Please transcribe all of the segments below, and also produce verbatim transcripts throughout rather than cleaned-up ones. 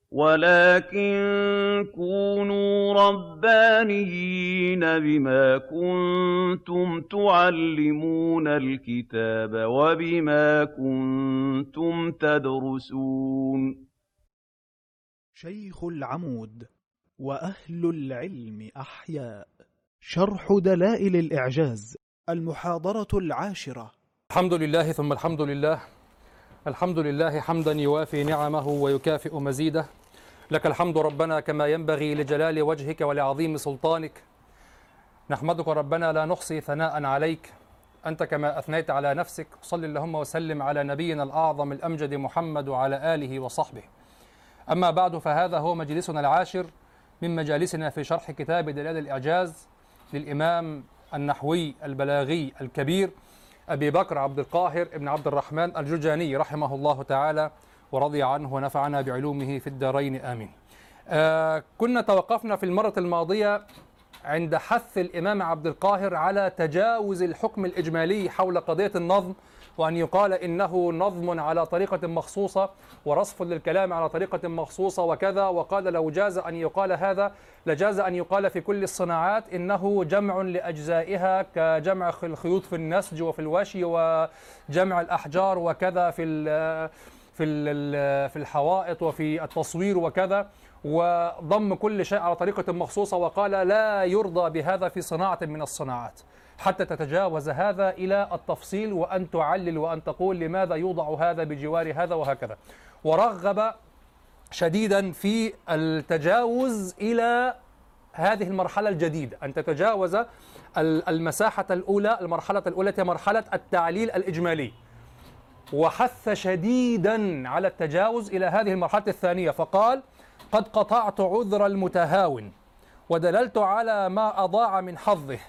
وَلَٰكِن كُونُوا رَبَّانِيِّينَ بِمَا كُنتُمْ تُعَلِّمُونَ الْكِتَابَ وَبِمَا كُنتُمْ تَدْرُسُونَ شيخ العمود وأهل العلم أحياء. شرح دلائل الإعجاز، المحاضرة العاشرة. الحمد لله ثم الحمد لله. الحمد لله حمدا يوافي نعمه ويكافئ مزيده. لك الحمد ربنا كما ينبغي لجلال وجهك ولعظيم سلطانك. نحمدك ربنا لا نحصي ثناء عليك، أنت كما أثنيت على نفسك. صل اللهم وسلم على نبينا الأعظم الأمجد محمد وعلى آله وصحبه. أما بعد، فهذا هو مجلسنا العاشر من مجالسنا في شرح كتاب دلائل الإعجاز للإمام النحوي البلاغي الكبير أبي بكر عبد القاهر ابن عبد الرحمن الجرجاني رحمه الله تعالى ورضي عنه ونفعنا بعلومه في الدارين آمين. آه كنا توقفنا في المرة الماضية عند حث الإمام عبد القاهر على تجاوز الحكم الإجمالي حول قضية النظم، وأن يقال إنه نظم على طريقة مخصوصة ورصف للكلام على طريقة مخصوصة وكذا. وقال لو جاز أن يقال هذا لجاز أن يقال في كل الصناعات إنه جمع لأجزائها، كجمع الخيوط في النسج وفي الوشي وجمع الأحجار وكذا في في في الحوائط وفي التصوير وكذا، وضم كل شيء على طريقة مخصوصة. وقال لا يرضى بهذا في صناعة من الصناعات حتى تتجاوز هذا إلى التفصيل، وأن تعلل وأن تقول لماذا يوضع هذا بجوار هذا وهكذا. ورغب شديدا في التجاوز إلى هذه المرحلة الجديدة، أن تتجاوز المساحة الأولى، المرحلة الأولى هي مرحلة التعليل الإجمالي، وحث شديدا على التجاوز إلى هذه المرحلة الثانية. فقال قد قطعت عذر المتهاون ودللت على ما أضاع من حظه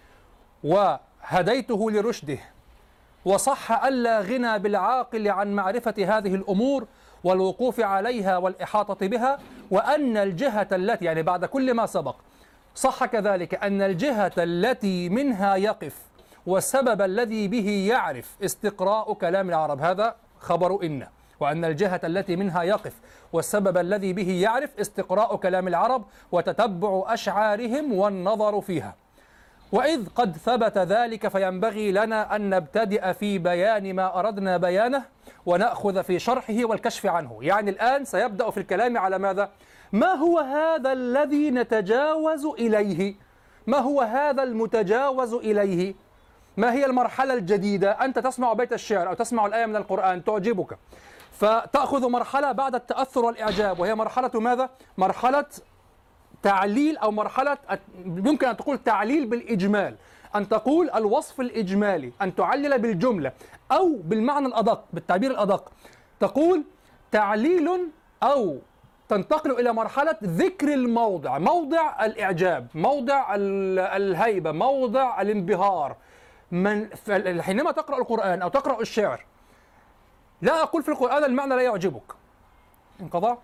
وهديته لرشده، وصح ألا غنى بالعاقل عن معرفة هذه الأمور والوقوف عليها والإحاطة بها، وأن الجهة التي، يعني بعد كل ما سبق، صح كذلك أن الجهة التي منها يقف والسبب الذي به يعرف استقراء كلام العرب، هذا خبر إن، وأن الجهة التي منها يقف والسبب الذي به يعرف استقراء كلام العرب وتتبع أشعارهم والنظر فيها. وإذ قد ثبت ذلك فينبغي لنا أن نبتدئ في بيان ما أردنا بيانه ونأخذ في شرحه والكشف عنه. يعني الآن سيبدأ في الكلام على ماذا؟ ما هو هذا الذي نتجاوز إليه؟ ما هو هذا المتجاوز إليه؟ ما هي المرحلة الجديدة؟ أنت تسمع بيت الشعر أو تسمع الآية من القرآن تعجبك، فتأخذ مرحلة بعد التأثر والإعجاب، وهي مرحلة ماذا؟ مرحلة تعليل، أو مرحلة يمكن أن تقول تعليل بالإجمال، أن تقول الوصف الإجمالي، أن تعلل بالجملة، أو بالمعنى الأدق، بالتعبير الأدق تقول تعليل، أو تنتقل إلى مرحلة ذكر الموضع، موضع الإعجاب، موضع الهيبة، موضع الانبهار. من حينما تقرأ القرآن أو تقرأ الشعر، لا أقول في القرآن المعنى لا يعجبك، انقضى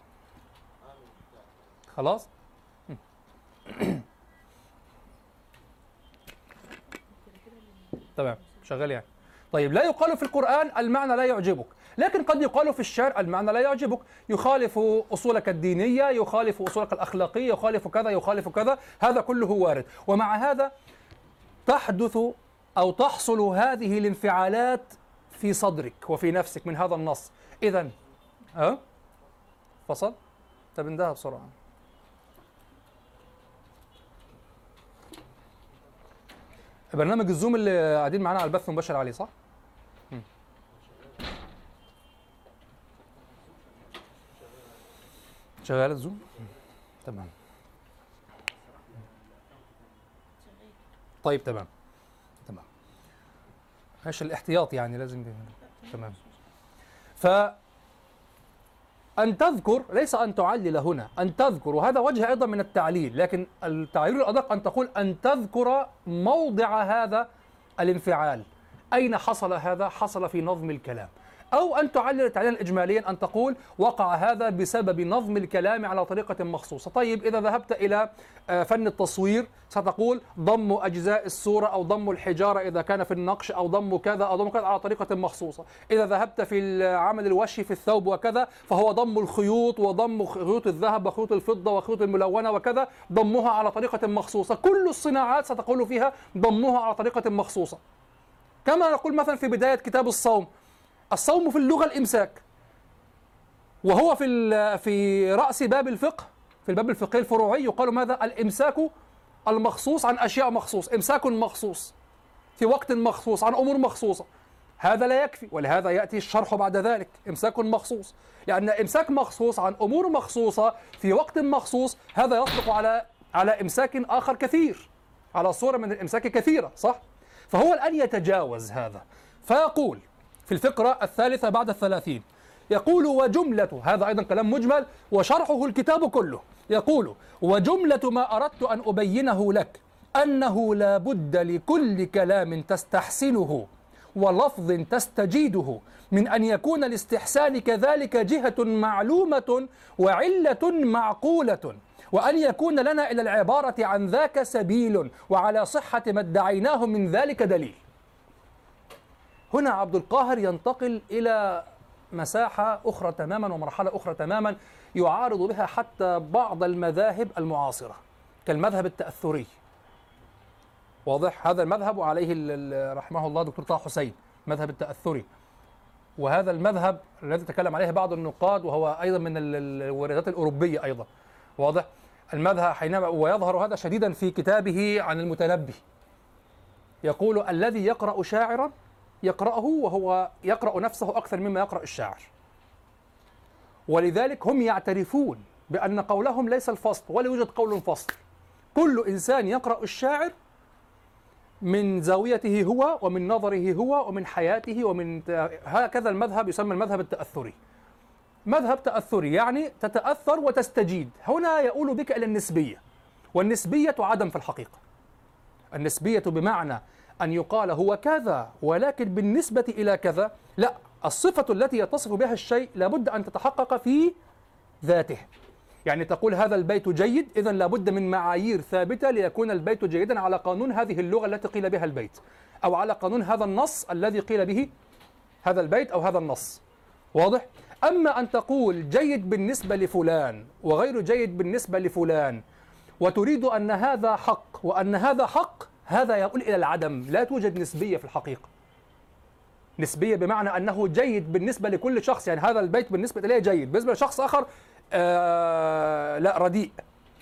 خلاص. تمام شغال يعني. طيب، لا يقال في القرآن المعنى لا يعجبك، لكن قد يقال في الشعر المعنى لا يعجبك، يخالف أصولك الدينية، يخالف أصولك الأخلاقية، يخالف كذا يخالف كذا، هذا كله وارد. ومع هذا تحدث أو تحصل هذه الانفعالات في صدرك وفي نفسك من هذا النص. إذن أه؟ فصل؟ طب اندهى بسرعة. برنامج الزوم اللي قاعدين معانا على البث مباشر عليه صح؟ م. شغال الزوم؟ م. تمام. طيب تمام تمام. ماشي، الاحتياط يعني لازم. تمام. ف أن تذكر، ليس أن تعلل هنا، أن تذكر، وهذا وجه أيضا من التعليل، لكن التعليل الأدق أن تقول أن تذكر موضع هذا الانفعال. أين حصل هذا؟ حصل في نظم الكلام. أو أن تعلل تعليلا إجماليا، أن تقول وقع هذا بسبب نظم الكلام على طريقة مخصوصة. طيب إذا ذهبت إلى فن التصوير ستقول ضم أجزاء الصورة أو ضم الحجارة إذا كان في النقش، أو ضم كذا أو ضم كذا على طريقة مخصوصة. إذا ذهبت في عمل الوشي في الثوب وكذا فهو ضم الخيوط وضم خيوط الذهب وخيوط الفضة وخيوط الملونة وكذا، ضمها على طريقة مخصوصة. كل الصناعات ستقول فيها ضمها على طريقة مخصوصة. كما نقول مثلا في بداية كتاب الصوم، الصوم في اللغة الإمساك، وهو في في رأس باب الفقه، في الباب الفقهي الفروعي يقال ماذا؟ الإمساك المخصوص عن أشياء مخصوص، إمساك مخصوص في وقت مخصوص عن أمور مخصوصة. هذا لا يكفي، ولهذا يأتي الشرح بعد ذلك، إمساك مخصوص، لأن إمساك مخصوص عن أمور مخصوصة في وقت مخصوص هذا يطلق على على إمساك آخر كثير، على صورة من الإمساك كثيرة، صح؟ فهو الآن يتجاوز هذا، فيقول في الفقرة الثالثة بعد الثلاثين، يقول وجملة، هذا أيضا كلام مجمل وشرحه الكتاب كله، يقول وجملة ما أردت أن أبينه لك أنه لا بد لكل كلام تستحسنه ولفظ تستجيده من أن يكون الاستحسان كذلك جهة معلومة وعلة معقولة، وأن يكون لنا إلى العبارة عن ذاك سبيل، وعلى صحة ما ادعيناه من ذلك دليل. هنا عبد القاهر ينتقل إلى مساحة أخرى تماما ومرحلة أخرى تماما يعارض بها حتى بعض المذاهب المعاصرة كالمذهب التأثري. واضح؟ هذا المذهب وعليه رحمه الله دكتور طه حسين، مذهب التأثري، وهذا المذهب الذي تكلم عليه بعض النقاد وهو أيضا من الولايات الأوروبية أيضا. واضح؟ المذهب حينما ويظهر هذا شديدا في كتابه عن المتنبي، يقول الذي يقرأ شاعرا يقرأه وهو يقرأ نفسه أكثر مما يقرأ الشاعر، ولذلك هم يعترفون بأن قولهم ليس الفصل ولا يوجد قول فصل، كل إنسان يقرأ الشاعر من زاويته هو ومن نظره هو ومن حياته ومن هكذا. المذهب يسمى المذهب التأثري، مذهب تأثري يعني تتأثر وتستجيد. هنا يقول بك إلى النسبية، والنسبية عدم في الحقيقة. النسبية بمعنى أن يقال هو كذا ولكن بالنسبة إلى كذا، لا، الصفة التي يتصف بها الشيء لابد أن تتحقق في ذاته. يعني تقول هذا البيت جيد، إذن لابد من معايير ثابتة ليكون البيت جيدا على قانون هذه اللغة التي قيل بها البيت، أو على قانون هذا النص الذي قيل به هذا البيت أو هذا النص. واضح؟ أما أن تقول جيد بالنسبة لفلان وغير جيد بالنسبة لفلان وتريد أن هذا حق وأن هذا حق، هذا يقول إلى العدم، لا توجد نسبية في الحقيقة. نسبية بمعنى أنه جيد بالنسبة لكل شخص، يعني هذا البيت بالنسبة إليه جيد، بالنسبة لشخص آخر آه لا رديء.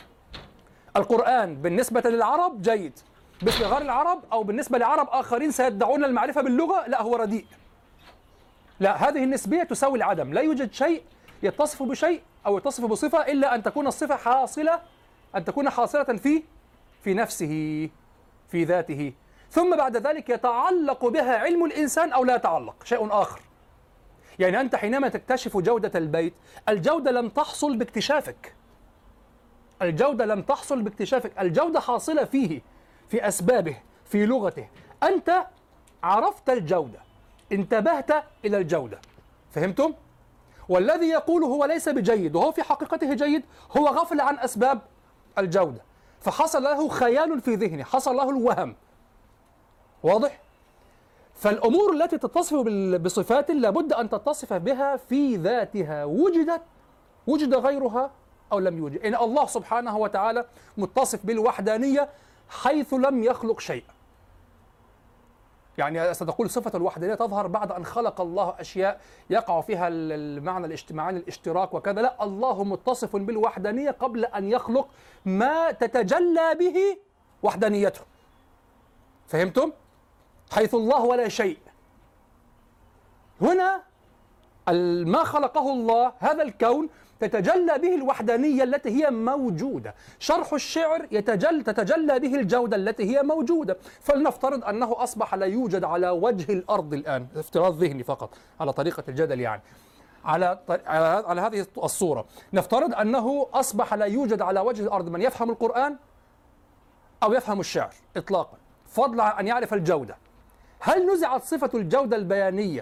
القرآن بالنسبة للعرب جيد، بالنسبة لغير العرب أو بالنسبة لعرب آخرين سيدعون المعرفة باللغة لا هو رديء. لا، هذه النسبية تساوي العدم، لا يوجد شيء يتصف بشيء أو يتصف بصفة إلا أن تكون الصفة حاصلة، أن تكون حاصلة في في نفسه في ذاته، ثم بعد ذلك يتعلق بها علم الإنسان أو لا يتعلق، شيء آخر. يعني أنت حينما تكتشف جودة البيت، الجودة لم تحصل باكتشافك، الجودة لم تحصل باكتشافك، الجودة حاصلة فيه، في أسبابه، في لغته. أنت عرفت الجودة، انتبهت إلى الجودة، فهمتم؟ والذي يقول هو ليس بجيد وهو في حقيقته جيد هو غفل عن أسباب الجودة، فحصل له خيال في ذهنه، حصل له الوهم. واضح؟ فالأمور التي تتصف بصفات لابد أن تتصف بها في ذاتها، وجدت وجد غيرها أو لم يوجد. إن الله سبحانه وتعالى متصف بالوحدانية حيث لم يخلق شيء. يعني ستقول صفة الوحدانية تظهر بعد أن خلق الله أشياء يقع فيها المعنى الاجتماعي الاشتراك وكذا، لا، الله متصف بالوحدانية قبل أن يخلق ما تتجلى به وحدانيته. فهمتم؟ حيث الله ولا شيء. هنا ما خلقه الله هذا الكون تتجلى به الوحدانية التي هي موجودة. شرح الشعر يتجل تتجلى به الجودة التي هي موجودة. فلنفترض أنه أصبح لا يوجد على وجه الأرض الآن، افتراض ذهني فقط على طريقة الجدل، يعني على على, على هذه الصورة، نفترض أنه أصبح لا يوجد على وجه الأرض من يفهم القرآن أو يفهم الشعر إطلاقا، فضلا عن أن يعرف الجودة. هل نزعت صفة الجودة البيانية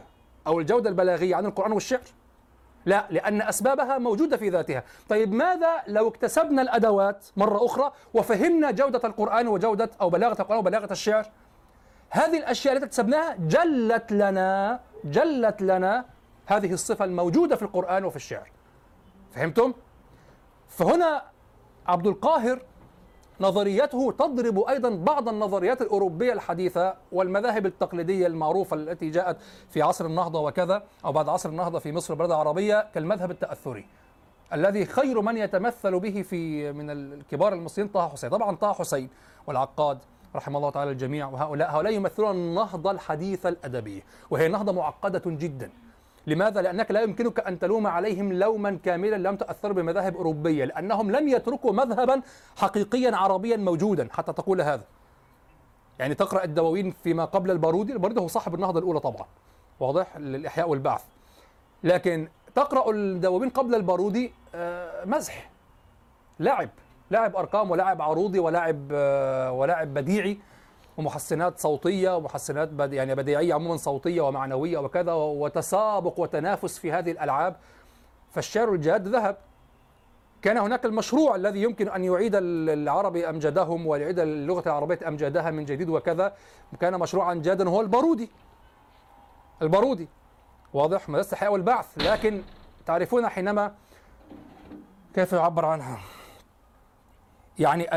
أو الجودة البلاغية عن القرآن والشعر؟ لا، لأن أسبابها موجودة في ذاتها. طيب ماذا لو اكتسبنا الأدوات مرة أخرى وفهمنا جودة القرآن وجودة أو بلاغة القرآن وبلاغة الشعر؟ هذه الأشياء التي اكتسبناها جلت لنا جلت لنا هذه الصفة الموجودة في القرآن وفي الشعر. فهمتم؟ فهنا عبد القاهر نظريته تضرب أيضا بعض النظريات الأوروبية الحديثة والمذاهب التقليدية المعروفة التي جاءت في عصر النهضة وكذا، أو بعد عصر النهضة في مصر والبلاد العربية، كالمذهب التأثري الذي خير من يتمثل به في من الكبار المصريين طه حسين. طبعا طه حسين والعقاد رحمه الله تعالى الجميع، وهؤلاء هؤلاء يمثلون النهضة الحديثة الأدبية، وهي نهضة معقدة جدا. لماذا؟ لأنك لا يمكنك أن تلوم عليهم لوما كاملا لم تأثروا بمذاهب أوروبية، لأنهم لم يتركوا مذهبا حقيقيا عربيا موجودا حتى تقول هذا. يعني تقرأ الدواوين فيما قبل البارودي، البارودي هو صاحب النهضة الأولى طبعا، واضح، للإحياء والبعث، لكن تقرأ الدواوين قبل البارودي مزح، لعب لاعب أرقام ولاعب عروضي ولاعب ولاعب بديعي ومحسنات صوتية ومحسنات بد... يعني بديعية عموما، صوتية ومعنوية وكذا، وتسابق وتنافس في هذه الألعاب. فالشعر الجاد ذهب. كان هناك المشروع الذي يمكن أن يعيد العربي أمجادهم ويعيد اللغة العربية أمجادها من جديد وكذا، كان مشروعا جادا هو البارودي. البارودي واضح، مدرسة الإحياء والبعث. لكن تعرفون حينما كيف يعبر عنها، يعني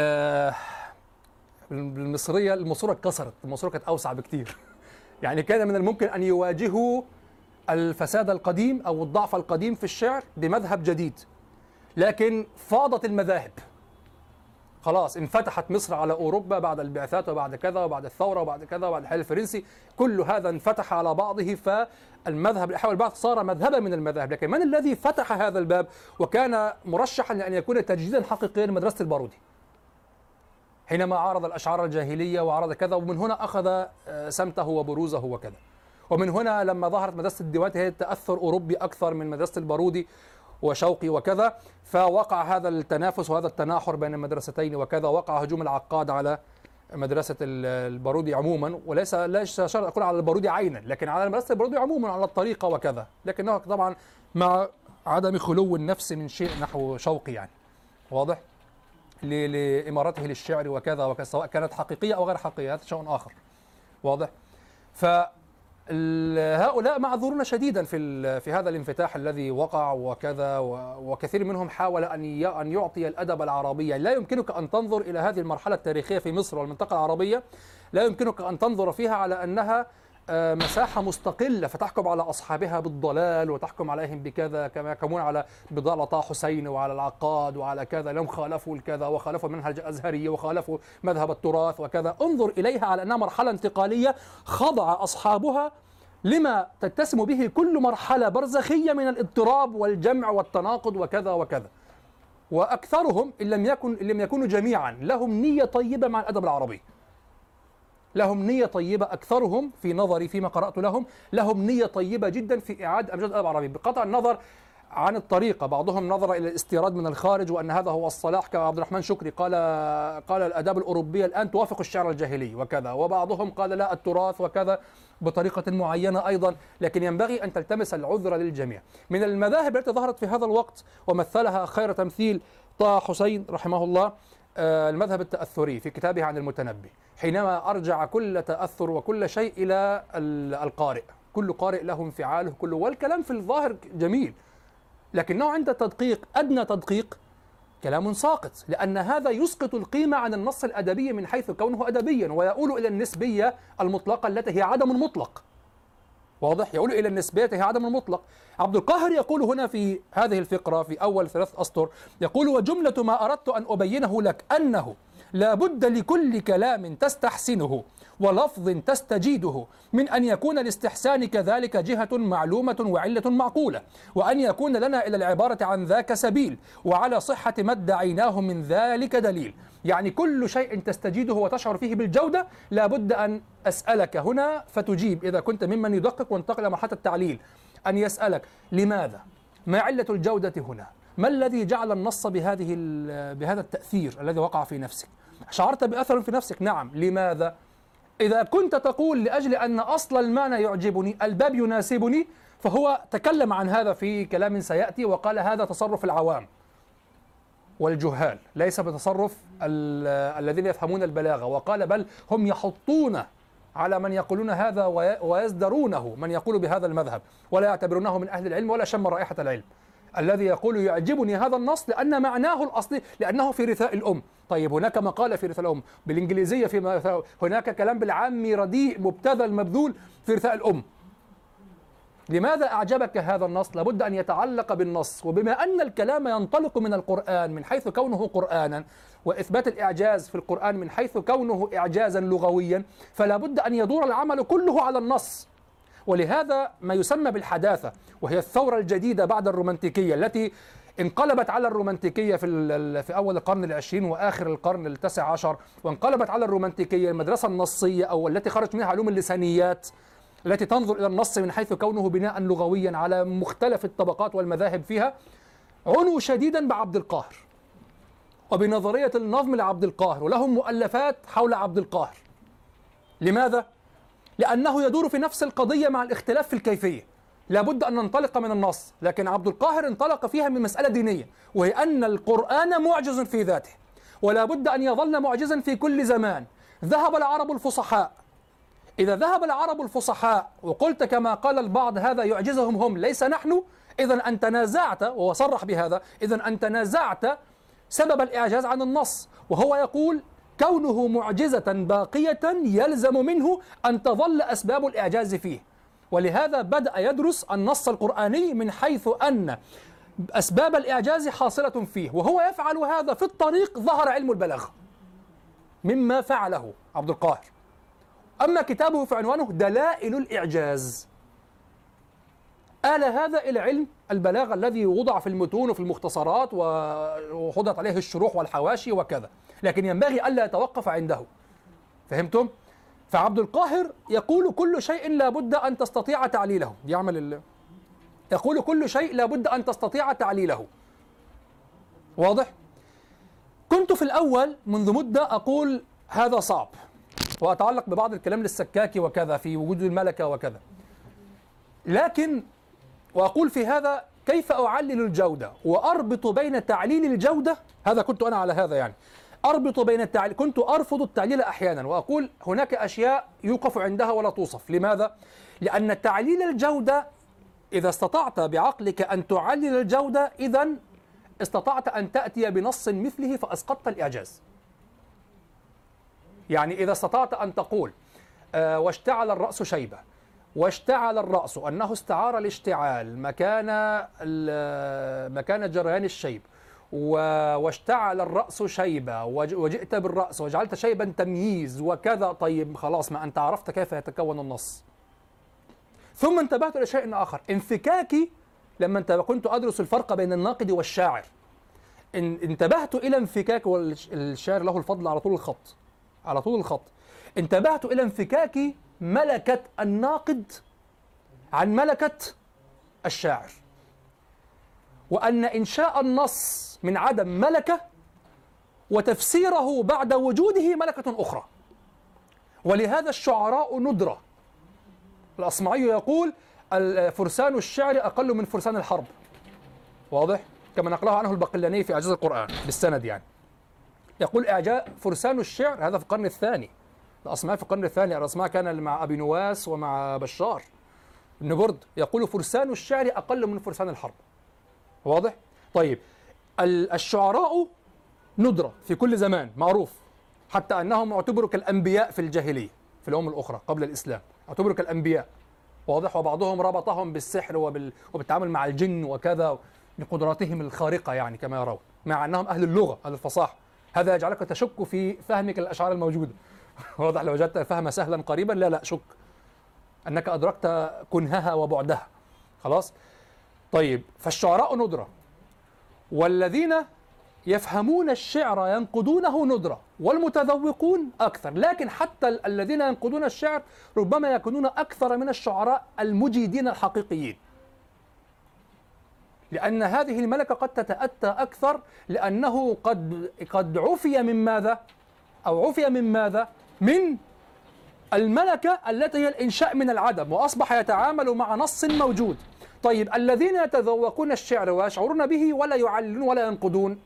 المصرية الماسورة اتكسرت، الماسورة كانت أوسع بكتير. يعني كان من الممكن أن يواجهوا الفساد القديم أو الضعف القديم في الشعر بمذهب جديد، لكن فاضت المذاهب. خلاص انفتحت مصر على أوروبا بعد البعثات وبعد كذا وبعد الثورة وبعد كذا وبعد الحل الفرنسي، كل هذا انفتح على بعضه، فالمذهب الإحياء والبعث صار مذهبا من المذاهب. لكن من الذي فتح هذا الباب وكان مرشحا لأن يكون تجديدا حقيقيا؟ مدرسة البارودي، حينما عارض الأشعار الجاهلية وعارض كذا، ومن هنا أخذ سمته وبروزه وكذا. ومن هنا لما ظهرت مدرسة الديوانية هي تأثر أوروبي أكثر من مدرسة البارودي وشوقي وكذا، فوقع هذا التنافس وهذا التناحر بين المدرستين وكذا، وقع هجوم العقاد على مدرسة البارودي عموما، وليس ليس شرط أقول على البارودي عينا، لكن على مدرسة البارودي عموما، على الطريقة وكذا، لكنه طبعا مع عدم خلو النفس من شيء نحو شوقي، يعني واضح، لإمارته للشعر وكذا وكذا، سواء كانت حقيقية أو غير حقيقية، هذا شيء آخر، واضح. فهؤلاء معذورون شديدا في في هذا الانفتاح الذي وقع وكذا، وكثير منهم حاول أن أن يعطي الأدب العربي. لا يمكنك أن تنظر إلى هذه المرحلة التاريخية في مصر والمنطقة العربية، لا يمكنك أن تنظر فيها على أنها مساحة مستقلة فتحكم على أصحابها بالضلال وتحكم عليهم بكذا، كما يحكمون على بضالة طه حسين وعلى العقاد وعلى كذا، لهم خالفوا الكذا وخالفوا المنهج الأزهري وخالفوا مذهب التراث وكذا. انظر إليها على أنها مرحلة انتقالية خضع أصحابها لما تتسم به كل مرحلة برزخية من الاضطراب والجمع والتناقض وكذا وكذا. وأكثرهم إن لم يكن إن لم يكونوا جميعا لهم نية طيبة مع الأدب العربي، لهم نية طيبة. أكثرهم في نظري فيما قرأت لهم لهم نية طيبة جدا في إعادة أمجاد الأدب العربي، بقطع النظر عن الطريقة. بعضهم نظر إلى الاستيراد من الخارج وأن هذا هو الصلاح، كعبد الرحمن شكري قال قال الآداب الأوروبية الآن توافق الشعر الجاهلي وكذا، وبعضهم قال لا التراث وكذا بطريقة معينة أيضا. لكن ينبغي أن تلتمس العذر للجميع. من المذاهب التي ظهرت في هذا الوقت ومثلها خير تمثيل طه حسين رحمه الله المذهب التأثري في كتابه عن المتنبي، حينما أرجع كل تأثر وكل شيء إلى القارئ، كل قارئ له انفعاله كله، والكلام في الظاهر جميل، لكنه عند تدقيق أدنى تدقيق كلام ساقط، لأن هذا يسقط القيمة عن النص الأدبي من حيث كونه أدبيا، ويؤول إلى النسبية المطلقة التي هي عدم مطلق، واضح، يؤول إلى النسبية هي عدم المطلق. عبد القاهر يقول هنا في هذه الفقرة في أول ثلاث أسطر، يقول: وجملة ما أردت أن أبينه لك أنه لا بد لكل كلام تستحسنه ولفظ تستجيده من أن يكون الاستحسان كذلك جهة معلومة وعلة معقولة، وأن يكون لنا إلى العبارة عن ذاك سبيل، وعلى صحة ما ادعيناه من ذلك دليل. يعني كل شيء تستجيده وتشعر فيه بالجودة لا بد أن أسألك هنا فتجيب، إذا كنت ممن يدقق وانتقل إلى مرحلة التعليل، أن يسألك لماذا؟ ما علة الجودة هنا؟ ما الذي جعل النص بهذه بهذا التأثير الذي وقع في نفسك؟ شعرت بأثر في نفسك؟ نعم. لماذا؟ إذا كنت تقول لأجل أن أصل المعنى يعجبني الباب يناسبني، فهو تكلم عن هذا في كلام سيأتي وقال هذا تصرف العوام والجهال ليس بتصرف الذين يفهمون البلاغة، وقال بل هم يحطون على من يقولون هذا ويزدرونه من يقول بهذا المذهب ولا يعتبرونه من أهل العلم ولا شم رائحة العلم. الذي يقول يعجبني هذا النص لأن معناه الأصلي لأنه في رثاء الأم. طيب هناك مقالة في رثاء الأم بالإنجليزية، في هناك كلام بالعامي رديء مبتذل مبذول في رثاء الأم. لماذا أعجبك هذا النص؟ لابد أن يتعلق بالنص، وبما أن الكلام ينطلق من القرآن من حيث كونه قرآنا، وإثبات الإعجاز في القرآن من حيث كونه إعجازا لغويا، فلا بد أن يدور العمل كله على النص. ولهذا ما يسمى بالحداثة، وهي الثورة الجديدة بعد الرومانتيكية التي انقلبت على الرومانتيكية في في أول القرن العشرين وآخر القرن التاسع عشر، وانقلبت على الرومانتيكية المدرسة النصية أو التي خرجت منها علوم اللسانيات التي تنظر إلى النص من حيث كونه بناء لغويا على مختلف الطبقات والمذاهب فيها. عنوا شديدا بعبد القاهر وبنظرية النظم لعبد القاهر، ولهم مؤلفات حول عبد القاهر. لماذا؟ لأنه يدور في نفس القضية مع الاختلاف في الكيفية. لابد أن ننطلق من النص، لكن عبد القاهر انطلق فيها من مسألة دينية، وهي أن القرآن معجز في ذاته ولا بد أن يظل معجزا في كل زمان. ذهب العرب الفصحاء، إذا ذهب العرب الفصحاء وقلت كما قال البعض هذا يعجزهم هم ليس نحن، إذا أنت نازعت، وهو صرح بهذا، إذا أنت نازعت سبب الإعجاز عن النص، وهو يقول كونه معجزة باقية يلزم منه أن تظل أسباب الإعجاز فيه. ولهذا بدأ يدرس النص القرآني من حيث أن أسباب الإعجاز حاصلة فيه، وهو يفعل هذا في الطريق ظهر علم البلاغة مما فعله عبد القاهر. أما كتابه في عنوانه دلائل الإعجاز، آل هذا إلى علم البلاغة الذي وضع في المتون وفي المختصرات وحضرت عليه الشروح والحواشي وكذا، لكن ينبغي ألا يتوقف عنده. فهمتم؟ فعبد القاهر يقول كل شيء لا بد أن تستطيع تعليله، يعمل ال... يقول كل شيء لا بد أن تستطيع تعليله. واضح؟ كنت في الأول منذ مدة أقول هذا صعب، وأتعلق ببعض الكلام للسكاكي وكذا في وجود الملكة وكذا، لكن وأقول في هذا كيف أعلل الجودة وأربط بين تعليل الجودة، هذا كنت أنا على هذا يعني أربط بين التعليل، كنت أرفض التعليل أحيانا وأقول هناك أشياء يوقف عندها ولا توصف. لماذا؟ لأن تعليل الجودة إذا استطعت بعقلك أن تعلل الجودة إذا استطعت أن تأتي بنص مثله فأسقطت الإعجاز. يعني إذا استطعت أن تقول آه واشتعل الرأس شيبة، واشتعل الرأس أنه استعار الاشتعال مكان مكان جريان الشيب، واشتعل الرأس شيبة وجئت بالرأس وجعلت شيبا تمييز وكذا، طيب خلاص ما أنت عرفت كيف يتكون النص. ثم انتبهت إلى شيء آخر، انفكاكي لما كنت أدرس الفرق بين الناقد والشاعر، انتبهت إلى انفكاك، والشاعر له الفضل على طول الخط على طول الخط انتبهت إلى انفكاك ملكة الناقد عن ملكة الشاعر، وأن إنشاء النص من عدم ملكة وتفسيره بعد وجوده ملكة أخرى. ولهذا الشعراء ندرة. الأصمعي يقول فرسان الشعر أقل من فرسان الحرب. واضح؟ كما نقله عنه البقلاني في إعجاز القرآن بالسند يعني. يقول إعجاز فرسان الشعر، هذا في القرن الثاني، الأصمعي في القرن الثاني، الأصمعي كان مع أبي نواس ومع بشار بن برد، يقول فرسان الشعر أقل من فرسان الحرب. واضح؟ طيب الشعراء ندرة في كل زمان معروف، حتى أنهم اعتبروا كالأنبياء في الجاهلية في الأمم الأخرى قبل الإسلام، اعتبروا كالأنبياء. واضح؟ وبعضهم ربطهم بالسحر وبال... وبالتعامل مع الجن وكذا لقدراتهم الخارقة يعني كما يرون، مع أنهم أهل اللغة أهل الفصاحة. هذا يجعلك تشك في فهمك الأشعار الموجودة. واضح؟ لو وجدت الفهم سهلا قريبا لا لا شك أنك أدركت كنهها وبعدها. خلاص؟ طيب فالشعراء ندرة، والذين يفهمون الشعر ينقدونه ندرة، والمتذوقون أكثر. لكن حتى الذين ينقدون الشعر ربما يكونون أكثر من الشعراء المجيدين الحقيقيين، لأن هذه الملكة قد تتأتى أكثر، لأنه قد قد عفي من ماذا؟ أو عفي من ماذا؟ من الملكة التي هي الإنشاء من العدم، وأصبح يتعامل مع نص موجود. طيب الذين يتذوقون الشعر ويشعرون به ولا يعللون ولا ينقدون،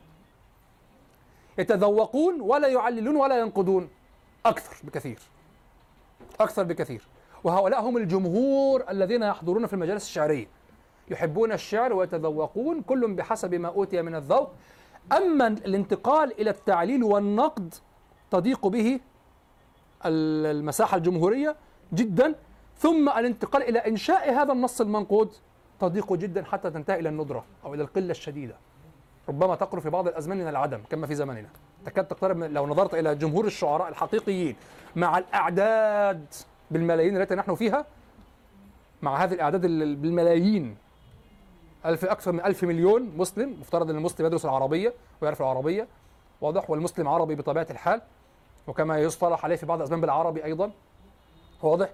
يتذوقون ولا يعللون ولا ينقدون، أكثر بكثير، أكثر بكثير. وهؤلاء هم الجمهور الذين يحضرون في المجالس الشعرية، يحبون الشعر ويتذوقون، كل بحسب ما أوتي من الذوق. أما الانتقال إلى التعليل والنقد تضيق به المساحة الجمهورية جدا، ثم الانتقال إلى إنشاء هذا النص المنقود تضيق جدا حتى تنتهي إلى الندرة أو إلى القلة الشديدة، ربما تقرب في بعض الأزمان من العدم كما في زمننا. تكاد تقترب من، لو نظرت إلى جمهور الشعراء الحقيقيين مع الأعداد بالملايين التي نحن فيها، مع هذه الأعداد بالملايين، ألف أكثر من ألف مليون مسلم، مفترض أن المسلم يدرس العربية ويعرف العربية، واضح، والمسلم عربي بطبيعة الحال، وكما يصطلح عليه في بعض الأزمان بالعربي أيضا، واضح.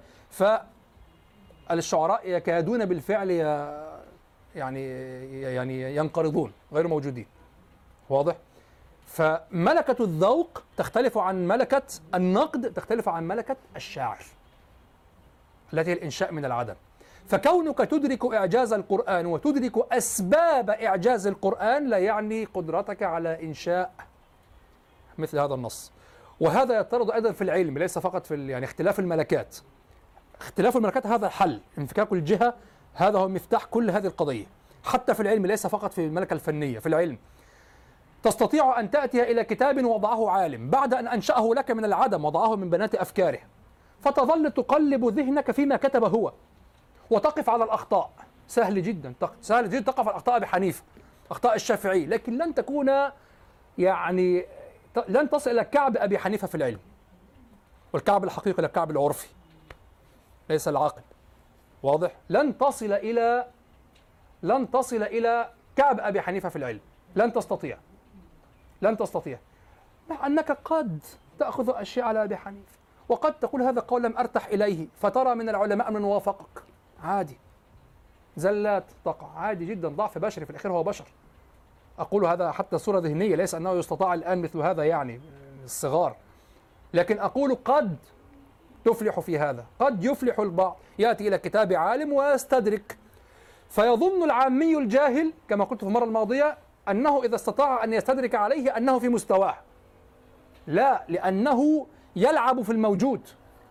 فالشعراء يكادون بالفعل يعني يعني ينقرضون، غير موجودين، واضح. فملكة الذوق تختلف عن ملكة النقد، تختلف عن ملكة الشاعر التي هي الإنشاء من العدم. فكونك تدرك إعجاز القرآن وتدرك أسباب إعجاز القرآن لا يعني قدرتك على إنشاء مثل هذا النص. وهذا يطرد أيضا في العلم، ليس فقط في يعني اختلاف الملكات. اختلاف الملكات هذا حل، انفكاك الجهة هذا هو مفتاح كل هذه القضية. حتى في العلم، ليس فقط في الملكة الفنية، في العلم تستطيع أن تأتي إلى كتاب وضعه عالم بعد أن أنشأه لك من العدم، وضعه من بنات أفكاره، فتظل تقلب ذهنك فيما كتب هو وتقف على الأخطاء. سهل جدا، سهل جدا تقف على أخطاء أبي حنيفة، أخطاء الشافعي، لكن لن تكون يعني لن تصل إلى كعب أبي حنيفة في العلم. والكعب الحقيقي الكعب العرفي ليس العاقل، واضح. لن تصل إلى لن تصل إلى كعب أبي حنيفة في العلم، لن تستطيع لن تستطيع مع أنك قد تأخذ أشياء على أبي حنيفة، وقد تقول هذا قول لم أرتح إليه، فترى من العلماء من وافقك، عادي، زلات تقع، عادي جدا، ضعف بشري، في الأخير هو بشر. أقول هذا حتى صورة ذهنية، ليس أنه يستطاع الآن مثل هذا يعني الصغار، لكن أقول قد تفلح في هذا، قد يفلح البعض، يأتي إلى كتاب عالم ويستدرك، فيظن العامي الجاهل كما قلت في المرة الماضية أنه إذا استطاع أن يستدرك عليه أنه في مستواه. لا، لأنه يلعب في الموجود،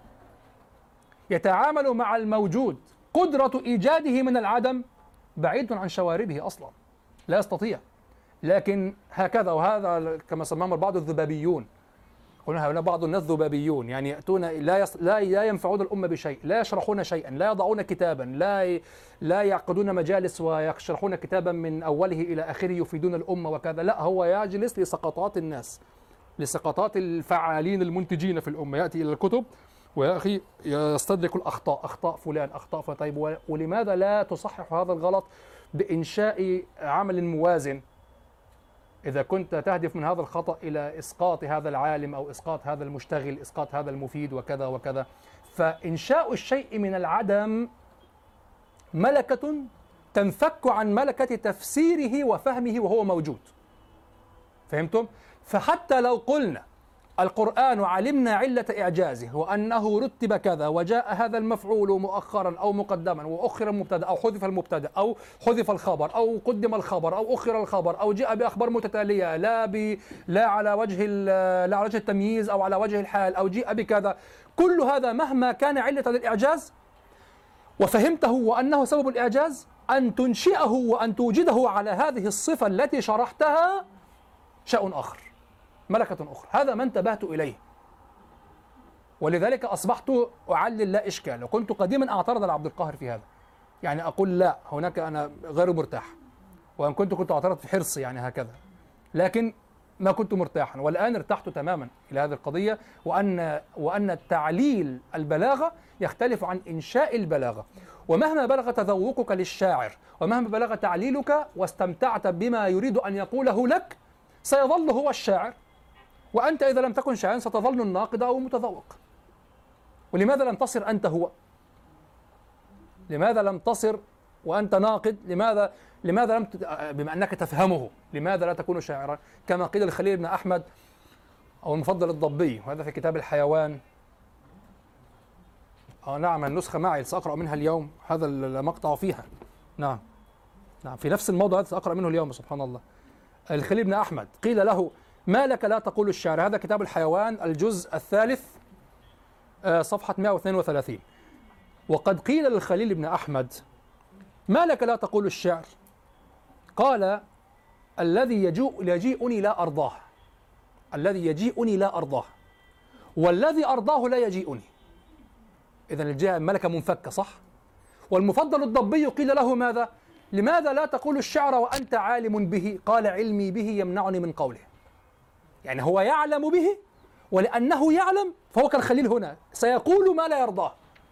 يتعامل مع الموجود. قدرة إيجاده من العدم بعيد عن شواربه أصلا، لا يستطيع. لكن هكذا، وهذا كما سماهم البعض الذبابيون، قلنا هؤلاء بعض الناس ذبابيون، يعني يأتون لا يص... لا لا ينفعون الأمة بشيء، لا يشرحون شيئا، لا يضعون كتابا، لا ي... لا يعقدون مجالس ويشرحون كتابا من أوله إلى آخره يفيدون الأمة وكذا، لا، هو يجلس لسقطات الناس، لسقطات الفعالين المنتجين في الأمة، يأتي إلى الكتب ويا أخي يستدرك الأخطاء، أخطاء فلان، أخطاء فلان. طيب ولماذا لا تصحح هذا الغلط بإنشاء عمل موازن؟ إذا كنت تهدف من هذا الخطأ إلى إسقاط هذا العالم أو إسقاط هذا المشتغل، إسقاط هذا المفيد وكذا وكذا، فإنشاء الشيء من العدم ملكة تنفك عن ملكة تفسيره وفهمه وهو موجود. فهمتم؟ فحتى لو قلنا القرآن علمنا علة إعجازه وأنه رتب كذا وجاء هذا المفعول مؤخرا أو مقدما وأخر المبتدأ أو حذف المبتدأ أو حذف الخبر أو قدم الخبر أو أخر الخبر أو جاء بأخبار متتالية لا ب لا على وجه لا على وجه التمييز أو على وجه الحال أو جاء بكذا، كل هذا مهما كان علة للإعجاز وفهمته وأنه سبب الإعجاز، أن تنشئه وأن توجده على هذه الصفة التي شرحتها شيء آخر، ملكة أخرى. هذا ما انتبهت إليه، ولذلك أصبحت أعلل لا إشكال. وكنت قديما أعترض على عبد القاهر في هذا، يعني أقول لا، هناك أنا غير مرتاح، وأن كنت كنت أعترض في حرصي يعني هكذا، لكن ما كنت مرتاحا. والآن ارتحت تماما إلى هذه القضية، وأن وأن التعليل البلاغة يختلف عن إنشاء البلاغة. ومهما بلغ تذوقك للشاعر ومهما بلغ تعليلك واستمتعت بما يريد أن يقوله لك، سيظل هو الشاعر، وأنت إذا لم تكن شاعرا ستظل الناقد أو المتذوق. ولماذا لم تصر أنت هو؟ لماذا لم تصر وأنت ناقد؟ لماذا لماذا لم ت... بما أنك تفهمه، لماذا لا تكون شاعرا؟ كما قيل لخليل بن أحمد أو المفضل الضبي، وهذا في كتاب الحيوان، آه نعم، النسخة معي سأقرأ منها اليوم، هذا المقطع فيها. نعم نعم، في نفس الموضوع هذا سأقرأ منه اليوم. سبحان الله. الخليل بن أحمد قيل له: ما لك لا تقول الشعر؟ هذا كتاب الحيوان الجزء الثالث صفحة مئة واثنين وثلاثين. وقد قيل للخليل بن أحمد: ما لك لا تقول الشعر؟ قال: الذي يجيئني لا أرضاه، الذي يجيئني لا أرضاه، والذي أرضاه لا يجيئني. إذن الجهة ملكة منفكة، صح؟ والمفضل الضبي قيل له: ماذا؟ لماذا لا تقول الشعر وأنت عالم به؟ قال: علمي به يمنعني من قوله. يعني هو يعلم به، ولأنه يعلم فهو كالخليل هنا سيقول ما لا يرضاه.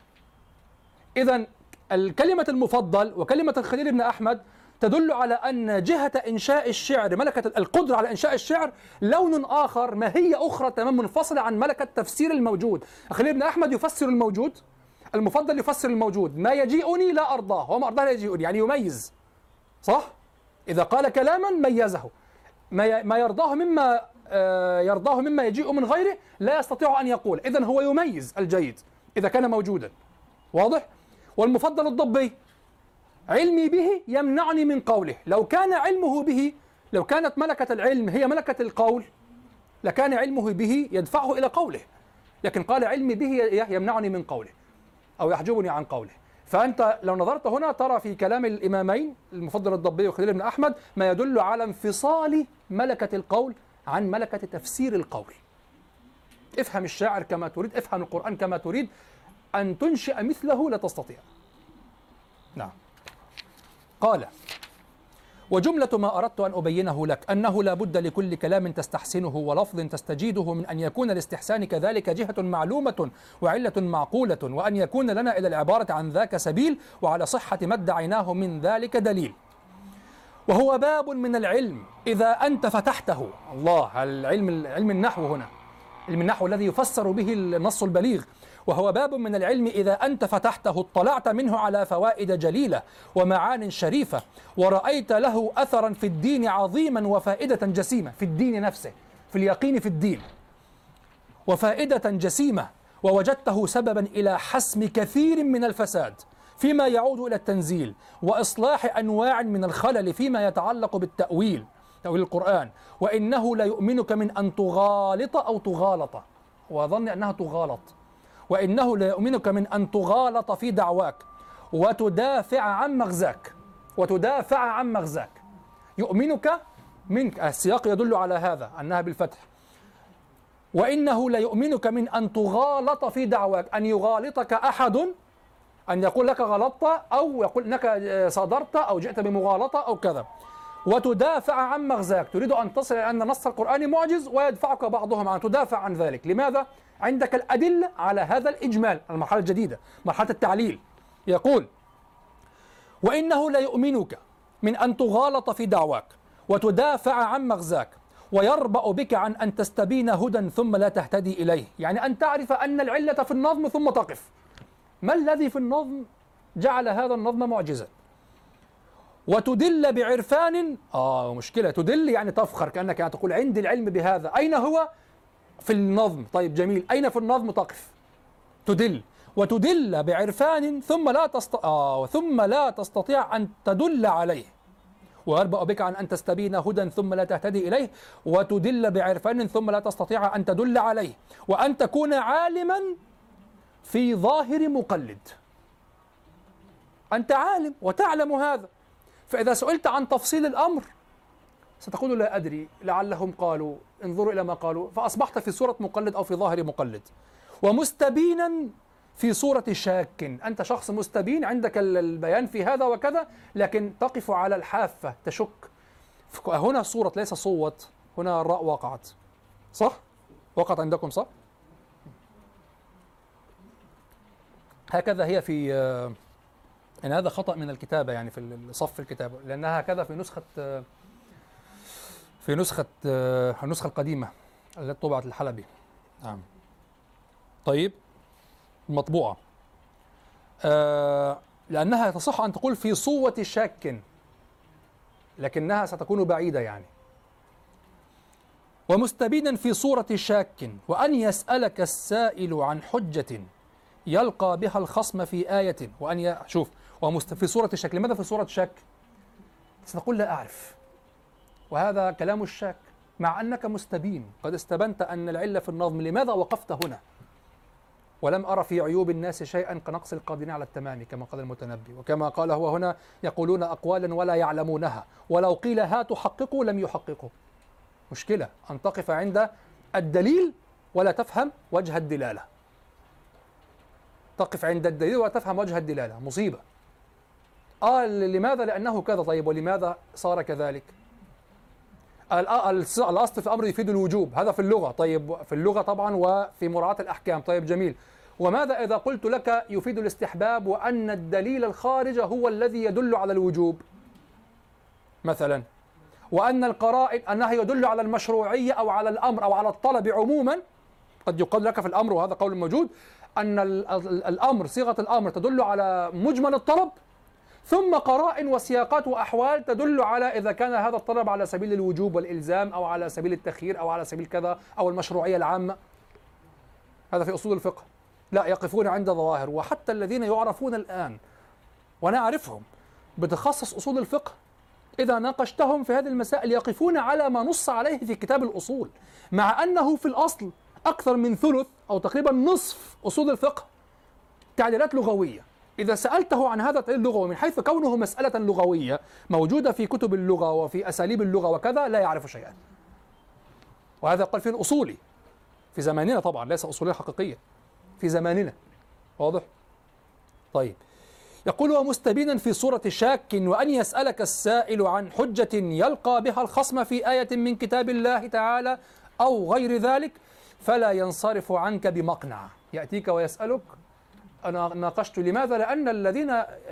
إذن الكلمة المفضل وكلمة الخليل بن أحمد تدل على أن جهة إنشاء الشعر، ملكة القدرة على إنشاء الشعر، لون آخر، ماهية أخرى تمام منفصلة عن ملكة تفسير الموجود. الخليل بن أحمد يفسر الموجود، المفضل يفسر الموجود. ما يجيئني لا أرضاه، وما أرضاه لا يجيئني، يعني يميز، صح؟ إذا قال كلاما ميزه، ما يرضاه مما يرضاه مما يجيء من غيره لا يستطيع أن يقول. إذن هو يميز الجيد إذا كان موجودا، واضح؟ والمفضل الضبي: علمي به يمنعني من قوله. لو كان علمه به، لو كانت ملكة العلم هي ملكة القول، لكان علمه به يدفعه إلى قوله، لكن قال: علمي به يمنعني من قوله أو يحجبني عن قوله. فأنت لو نظرت هنا ترى في كلام الإمامين المفضل الضبي وخليل بن أحمد ما يدل على انفصال ملكة القول عن ملكة تفسير القول. افهم الشاعر كما تريد، افهم القرآن كما تريد، أن تنشئ مثله لا تستطيع. نعم. قال: وجملة ما أردت أن أبينه لك أنه لا بد لكل كلام تستحسنه ولفظ تستجيده من أن يكون الاستحسان كذلك جهة معلومة وعلة معقولة، وأن يكون لنا إلى العبارة عن ذاك سبيل، وعلى صحة ما ادعيناه من ذلك دليل. وهو باب من العلم إذا أنت فتحته. الله، العلم، علم النحو هنا، علم النحو الذي يفسر به النص البليغ. وهو باب من العلم إذا أنت فتحته اطلعت منه على فوائد جليلة ومعان شريفة، ورأيت له أثرا في الدين عظيما وفائدة جسيمة، في الدين نفسه، في اليقين في الدين، وفائدة جسيمة، ووجدته سببا إلى حسم كثير من الفساد فيما يعود إلى التنزيل، وإصلاح أنواع من الخلل فيما يتعلق بالتأويل، تأويل القرآن. وإنه لا يؤمنك من أن تغالط أو تغالط، وظن أنها تغالط، وإنه لا يؤمنك من أن تغالط في دعواك وتدافع عن مغزاك، وتدافع عن مغزاك. يؤمنك منك، السياق يدل على هذا أنها بالفتح. وإنه لا يؤمنك من أن تغالط في دعواك، أن يغالطك أحد، أن يقول لك غلطت، أو يقول أنك صادرت أو جئت بمغالطة أو كذا، وتدافع عن مغزاك. تريد أن تصل إلى أن نص القرآن معجز ويدفعك بعضهم عن تدافع عن ذلك. لماذا؟ عندك الأدلة على هذا الإجمال، المرحلة الجديدة، مرحلة التعليل. يقول: وإنه لا يؤمنك من أن تغالط في دعواك وتدافع عن مغزاك، ويربأ بك عن أن تستبين هدى ثم لا تهتدي إليه. يعني أن تعرف أن العلة في النظم ثم تقف. ما الذي في النظم جعل هذا النظم معجزا؟ وتدل بعرفان، آه مشكلة، تدل يعني تفخر، كأنك يعني تقول عندي العلم بهذا. أين هو؟ في النظم. طيب جميل، أين في النظم تقف؟ تدل. وتدل بعرفان ثم لا تست... آه ثم لا تستطيع أن تدل عليه. ويربأ بك عن أن تستبين هدى ثم لا تهتدي إليه، وتدل بعرفان ثم لا تستطيع أن تدل عليه، وأن تكون عالما في ظاهر مقلد. أنت عالم وتعلم هذا، فإذا سئلت عن تفصيل الأمر ستقول لا أدري، لعلهم قالوا، انظروا إلى ما قالوا، فأصبحت في صورة مقلد أو في ظاهر مقلد. ومستبينا في صورة شاك، أنت شخص مستبين، عندك البيان في هذا وكذا، لكن تقف على الحافة تشك. هنا صورة ليس صوت، هنا الراء وقعت، صح؟ وقعت عندكم، صح؟ هكذا هي في، إن هذا خطأ من الكتابة، يعني في صف الكتابة، لأنها هكذا في نسخة، في نسخة النسخة القديمة التي طبعت الحلبي. نعم. طيب، المطبوعة، آه لأنها تصح أن تقول في صوة شاك، لكنها ستكون بعيدة يعني. ومستبينا في صورة شاك، وأن يسألك السائل عن حجة يلقى بها الخصم في آية وأن ي... شوف ومست... في صورة الشك. لماذا في صورة شك؟ ستقول لا أعرف، وهذا كلام الشك مع أنك مستبين، قد استبنت أن العلة في النظم. لماذا وقفت هنا؟ ولم أرى في عيوب الناس شيئا كنقص القادرين على التمام كما قال المتنبي، وكما قال هو هنا يقولون أقوالا ولا يعلمونها، ولو قيل هاتوا حققوا لم يحققوا. مشكلة أن تقف عند الدليل ولا تفهم وجه الدلالة. تقف عند الدليل ولا تفهم وجه الدلالة، مصيبة. آه لماذا؟ لأنه كذا. طيب ولماذا صار كذلك؟ الأصل في الأمر يفيد الوجوب، هذا في اللغة. طيب في اللغة طبعا وفي مراعاة الأحكام. طيب جميل. وماذا إذا قلت لك يفيد الاستحباب وأن الدليل الخارج هو الذي يدل على الوجوب مثلا، وأن القرائن أنها يدل على المشروعية أو على الأمر أو على الطلب عموما؟ قد يقال لك في الأمر، وهذا قول موجود، أن الأمر صيغة الأمر تدل على مجمل الطلب، ثم قرائن وسياقات وأحوال تدل على إذا كان هذا الطلب على سبيل الوجوب والإلزام أو على سبيل التخيير أو على سبيل كذا أو المشروعية العامة. هذا في أصول الفقه. لا، يقفون عند ظواهر. وحتى الذين يعرفون الآن وأنا أعرفهم بتخصص أصول الفقه، إذا ناقشتهم في هذه المسائل يقفون على ما نص عليه في كتاب الأصول، مع أنه في الأصل أكثر من ثلث أو تقريبا نصف أصول الفقه تعديلات لغوية. إذا سألته عن هذا التعديل اللغوي من حيث كونه مسألة لغوية موجودة في كتب اللغة وفي أساليب اللغة وكذا، لا يعرف شيئا. وهذا قال فيه الأصولي في زماننا، طبعا ليس أصولية حقيقية، في زماننا. واضح؟ طيب، يقول ومستبينا في صورة شاك وأن يسألك السائل عن حجة يلقى بها الخصم في آية من كتاب الله تعالى أو غير ذلك فلا ينصرف عنك بمقنع. يأتيك ويسألك. أنا ناقشت لماذا؟ لأن الذين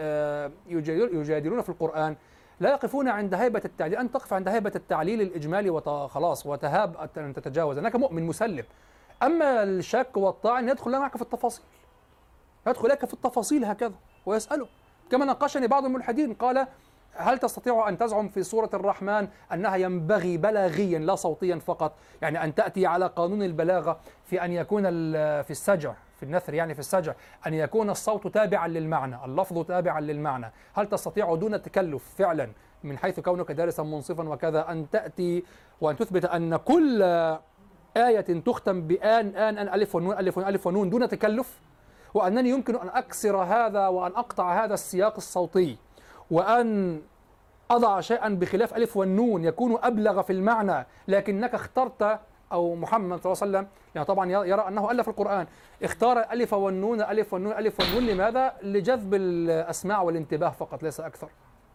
يجادلون في القرآن لا يقفون عند هيبة التعليل. أن تقف عند هيبة التعليل الإجمالي وخلاص وتهاب أن تتجاوز، أنك مؤمن مسلم. أما الشك والطعن يدخل معك في التفاصيل، يدخل لك في التفاصيل هكذا ويسأله. كما ناقشني بعض الملحدين قال هل تستطيع أن تزعم في سورة الرحمن أنها ينبغي بلاغيا لا صوتيا فقط، يعني أن تأتي على قانون البلاغة في أن يكون في السجع في النثر، يعني في السجع أن يكون الصوت تابعا للمعنى، اللفظ تابعا للمعنى. هل تستطيع دون تكلف فعلا من حيث كونك دارسا منصفا وكذا أن تأتي وأن تثبت أن كل آية تختم بآن آن أن ألف ونون ألف ونون ألف ونون دون تكلف، وأنني يمكن أن أكسر هذا وأن أقطع هذا السياق الصوتي وأن أضع شيئا بخلاف ألف والنون يكون أبلغ في المعنى، لكنك اخترت أو محمد صلى الله عليه وسلم يعني طبعا يرى أنه ألف القرآن، اختار ألف والنون ألف والنون ألف والنون. لماذا؟ لجذب الأسماع والانتباه فقط ليس أكثر.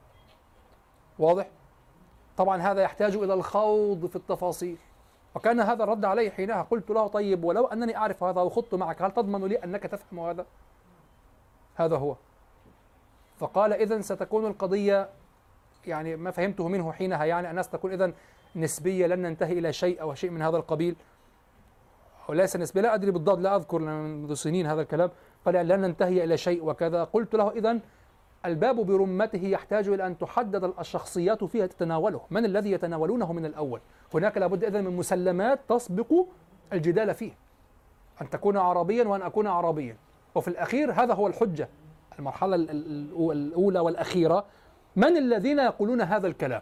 واضح؟ طبعا هذا يحتاج إلى الخوض في التفاصيل، وكان هذا الرد علي حينها. قلت له طيب ولو أنني أعرف هذا وخضت معك هل تضمن لي أنك تفهم هذا؟ هذا هو. فقال إذن ستكون القضية يعني ما فهمته منه حينها يعني أنها ستكون إذن نسبية، لن ننتهي إلى شيء أو شيء من هذا القبيل، وليس نسبية، لا أدري بالضبط، لا أذكر منذ سنين هذا الكلام. قال يعني لن ننتهي إلى شيء وكذا. قلت له إذن الباب برمته يحتاج إلى أن تحدد الشخصيات فيها تتناوله، من الذي يتناولونه من الأول. هناك لابد إذن من مسلمات تسبق الجدال فيه، أن تكون عربيا وأن أكون عربيا، وفي الأخير هذا هو الحجة. المرحلة الأولى والأخيرة من الذين يقولون هذا الكلام،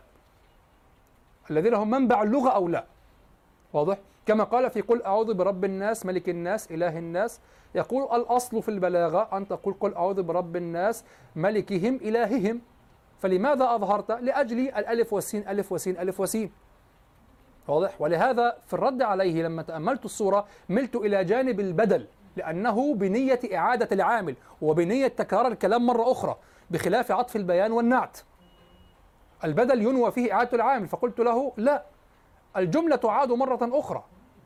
الذين هم منبع اللغة أو لا. واضح؟ كما قال في قل أعوذ برب الناس ملك الناس إله الناس، يقول الأصل في البلاغة أن تقول قل أعوذ برب الناس ملكهم إلههم. فلماذا أظهرت؟ لأجل الألف والسين ألف وسين ألف وسين. واضح؟ ولهذا في الرد عليه لما تأملت الصورة ملت إلى جانب البدل، لأنه بنية إعادة العامل وبنية تكرار الكلام مرة أخرى، بخلاف عطف البيان والنعت. البدل ينوى فيه إعادة العامل. فقلت له لا، الجملة تعاد مرة أخرى.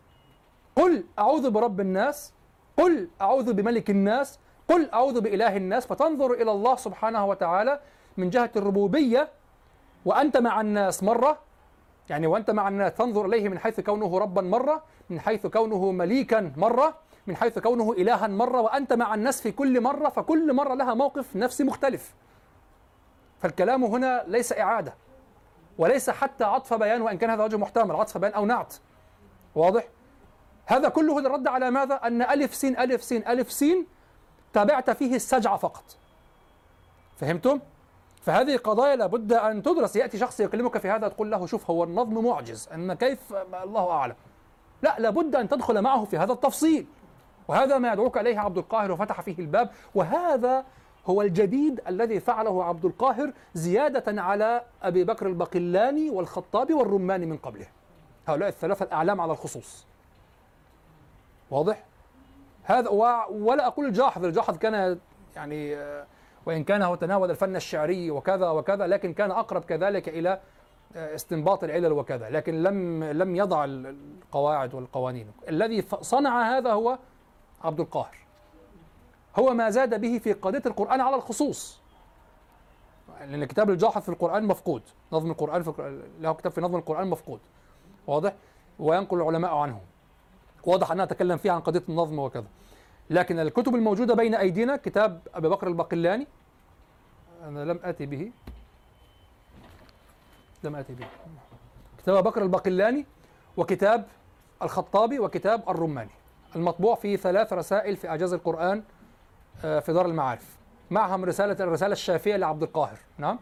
قل أعوذ برب الناس، قل أعوذ بملك الناس، قل أعوذ بإله الناس، فتنظر إلى الله سبحانه وتعالى من جهة الربوبية وأنت مع الناس مرة، يعني وأنت مع الناس تنظر إليه من حيث كونه ربا مرة، من حيث كونه مليكا مرة، من حيث كونه إلها مرة، وأنت مع الناس في كل مرة، فكل مرة لها موقف نفسي مختلف. فالكلام هنا ليس إعادة وليس حتى عطف بيان، وإن كان هذا وجه محتمل، عطف بيان أو نعت. واضح؟ هذا كله للرد على ماذا؟ أن ألف سين ألف سين ألف سين تابعت فيه السجع فقط. فهمتم؟ فهذه قضايا لابد أن تدرس. يأتي شخص يكلمك في هذا تقول له شوف هو النظم معجز، أن كيف الله أعلم. لا، لابد أن تدخل معه في هذا التفصيل، وهذا ما يدعوك إليه عبد القاهر وفتح فيه الباب. وهذا هو الجديد الذي فعله عبد القاهر زيادة على أبي بكر الباقلاني والخطابي والرماني من قبله، هؤلاء الثلاثة الأعلام على الخصوص. واضح؟ هذا ولا أقول الجاحظ، الجاحظ كان يعني وإن كان هو تناول الفن الشعري وكذا وكذا، لكن كان أقرب كذلك إلى استنباط العلل وكذا، لكن لم لم يضع القواعد والقوانين. الذي صنع هذا هو عبد القاهر، هو ما زاد به في قضية القرآن على الخصوص، لأن كتاب الجاحظ في القرآن مفقود، نظم القرآن في له كتاب في نظم القرآن مفقود. واضح؟ وينقل العلماء عنه، واضح أنها تكلم فيها عن قضية النظم وكذا. لكن الكتب الموجودة بين أيدينا كتاب أبي بكر الباقلاني، أنا لم آتي به لم آتي به كتاب أبي بكر الباقلاني، وكتاب الخطابي، وكتاب الرماني، المطبوع في ثلاث رسائل في إعجاز القرآن في دار المعارف، معهم رسالة الرسالة الشافية لعبد القاهر. نعم،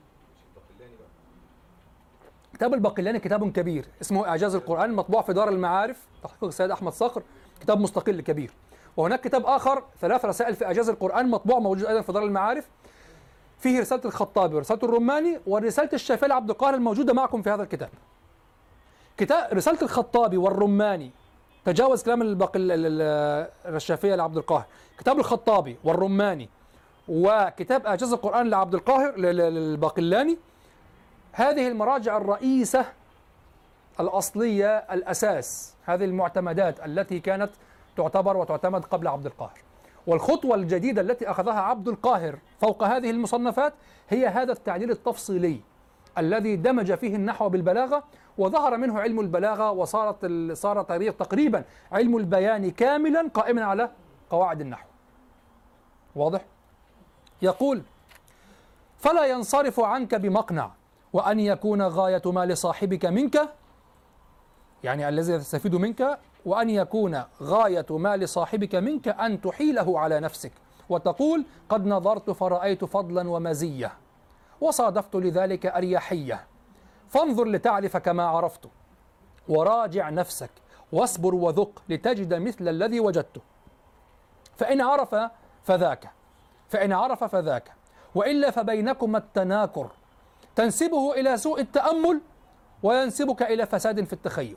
كتاب الباقلاني كتاب كبير اسمه إعجاز القرآن، مطبوع في دار المعارف تحقيق السيد أحمد صقر، كتاب مستقل كبير. وهناك كتاب آخر ثلاث رسائل في إعجاز القرآن، مطبوع موجود أيضا في دار المعارف، فيه رسالة الخطابي ورسالة الرماني ورسالة الشافعي لعبد القاهر الموجودة معكم في هذا الكتاب. كتاب رسالة الخطابي والرماني تجاوز كلام الباقل الشافعي لعبد القاهر، كتاب الخطابي والرماني وكتاب إعجاز القرآن لعبد القاهر للباقلاني، هذه المراجع الرئيسة الأصلية الأساس، هذه المعتمدات التي كانت تعتبر وتعتمد قبل عبد القاهر. والخطوة الجديدة التي أخذها عبد القاهر فوق هذه المصنفات هي هذا التعديل التفصيلي الذي دمج فيه النحو بالبلاغة، وظهر منه علم البلاغة، وصارت صار تقريبا علم البيان كاملا قائما على قواعد النحو. واضح؟ يقول: فلا ينصرف عنك بمقنع، وأن يكون غاية ما لصاحبك منك، يعني الذي تستفيد منك، وأن يكون غاية ما لصاحبك منك أن تحيله على نفسك وتقول قد نظرت فرأيت فضلا ومزية وصادفت لذلك أريحية، فانظر لتعرف كما عرفت، وراجع نفسك واصبر وذق لتجد مثل الذي وجدته، فإن عرف فذاك فإن عرف فذاك وإلا فبينكما التناكر تنسبه إلى سوء التأمل وينسبك إلى فساد في التخيل.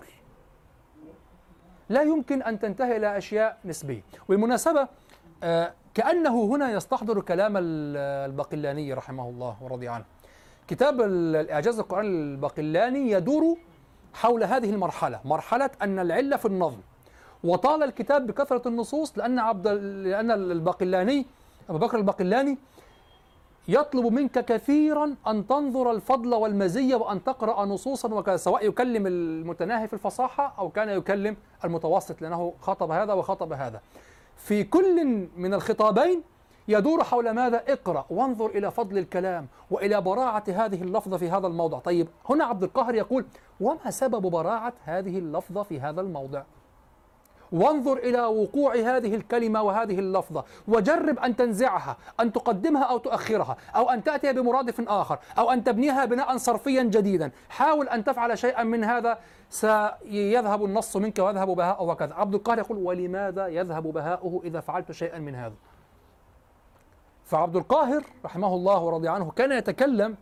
لا يمكن أن تنتهي إلى أشياء نسبية. والمناسبة آه كأنه هنا يستحضر كلام الباقلاني رحمه الله ورضي عنه. كتاب الإعجاز القرآن الباقلاني يدور حول هذه المرحلة، مرحلة أن العلة في النظم، وطال الكتاب بكثرة النصوص لأن عبد لأن الباقلاني أبو بكر الباقلاني يطلب منك كثيرا أن تنظر الفضل والمزية وأن تقرأ نصوصا وكذا، سواء يكلم المتناهي في الفصاحة أو كان يكلم المتوسط، لأنه خاطب هذا وخاطب هذا. في كل من الخطابين يدور حول ماذا؟ اقرأ وانظر إلى فضل الكلام وإلى براعة هذه اللفظة في هذا الموضع. طيب هنا عبد القاهر يقول: وما سبب براعة هذه اللفظة في هذا الموضع؟ وانظر إلى وقوع هذه الكلمة وهذه اللفظة، وجرب أن تنزعها، أن تقدمها أو تؤخرها، أو أن تأتي بمرادف آخر، أو أن تبنيها بناء صرفيا جديدا. حاول أن تفعل شيئا من هذا سيذهب النص منك ويذهب بهاءه وكذا. عبد القاهر يقول: ولماذا يذهب بهاؤه إذا فعلت شيئا من هذا؟ فعبد القاهر رحمه الله ورضي عنه كان يتكلم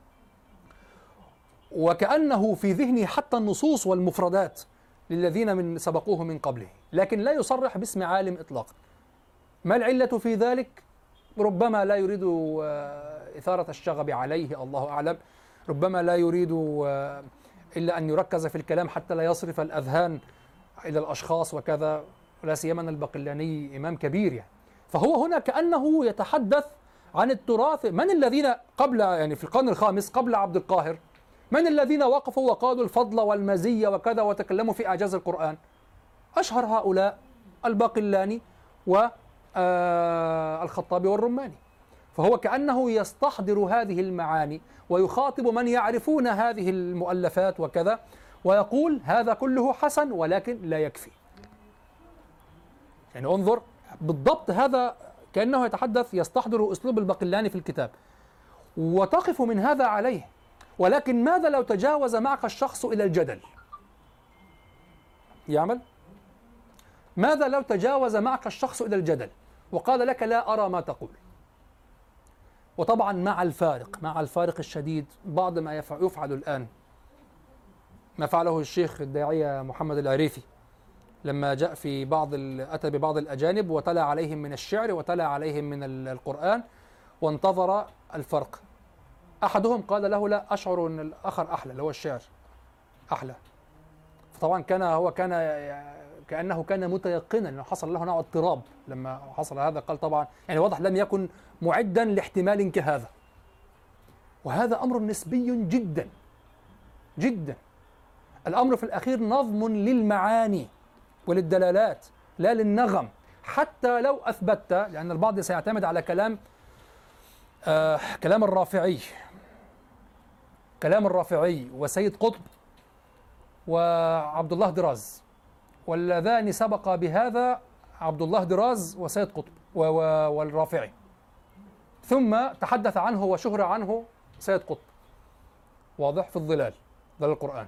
وكأنه في ذهنه حتى النصوص والمفردات للذين من سبقوه من قبله، لكن لا يصرح باسم عالم إطلاقا. ما العلة في ذلك؟ ربما لا يريد إثارة الشغب عليه، الله أعلم. ربما لا يريد إلا أن يركز في الكلام حتى لا يصرف الأذهان إلى الأشخاص وكذا، ولا سيما الباقلاني إمام كبير يعني. فهو هنا كأنه يتحدث عن التراث. من الذين قبل يعني في القرن الخامس قبل عبد القاهر من الذين وقفوا وقالوا الفضل والمزية وكذا وتكلموا في إعجاز القرآن؟ أشهر هؤلاء الباقلاني والخطابي والرماني. فهو كأنه يستحضر هذه المعاني ويخاطب من يعرفون هذه المؤلفات وكذا، ويقول هذا كله حسن ولكن لا يكفي. يعني انظر بالضبط، هذا كأنه يتحدث يستحضر أسلوب الباقلاني في الكتاب، وتقف من هذا عليه. ولكن ماذا لو تجاوز معك الشخص إلى الجدل؟ يعمل؟ ماذا لو تجاوز معك الشخص إلى الجدل وقال لك لا أرى ما تقول؟ وطبعا مع الفارق مع الفارق الشديد بعض ما يفعل الآن، ما فعله الشيخ الداعية محمد العريفي لما جاء في بعض أتى ببعض الأجانب وتلا عليهم من الشعر وتلا عليهم من القرآن وانتظر الفرق. أحدهم قال له لا، أشعر أن الآخر أحلى، اللي هو الشعر أحلى. فطبعا كان هو كان كأنه كان متيقنا أنه حصل له نوع اضطراب لما حصل هذا. قال طبعا يعني واضح لم يكن معدا لاحتمال كهذا. وهذا أمر نسبي جدا جدا. الأمر في الأخير نظم للمعاني وللدلالات لا للنغم. حتى لو أثبتت، لأن البعض سيعتمد على كلام آه كلام الرافعي كلام الرافعي وسيد قطب وعبد الله دراز، واللذان سبق بهذا عبد الله دراز وسيد قطب والرافعي، ثم تحدث عنه وشهر عنه سيد قطب، واضح، في الظلال ظلال القرآن.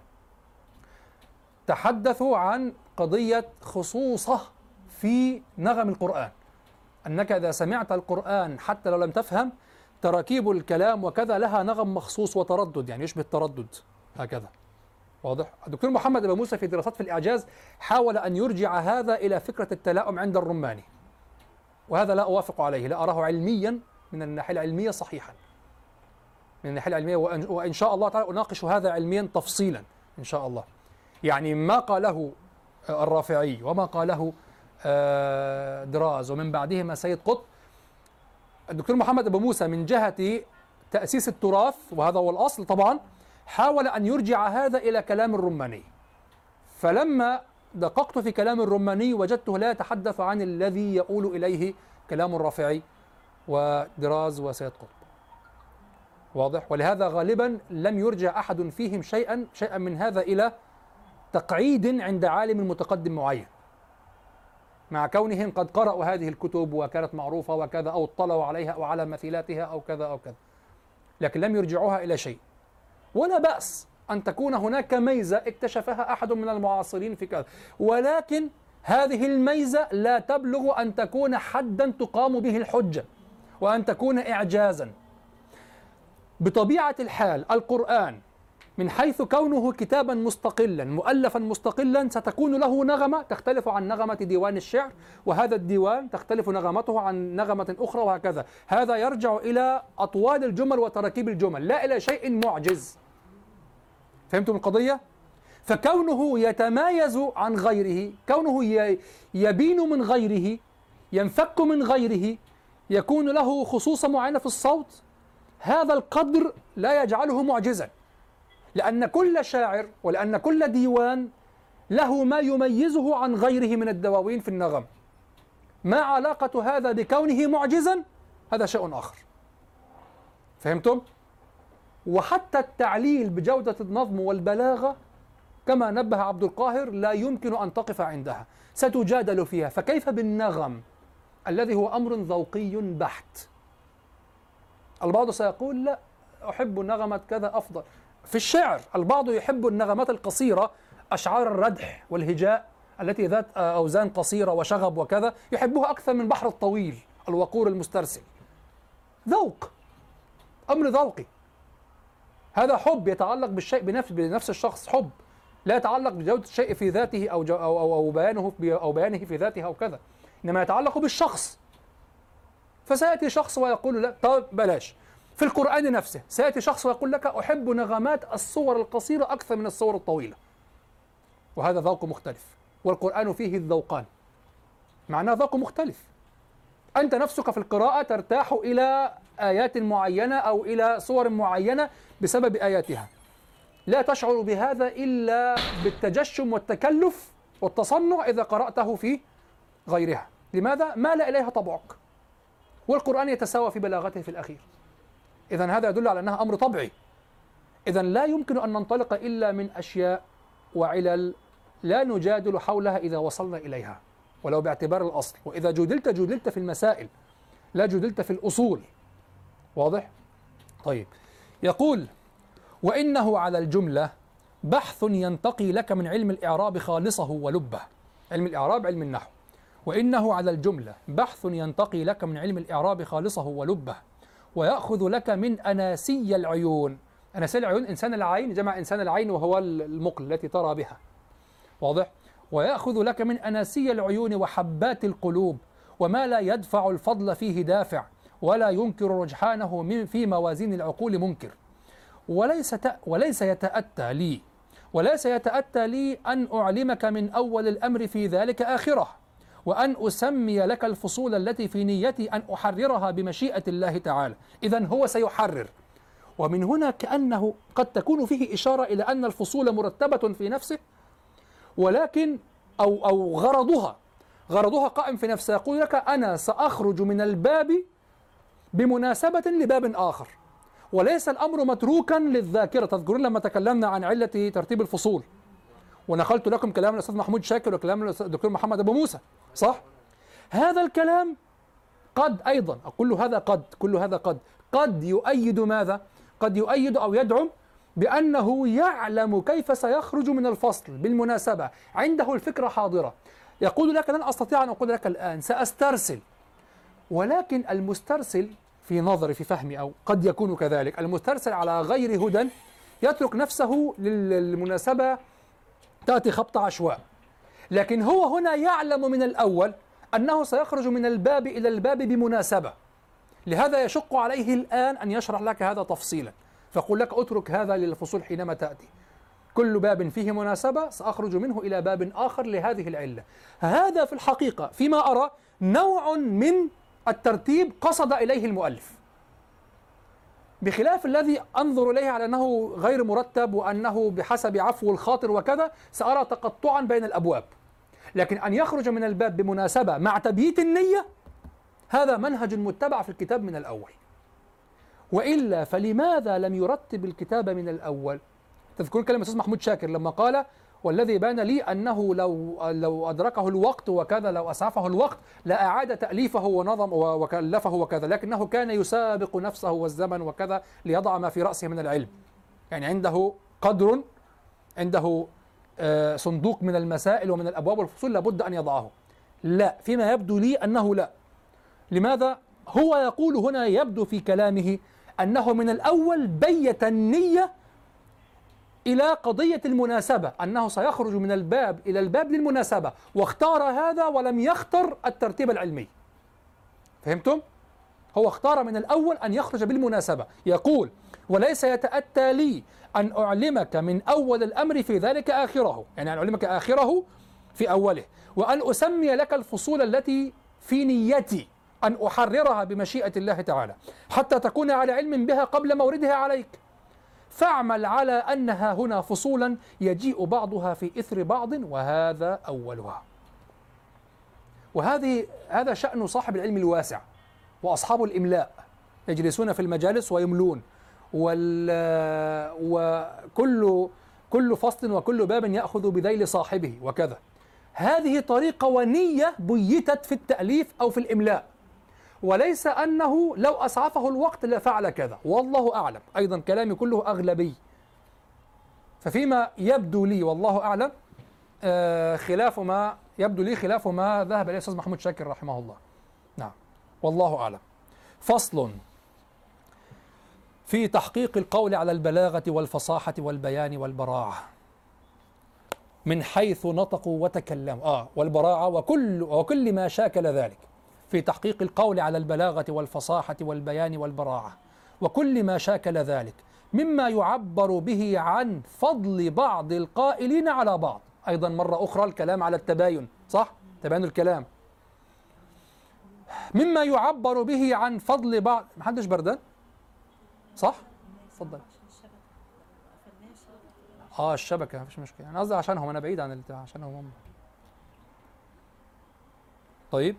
تحدثوا عن قضية خصوصة في نغم القرآن، أنك إذا سمعت القرآن حتى لو لم تفهم تراكيب الكلام وكذا لها نغم مخصوص وتردد، يعني يشبه التردد هكذا، واضح. الدكتور محمد أبو موسى في دراسات في الإعجاز حاول أن يرجع هذا إلى فكرة التلاؤم عند الرماني، وهذا لا أوافق عليه، لا أراه علميا من الناحية العلمية صحيحا من الناحية العلمية، وإن, وإن شاء الله تعالى أناقش هذا علميا تفصيلا إن شاء الله. يعني ما قاله الرافعي وما قاله دراز ومن بعدهما سيد قطب، الدكتور محمد أبو موسى من جهة تأسيس التراث وهذا هو الأصل طبعا حاول أن يرجع هذا إلى كلام الرماني. فلما دققت في كلام الرماني وجدته لا يتحدث عن الذي يؤول إليه كلام الرافعي ودراز وسيد قطب، واضح. ولهذا غالبا لم يرجع أحد فيهم شيئا شيئا من هذا إلى تقعيد عند عالم متقدم معين، مع كونهم قد قرأوا هذه الكتب وكانت معروفة وكذا، أو اطلعوا عليها أو على مثيلاتها أو كذا أو كذا، لكن لم يرجعوها إلى شيء. ولا بأس أن تكون هناك ميزة اكتشفها أحد من المعاصرين في كذا، ولكن هذه الميزة لا تبلغ أن تكون حدا تقام به الحجة وأن تكون إعجازا. بطبيعة الحال القرآن من حيث كونه كتابا مستقلا مؤلفا مستقلا ستكون له نغمة تختلف عن نغمة ديوان الشعر، وهذا الديوان تختلف نغمته عن نغمة أخرى، وهكذا. هذا يرجع إلى أطوال الجمل وتراكيب الجمل لا إلى شيء معجز. فهمتم القضية؟ فكونه يتمايز عن غيره، كونه يبين من غيره، ينفك من غيره، يكون له خصوصة معينة في الصوت، هذا القدر لا يجعله معجزا، لأن كل شاعر ولأن كل ديوان له ما يميزه عن غيره من الدواوين في النغم. ما علاقة هذا بكونه معجزا؟ هذا شيء آخر. فهمتم؟ وحتى التعليل بجودة النظم والبلاغة كما نبه عبد القاهر لا يمكن أن تقف عندها، ستجادل فيها. فكيف بالنغم الذي هو أمر ذوقي بحت؟ البعض سيقول لا، أحب نغمة كذا أفضل. في الشعر البعض يحب النغمات القصيرة، أشعار الردح والهجاء التي ذات أوزان قصيرة وشغب وكذا، يحبها أكثر من بحر الطويل الوقور المسترسل. ذوق، أمر ذوقي. هذا حب يتعلق بالشيء بنفس بنفس الشخص، حب لا يتعلق بجودة الشيء في ذاته أو جو أو أو, أو بيانه أو بيانه في ذاته أو كذا، إنما يتعلق بالشخص. فسيأتي شخص ويقول لا، طب بلاش. في القرآن نفسه سيأتي شخص ويقول لك أحب نغمات الصور القصيرة أكثر من الصور الطويلة، وهذا ذوق مختلف. والقرآن فيه الذوقان، معناه ذوق مختلف. أنت نفسك في القراءة ترتاح إلى آيات معينة أو إلى صور معينة بسبب آياتها، لا تشعر بهذا إلا بالتجشم والتكلف والتصنع إذا قرأته في غيرها. لماذا؟ مال إليها طبعك، والقرآن يتساوى في بلاغته في الأخير. إذن هذا يدل على أنها أمر طبيعي. إذن لا يمكن أن ننطلق إلا من أشياء وعلل لا نجادل حولها إذا وصلنا إليها، ولو باعتبار الأصل. وإذا جدلت جدلت في المسائل لا جدلت في الأصول. واضح؟ طيب، يقول: وإنه على الجملة بحث ينتقي لك من علم الإعراب خالصه ولبه. علم الإعراب علم النحو. وإنه على الجملة بحث ينتقي لك من علم الإعراب خالصه ولبه، ويأخذ لك من أناسي العيون. أناسي العيون إنسان العين، جمع إنسان العين وهو المقل التي ترى بها. واضح؟ ويأخذ لك من أناسي العيون وحبات القلوب، وما لا يدفع الفضل فيه دافع، ولا ينكر رجحانه من في موازين العقول منكر. وليس وليس يتأتى لي وليس يتأتى لي أن أعلمك من أول الأمر في ذلك آخره، وأن أسمي لك الفصول التي في نيتي أن أحررها بمشيئة الله تعالى. إذن هو سيحرر. ومن هنا كأنه قد تكون فيه إشارة إلى أن الفصول مرتبة في نفسه، ولكن أو أو غرضها غرضها قائم في نفسه. يقول لك: أنا سأخرج من الباب بمناسبة لباب آخر، وليس الأمر متروكا للذاكرة. تذكرون لما تكلمنا عن علة ترتيب الفصول، ونقلت لكم كلام الأستاذ محمود شاكر وكلام الدكتور محمد أبو موسى، صح؟ هذا الكلام قد أيضا أقول هذا قد كل هذا قد قد يؤيد ماذا؟ قد يؤيد أو يدعم بأنه يعلم كيف سيخرج من الفصل بالمناسبة، عنده الفكرة حاضرة. يقول لك: لن أستطيع أن أقول لك الآن، سأسترسل. ولكن المسترسل في نظري في فهمي، أو قد يكون كذلك، المسترسل على غير هدى يترك نفسه للمناسبة تأتي خبط عشواء. لكن هو هنا يعلم من الأول أنه سيخرج من الباب إلى الباب بمناسبة، لهذا يشق عليه الآن أن يشرح لك هذا تفصيلا، فقل لك: أترك هذا للفصول حينما تأتي، كل باب فيه مناسبة سأخرج منه إلى باب آخر لهذه العلة. هذا في الحقيقة فيما أرى نوع من الترتيب قصد إليه المؤلف، بخلاف الذي أنظر إليه على أنه غير مرتب وأنه بحسب عفو الخاطر وكذا. سأرى تقطعا بين الأبواب، لكن أن يخرج من الباب بمناسبة مع تبييت النية، هذا منهج متبع في الكتاب من الأول. وإلا فلماذا لم يرتب الكتاب من الأول؟ تذكرون كلمة الأستاذ محمود شاكر لما قال: والذي بان لي أنه لو لو أدركه الوقت وكذا، لو أسعفه الوقت لأعاد تأليفه ونظم وكلفه وكذا، لكنه كان يسابق نفسه والزمن وكذا ليضع ما في رأسه من العلم. يعني عنده قدر، عنده آه صندوق من المسائل ومن الأبواب والفصول لابد أن يضعه. لا، فيما يبدو لي أنه لا. لماذا؟ هو يقول هنا، يبدو في كلامه أنه من الأول بيت النية إلى قضية المناسبة، أنه سيخرج من الباب إلى الباب للمناسبة، واختار هذا ولم يختر الترتيب العلمي. فهمتم؟ هو اختار من الأول أن يخرج بالمناسبة. يقول: وليس يتأتى لي أن أعلمك من أول الأمر في ذلك آخره، يعني أن أعلمك آخره في أوله، وأن أسمي لك الفصول التي في نيتي أن أحررها بمشيئة الله تعالى، حتى تكون على علم بها قبل موردها عليك. فاعمل على أنها هنا فصولا يجيء بعضها في إثر بعض، وهذا أولها. وهذه هذا شأن صاحب العلم الواسع وأصحاب الإملاء، يجلسون في المجالس ويملون، وال وكل كل فصل وكل باب يأخذ بذيل صاحبه وكذا. هذه طريقة ونية بيتت في التأليف أو في الإملاء، وليس أنه لو أسعفه الوقت لفعل كذا. والله أعلم، أيضا كلامي كله أغلبي. ففيما يبدو لي والله أعلم آه خلاف ما يبدو لي خلاف ما ذهب إليه الأستاذ محمود شاكر رحمه الله. نعم، والله أعلم. فصل في تحقيق القول على البلاغة والفصاحة والبيان والبراعة من حيث نطقوا وتكلموا آه والبراعة وكل وكل ما شاكل ذلك. في تحقيق القول على البلاغة والفصاحة والبيان والبراعة وكل ما شاكل ذلك مما يعبر به عن فضل بعض القائلين على بعض. أيضا مرة أخرى الكلام على التباين، صح؟ تباين الكلام. مما يعبر به عن فضل بعض. محدش بردان؟ صح؟ تفضل. اه الشبكة مفيش مشكلة، أنا قصدي عشانهم، أنا بعيد عن البتاع عشانهم هم. طيب،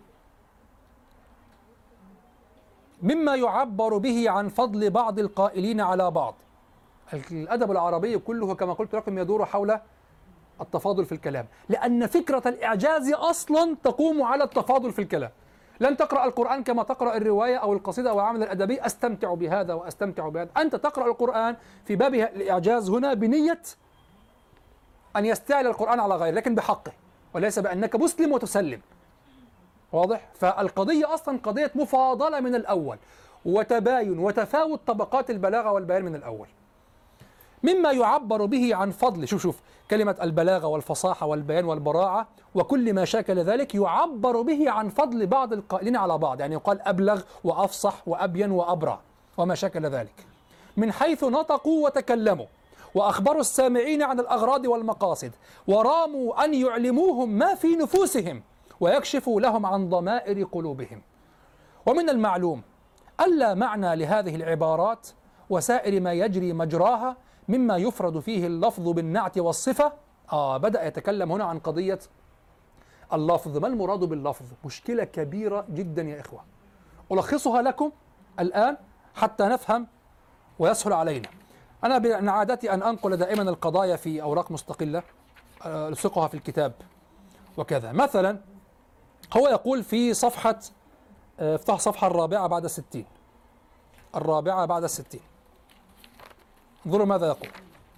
مما يعبر به عن فضل بعض القائلين على بعض. الأدب العربي كله كما قلت لكم يدور حول التفاضل في الكلام، لأن فكرة الإعجاز أصلا تقوم على التفاضل في الكلام. لن تقرأ القرآن كما تقرأ الرواية أو القصيدة أو العمل الأدبي أستمتع بهذا وأستمتع بهذا. أنت تقرأ القرآن في باب الإعجاز هنا بنية أن يستعلى القرآن على غيره، لكن بحقه، وليس بأنك مسلم وتسلم. واضح؟ فالقضية أصلا قضية مفاضلة من الأول، وتباين وتفاوت طبقات البلاغة والبيان من الأول. مما يعبر به عن فضل، شوف شوف كلمة البلاغة والفصاحة والبيان والبراعة وكل ما شاكل ذلك، يعبر به عن فضل بعض القائلين على بعض، يعني يقال أبلغ وأفصح وأبين وأبرع وما شاكل ذلك، من حيث نطقوا وتكلموا وأخبروا السامعين عن الأغراض والمقاصد، وراموا أن يعلموهم ما في نفوسهم ويكشفوا لهم عن ضمائر قلوبهم. ومن المعلوم ألا معنى لهذه العبارات وسائر ما يجري مجراها مما يفرد فيه اللفظ بالنعت والصفة. آه بدأ يتكلم هنا عن قضية اللفظ. ما المراد باللفظ؟ مشكلة كبيرة جدا يا إخوة، ألخصها لكم الآن حتى نفهم ويسهل علينا. أنا من عادتي أن أنقل دائما القضايا في أوراق مستقلة ألصقها في الكتاب وكذا. مثلا هو يقول في صفحة، افتح الصفحة الرابعة بعد الستين، الرابعة بعد الستين، انظروا ماذا يقول.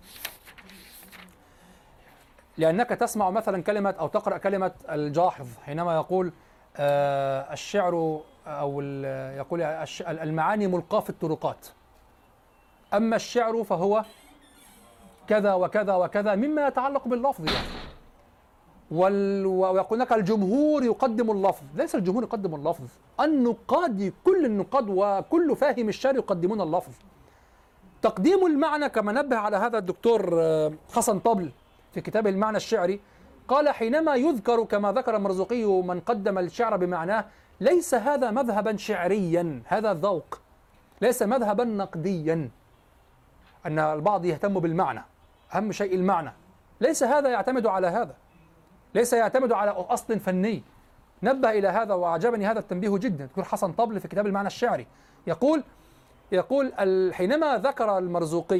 لأنك تسمع مثلا كلمة أو تقرأ كلمة الجاحظ حينما يقول آه الشعر أو يقول المعاني ملقاة في الطرقات، أما الشعر فهو كذا وكذا وكذا مما يتعلق باللفظ يعني. وال... ويقول لك الجمهور يقدم اللفظ. ليس الجمهور يقدم اللفظ، النقاد، كل النقاد وكل فاهم الشعر يقدمون اللفظ. تقديم المعنى كما نبه على هذا الدكتور حسن طبل في كتابه المعنى الشعري، قال حينما يذكر كما ذكر المرزوقي من قدم الشعر بمعناه، ليس هذا مذهبا شعريا، هذا ذوق، ليس مذهبا نقديا أن البعض يهتم بالمعنى، أهم شيء المعنى، ليس هذا يعتمد على هذا، ليس يعتمد على أصل فني. نبه إلى هذا وأعجبني هذا التنبيه جدا. دكتور حسن طبل في كتاب المعنى الشعري يقول يقول حينما ذكر المرزوقي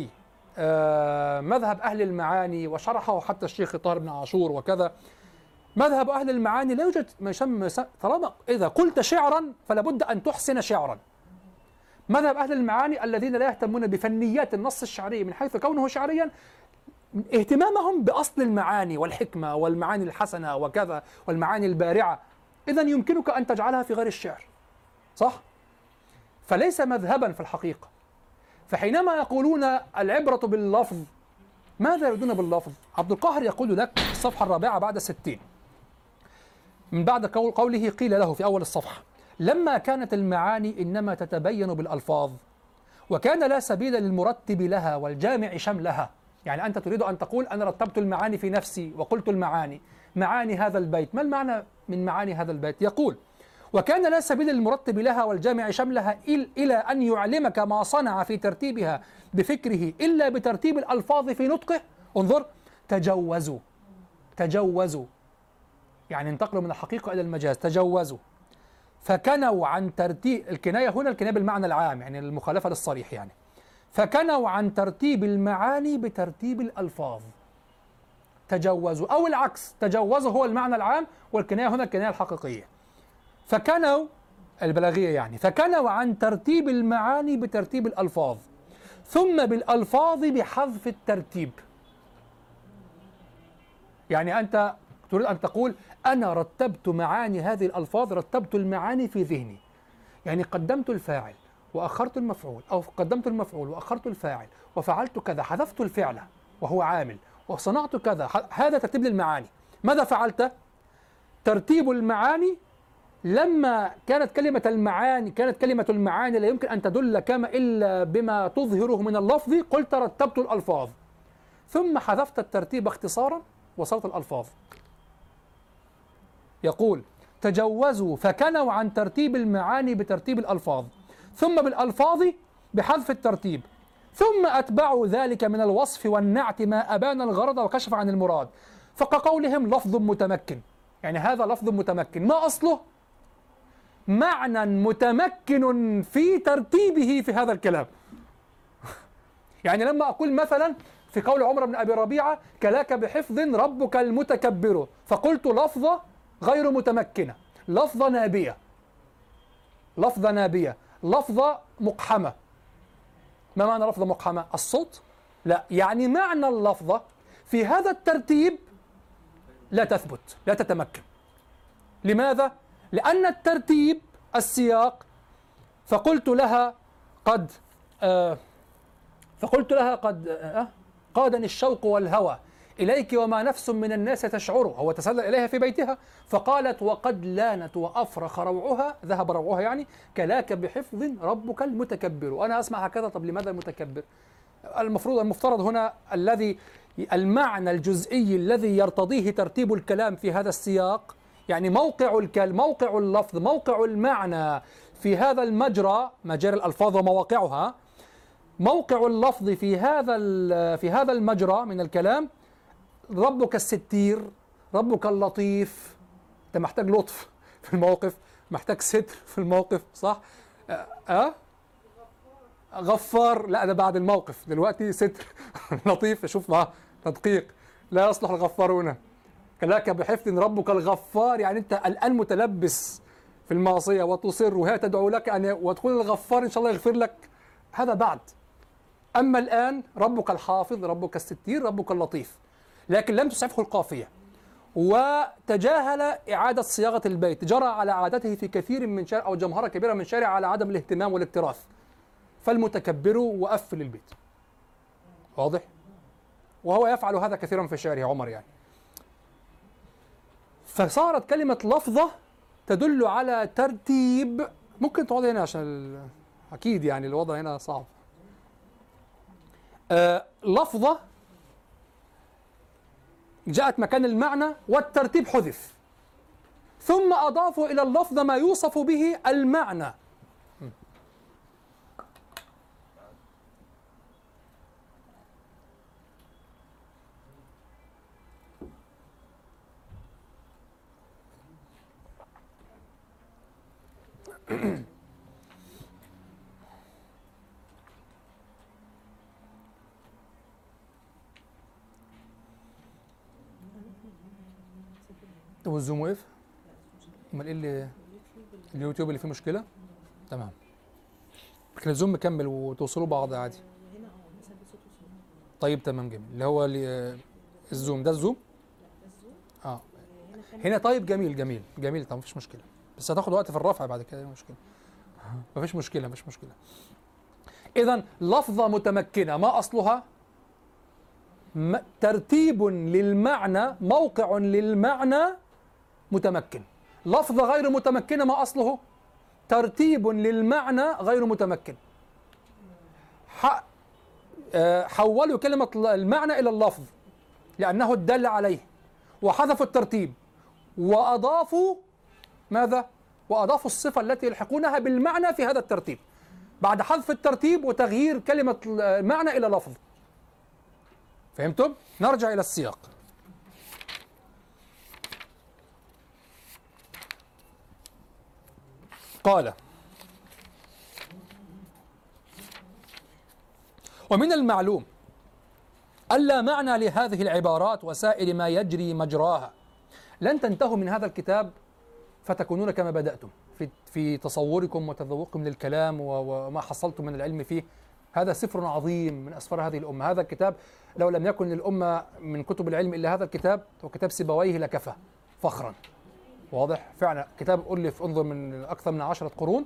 مذهب أهل المعاني وشرحه حتى الشيخ طاهر بن عاشور وكذا، مذهب أهل المعاني لا يوجد ما يسمى، طالما إذا قلت شعرا فلا بد أن تحسن شعرا. مذهب أهل المعاني الذين لا يهتمون بفنيات النص الشعري من حيث كونه شعريا، اهتمامهم بأصل المعاني والحكمة والمعاني الحسنة وكذا والمعاني البارعة. إذن يمكنك أن تجعلها في غير الشعر، صح؟ فليس مذهبا في الحقيقة. فحينما يقولون العبرة باللفظ، ماذا يريدون باللفظ؟ عبد القاهر يقول لك في الصفحة الرابعة بعد الستين من بعد قوله قيل له في أول الصفحة: لما كانت المعاني إنما تتبين بالألفاظ، وكان لا سبيل للمرتب لها والجامع شملها. يعني أنت تريد أن تقول أنا رتبت المعاني في نفسي وقلت المعاني، معاني هذا البيت، ما المعنى من معاني هذا البيت؟ يقول: وكان لا سبيل للمرتب لها والجامع شملها إلى أن يعلمك ما صنع في ترتيبها بفكره إلا بترتيب الألفاظ في نطقه. انظر، تجوزوا تجوزوا يعني انتقلوا من الحقيقة إلى المجاز، تجوزوا فكنوا عن ترتيب، الكناية هنا الكناية بالمعنى العام يعني المخالفة للصريح، يعني فكنوا عن ترتيب المعاني بترتيب الألفاظ. تجوزوا، أو العكس، تجوزوا هو المعنى العام والكناية هنا الكناية الحقيقية. فكنوا البلاغية يعني، فكنوا عن ترتيب المعاني بترتيب الألفاظ، ثم بالألفاظ بحذف الترتيب. يعني أنت تريد أن تقول أنا رتبت معاني هذه الألفاظ، رتبت المعاني في ذهني، يعني قدمت الفاعل وأخرت المفعول، أو قدمت المفعول وأخرت الفاعل وفعلت كذا، حذفت الفعل وهو عامل وصنعت كذا، هذا ترتيب للمعاني. ماذا فعلت؟ ترتيب المعاني. لما كانت كلمة المعاني كانت كلمة المعاني لا يمكن أن تدل كما إلا بما تظهره من اللفظ، قلت رتبت الألفاظ، ثم حذفت الترتيب اختصارا وصلت الألفاظ. يقول: تجوزوا فكنوا عن ترتيب المعاني بترتيب الألفاظ، ثم بالألفاظ بحذف الترتيب، ثم أتبعوا ذلك من الوصف والنعت ما أبان الغرض وكشف عن المراد. فكقولهم لفظ متمكن، يعني هذا لفظ متمكن، ما أصله؟ معنى متمكن في ترتيبه في هذا الكلام. يعني لما أقول مثلا في قول عمر بن أبي ربيعة: كلاك بحفظ ربك المتكبر، فقلت لفظة غير متمكنة، لفظة نابية، لفظة نابية، لفظة مقحمة. ما معنى لفظة مقحمة؟ الصوت؟ لا، يعني معنى اللفظة في هذا الترتيب لا تثبت، لا تتمكن. لماذا؟ لأن الترتيب السياق، فقلت لها قد آه فقلت لها قد آه قادني الشوق والهوى إليك وما نفس من الناس تشعره. هو تسلل إليها في بيتها، فقالت وقد لانت وأفرخ روعها، ذهب روعها يعني، كلاك بحفظ ربك المتكبر. وأنا أسمع هكذا. طب لماذا المتكبر؟ المفروض المفترض هنا الذي المعنى الجزئي الذي يرتضيه ترتيب الكلام في هذا السياق، يعني موقع الكلام، موقع اللفظ، موقع المعنى في هذا المجرى، مجاري الألفاظ ومواقعها، موقع اللفظ في هذا في هذا المجرى من الكلام، ربك الستير، ربك اللطيف. أنت محتاج لطف في الموقف، محتاج ستر في الموقف، صح؟ أه؟ أه؟ غفار، لا ده بعد الموقف، دلوقتي ستر. لطيف، شوف معاه تدقيق، لا يصلح الغفار هنا. كلاك بحفظ ربك الغفار، يعني أنت الآن متلبس في المعصية وتصر، وهي تدعو لك أن وتقول الغفار إن شاء الله يغفر لك، هذا بعد. أما الآن ربك الحافظ، ربك الستير، ربك اللطيف. لكن لم تسعفه القافية، وتجاهل إعادة صياغة البيت، جرى على عادته في كثير من شارع أو جمهرة كبيرة من شارع على عدم الاهتمام والاكتراث. فالمتكبر وقفل البيت. واضح؟ وهو يفعل هذا كثيرا في شعره عمر يعني. فصارت كلمة لفظة تدل على ترتيب. ممكن تقعد هنا عشان ال... أكيد يعني الوضع هنا صعب. آه لفظة جاءت مكان المعنى والترتيب حذف، ثم أضافوا إلى اللفظ ما يوصف به المعنى. هو الزوم وقف؟ امال ايه اللي اليوتيوب اللي فيه مشكله؟ تمام. لكن الزوم مكمل وتوصلوا بعض عادي. طيب تمام جميل. اللي هو اللي الزوم ده الزوم؟ اه هنا. طيب جميل جميل جميل. طب مفيش مشكله، بس هتاخد وقت في الرفع بعد كده. مشكله مفيش مشكله مفيش مشكله. اذا لفظه متمكنه ما اصلها؟ ترتيب للمعنى، موقع للمعنى متمكن. لفظة غير متمكنة ما أصله؟ ترتيب للمعنى غير متمكن. حولوا كلمة المعنى إلى اللفظ لأنه الدل عليه، وحذفوا الترتيب، وأضافوا ماذا؟ وأضافوا الصفة التي يلحقونها بالمعنى في هذا الترتيب بعد حذف الترتيب وتغيير كلمة المعنى إلى لفظ. فهمتم؟ نرجع إلى السياق. قال: ومن المعلوم ألا معنى لهذه العبارات وسائر ما يجري مجراها. لن تنتهوا من هذا الكتاب فتكونون كما بدأتم في في تصوركم وتذوقكم للكلام وما حصلتم من العلم فيه. هذا سفر عظيم من أسفار هذه الأمة. هذا الكتاب لو لم يكن للأمة من كتب العلم إلا هذا الكتاب وكتاب سيبويه لكفى فخرا. واضح؟ فعلا كتاب ألف انظر من أكثر من عشرة قرون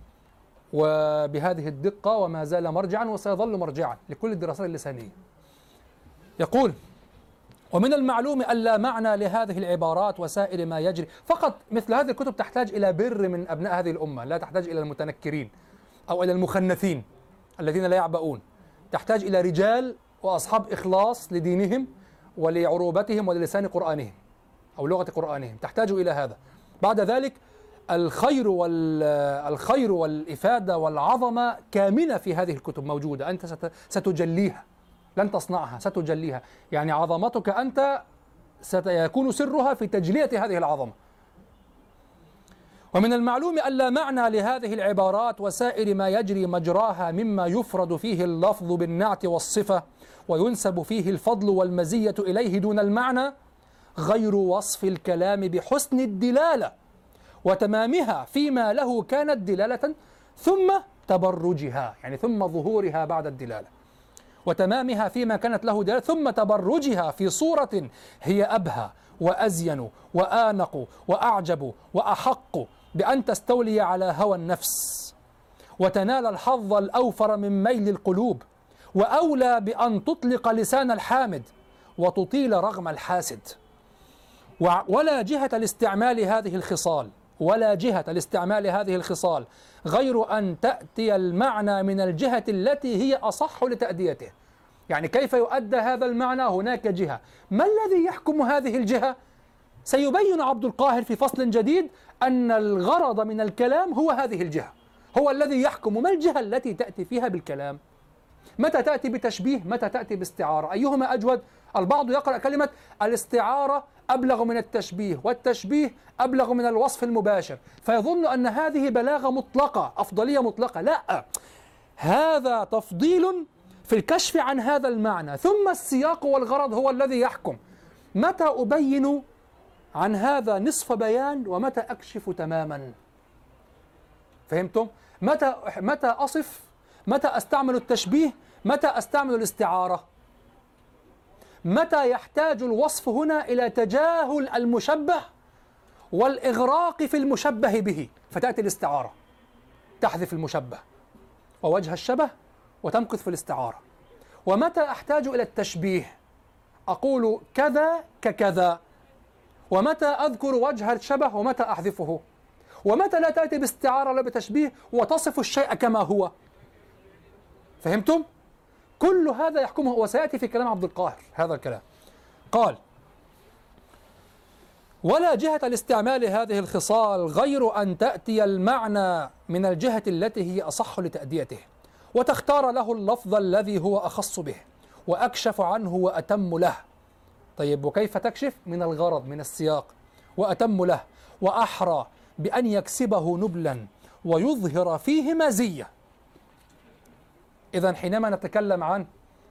وبهذه الدقة، وما زال مرجعا وسيظل مرجعا لكل الدراسات اللسانية. يقول: ومن المعلوم ألا معنى لهذه العبارات وسائر ما يجري. فقط مثل هذه الكتب تحتاج إلى بر من أبناء هذه الأمة، لا تحتاج إلى المتنكرين أو إلى المخنثين الذين لا يعبؤون. تحتاج إلى رجال وأصحاب إخلاص لدينهم ولعروبتهم وللسان قرآنهم أو لغة قرآنهم. تحتاج إلى هذا. بعد ذلك الخير والخير والإفادة والعظمة كامنة في هذه الكتب موجودة. أنت ستجليها، لن تصنعها، ستجليها. يعني عظمتك أنت سيكون سرها في تجلية هذه العظمة. ومن المعلوم ألا معنى لهذه العبارات وسائر ما يجري مجراها مما يفرد فيه اللفظ بالنعت والصفة وينسب فيه الفضل والمزية إليه دون المعنى غير وصف الكلام بحسن الدلالة وتمامها فيما له كانت دلالة ثم تبرجها، يعني ثم ظهورها بعد الدلالة، وتمامها فيما كانت له دلالة ثم تبرجها في صورة هي أبهى وأزين وآنق وأعجب وأحق بأن تستولي على هوى النفس وتنال الحظ الأوفر من ميل القلوب، وأولى بأن تطلق لسان الحامد وتطيل رغم الحاسد. ولا جهة لاستعمال هذه الخصال ولا جهة لاستعمال هذه الخصال غير أن تأتي المعنى من الجهة التي هي أصح لتأديته. يعني كيف يؤدى هذا المعنى؟ هناك جهة، ما الذي يحكم هذه الجهة؟ سيبين عبد القاهر في فصل جديد أن الغرض من الكلام هو هذه الجهة، هو الذي يحكم. ما الجهة التي تأتي فيها بالكلام؟ متى تأتي بتشبيه؟ متى تأتي باستعارة؟ أيهما أجود؟ البعض يقرأ كلمة الاستعارة أبلغ من التشبيه، والتشبيه أبلغ من الوصف المباشر، فيظن أن هذه بلاغة مطلقة، أفضلية مطلقة. لا، هذا تفضيل في الكشف عن هذا المعنى، ثم السياق والغرض هو الذي يحكم. متى أبين عن هذا نصف بيان ومتى أكشف تماما؟ فهمتم؟ متى متى أصف؟ متى أستعمل التشبيه؟ متى أستعمل الاستعارة؟ متى يحتاج الوصف هنا إلى تجاهل المشبه والإغراق في المشبه به، فتأتي الاستعارة تحذف المشبه ووجه الشبه وتمكث في الاستعارة. ومتى أحتاج إلى التشبيه أقول كذا ككذا، ومتى أذكر وجه الشبه ومتى أحذفه، ومتى لا تأتي باستعارة ولا بتشبيه وتصف الشيء كما هو. فهمتم؟ كل هذا يحكمه، وسيأتي في كلام عبد القاهر هذا الكلام. قال: ولا جهة لاستعمال هذه الخصال غير أن تأتي المعنى من الجهة التي هي أصح لتأديته، وتختار له اللفظ الذي هو أخص به وأكشف عنه وأتم له. طيب، وكيف تكشف؟ من الغرض، من السياق، وأتم له، وأحرى بأن يكسبه نبلا ويظهر فيه مزية. إذن حينما نتكلم عن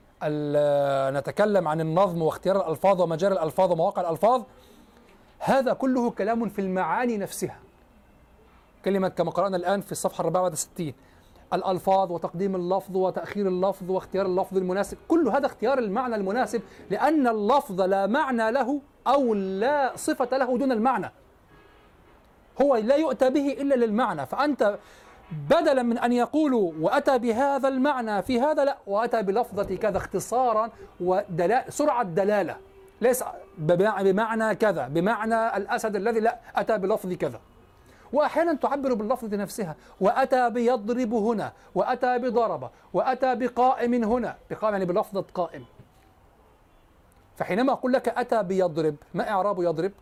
نتكلم عن النظم واختيار الألفاظ ومجال الألفاظ ومواقع الألفاظ، هذا كله كلام في المعاني نفسها. كلمة كما قرأنا الآن في الصفحة الرابعة والستين، الألفاظ وتقديم اللفظ وتأخير اللفظ واختيار اللفظ المناسب، كل هذا اختيار المعنى المناسب، لأن اللفظ لا معنى له أو لا صفة له دون المعنى، هو لا يؤتى به إلا للمعنى. فأنت بدلا من أن يقولوا وأتى بهذا المعنى في هذا، لا، وأتى بلفظة كذا اختصارا وسرعة دلالة، ليس بمعنى كذا بمعنى الأسد الذي، لا، أتى بلفظ كذا. وأحيانا تعبر باللفظة نفسها، وأتى بيضرب هنا، وأتى بضرب، وأتى بقائم هنا، بقائم يعني بلفظة قائم. فحينما أقول لك أتى بيضرب، ما إعراب يضرب؟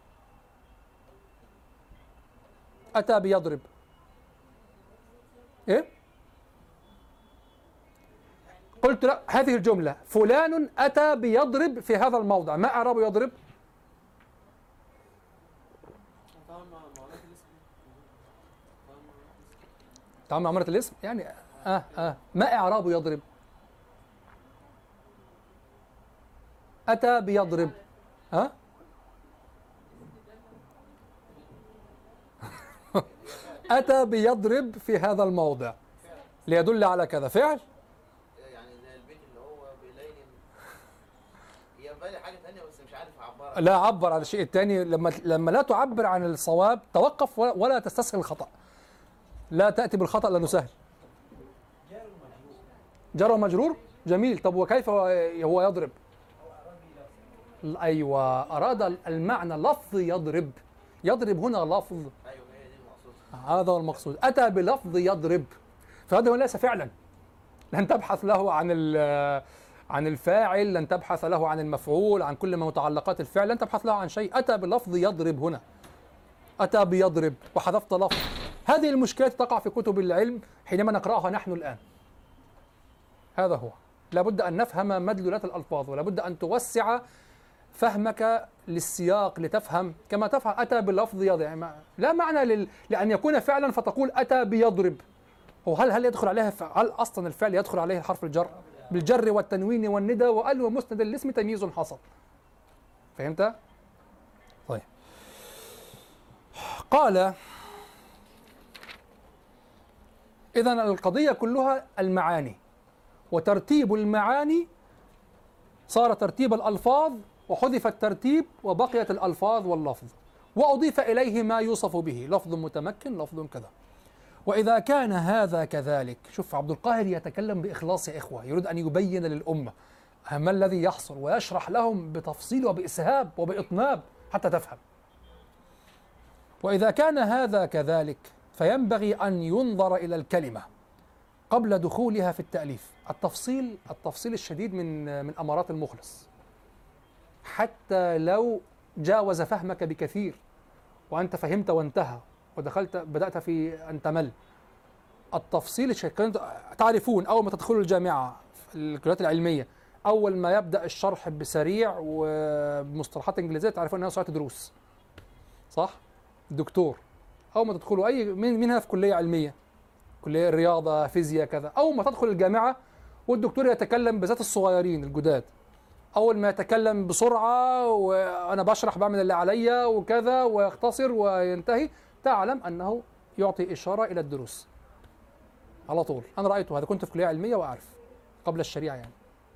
أتى بيضرب إيه؟ قلت لا، هذه الجملة فلان أتى بيضرب في هذا الموضع، ما إعراب يضرب؟ تعمل عمرة الاسم يعني آه آه ما إعراب يضرب؟ أتى بيضرب ها؟ أتى بيضرب في هذا الموضع ليدل على كذا، فعل يعني زي البيت اللي هو بليل، هي في بالي حاجة تانية بس مش عارف أعبرها. لا، عبر عن الشيء الثاني. لما لما لا تعبر عن الصواب توقف ولا تستسهل الخطأ، لا تأتي بالخطأ لأنه سهل. جر ومجرور، جميل. طب وكيف هو يضرب؟ أيوة، أراد المعنى لفظ يضرب، يضرب هنا لفظ، هذا هو المقصود. أتى بلفظ يضرب، فهذا ليس فعلا، لن تبحث له عن عن الفاعل، لن تبحث له عن المفعول، عن كل ما متعلقات الفعل، لن تبحث له عن شيء. أتى بلفظ يضرب هنا، أتى بيضرب وحذفت لفظ. هذه المشكلات تقع في كتب العلم حينما نقرأها نحن الآن. هذا هو، لابد أن نفهم مدلولات الألفاظ، ولابد أن توسع فهمك للسياق لتفهم كما تفهم. أتى بلفظ يضرب، يعني لا معنى لل... لأن يكون فعلا فتقول أتى بيضرب. هو هل هل يدخل عليها ف... هل أصلا الفعل يدخل عليه الحرف الجر بالجر والتنوين والندى وال ومسند الاسم تمييز حصل. فهمت؟ طيب. قال إذن القضية كلها المعاني، وترتيب المعاني صار ترتيب الألفاظ وحذف الترتيب وبقيت الألفاظ واللفظ، وأضيف إليه ما يوصف به، لفظ متمكن، لفظ كذا. وإذا كان هذا كذلك، شوف عبد القاهر يتكلم بإخلاص يا إخوة، يريد أن يبين للأمة ما الذي يحصل ويشرح لهم بتفصيل وبإسهاب وبإطناب حتى تفهم. وإذا كان هذا كذلك فينبغي أن ينظر إلى الكلمة قبل دخولها في التأليف. التفصيل التفصيل الشديد من من أمارات المخلص، حتى لو جاوز فهمك بكثير وأنت فهمت وانتهى ودخلت بدأت في أن تمل. التفصيل الشديد، تعرفون أول ما تدخلوا الجامعة في الكليات العلمية، أول ما يبدأ الشرح بسريع وبمصطلحات إنجليزية تعرفون أنها ساعات دروس، صح؟ الدكتور أول ما تدخلوا أي من منها في كلية علمية، كلية رياضة، فيزياء، كذا، أول ما تدخل الجامعة والدكتور يتكلم بالذات الصغيرين الجداد، أول ما يتكلم بسرعة وأنا بشرح بعمل اللي عليا وكذا ويختصر وينتهي، تعلم أنه يعطي إشارة إلى الدروس على طول. أنا رأيته هذا، كنت في كلية علمية وأعرف قبل الشريعة يعني.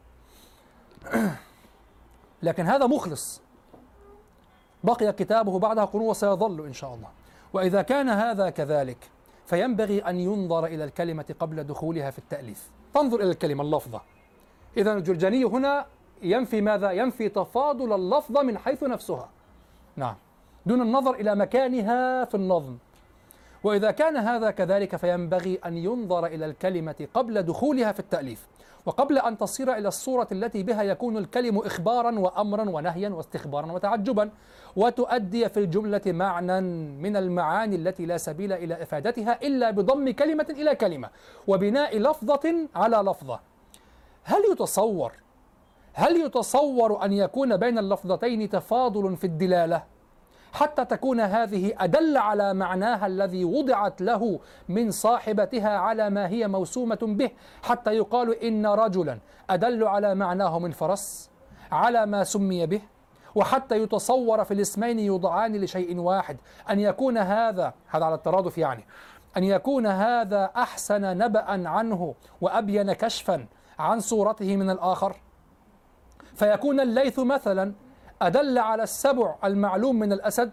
لكن هذا مخلص بقي كتابه بعدها قرون وسيظل إن شاء الله. وإذا كان هذا كذلك فينبغي أن ينظر إلى الكلمة قبل دخولها في التأليف. تنظر إلى الكلمة اللفظة. إذن الجرجاني هنا ينفي ماذا؟ ينفي تفاضل اللفظة من حيث نفسها، نعم، دون النظر إلى مكانها في النظم. وإذا كان هذا كذلك فينبغي أن ينظر إلى الكلمة قبل دخولها في التأليف، وقبل أن تصير إلى الصورة التي بها يكون الكلم إخبارا وأمرا ونهيا واستخبارا وتعجبا، وتؤدي في الجملة معنى من المعاني التي لا سبيل إلى إفادتها إلا بضم كلمة إلى كلمة وبناء لفظة على لفظة. هل يتصور هل يتصور أن يكون بين اللفظتين تفاضل في الدلالة حتى تكون هذه أدل على معناها الذي وضعت له من صاحبتها على ما هي موسومة به، حتى يقال إن رجلا أدل على معناه من فرس على ما سمي به، وحتى يتصور في الاسمين يوضعان لشيء واحد أن يكون هذا هذا على الترادف يعني أن يكون هذا أحسن نبأ عنه وأبين كشفا عن صورته من الآخر، فيكون الليث مثلا أدل على السبع المعلوم من الأسد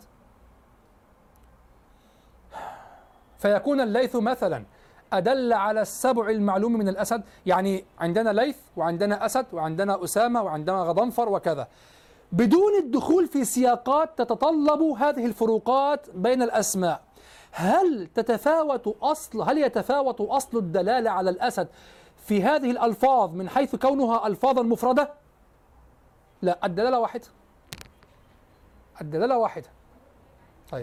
فيكون الليث مثلا أدل على السبع المعلوم من الأسد. يعني عندنا ليث وعندنا أسد وعندنا أسامة وعندنا غضنفر وكذا، بدون الدخول في سياقات تتطلب هذه الفروقات بين الأسماء. هل تتفاوت أصل هل يتفاوت أصل الدلالة على الأسد في هذه الألفاظ من حيث كونها ألفاظا مفردة؟ لا، الدلالة واحدة الدلالة واحدة. طيب،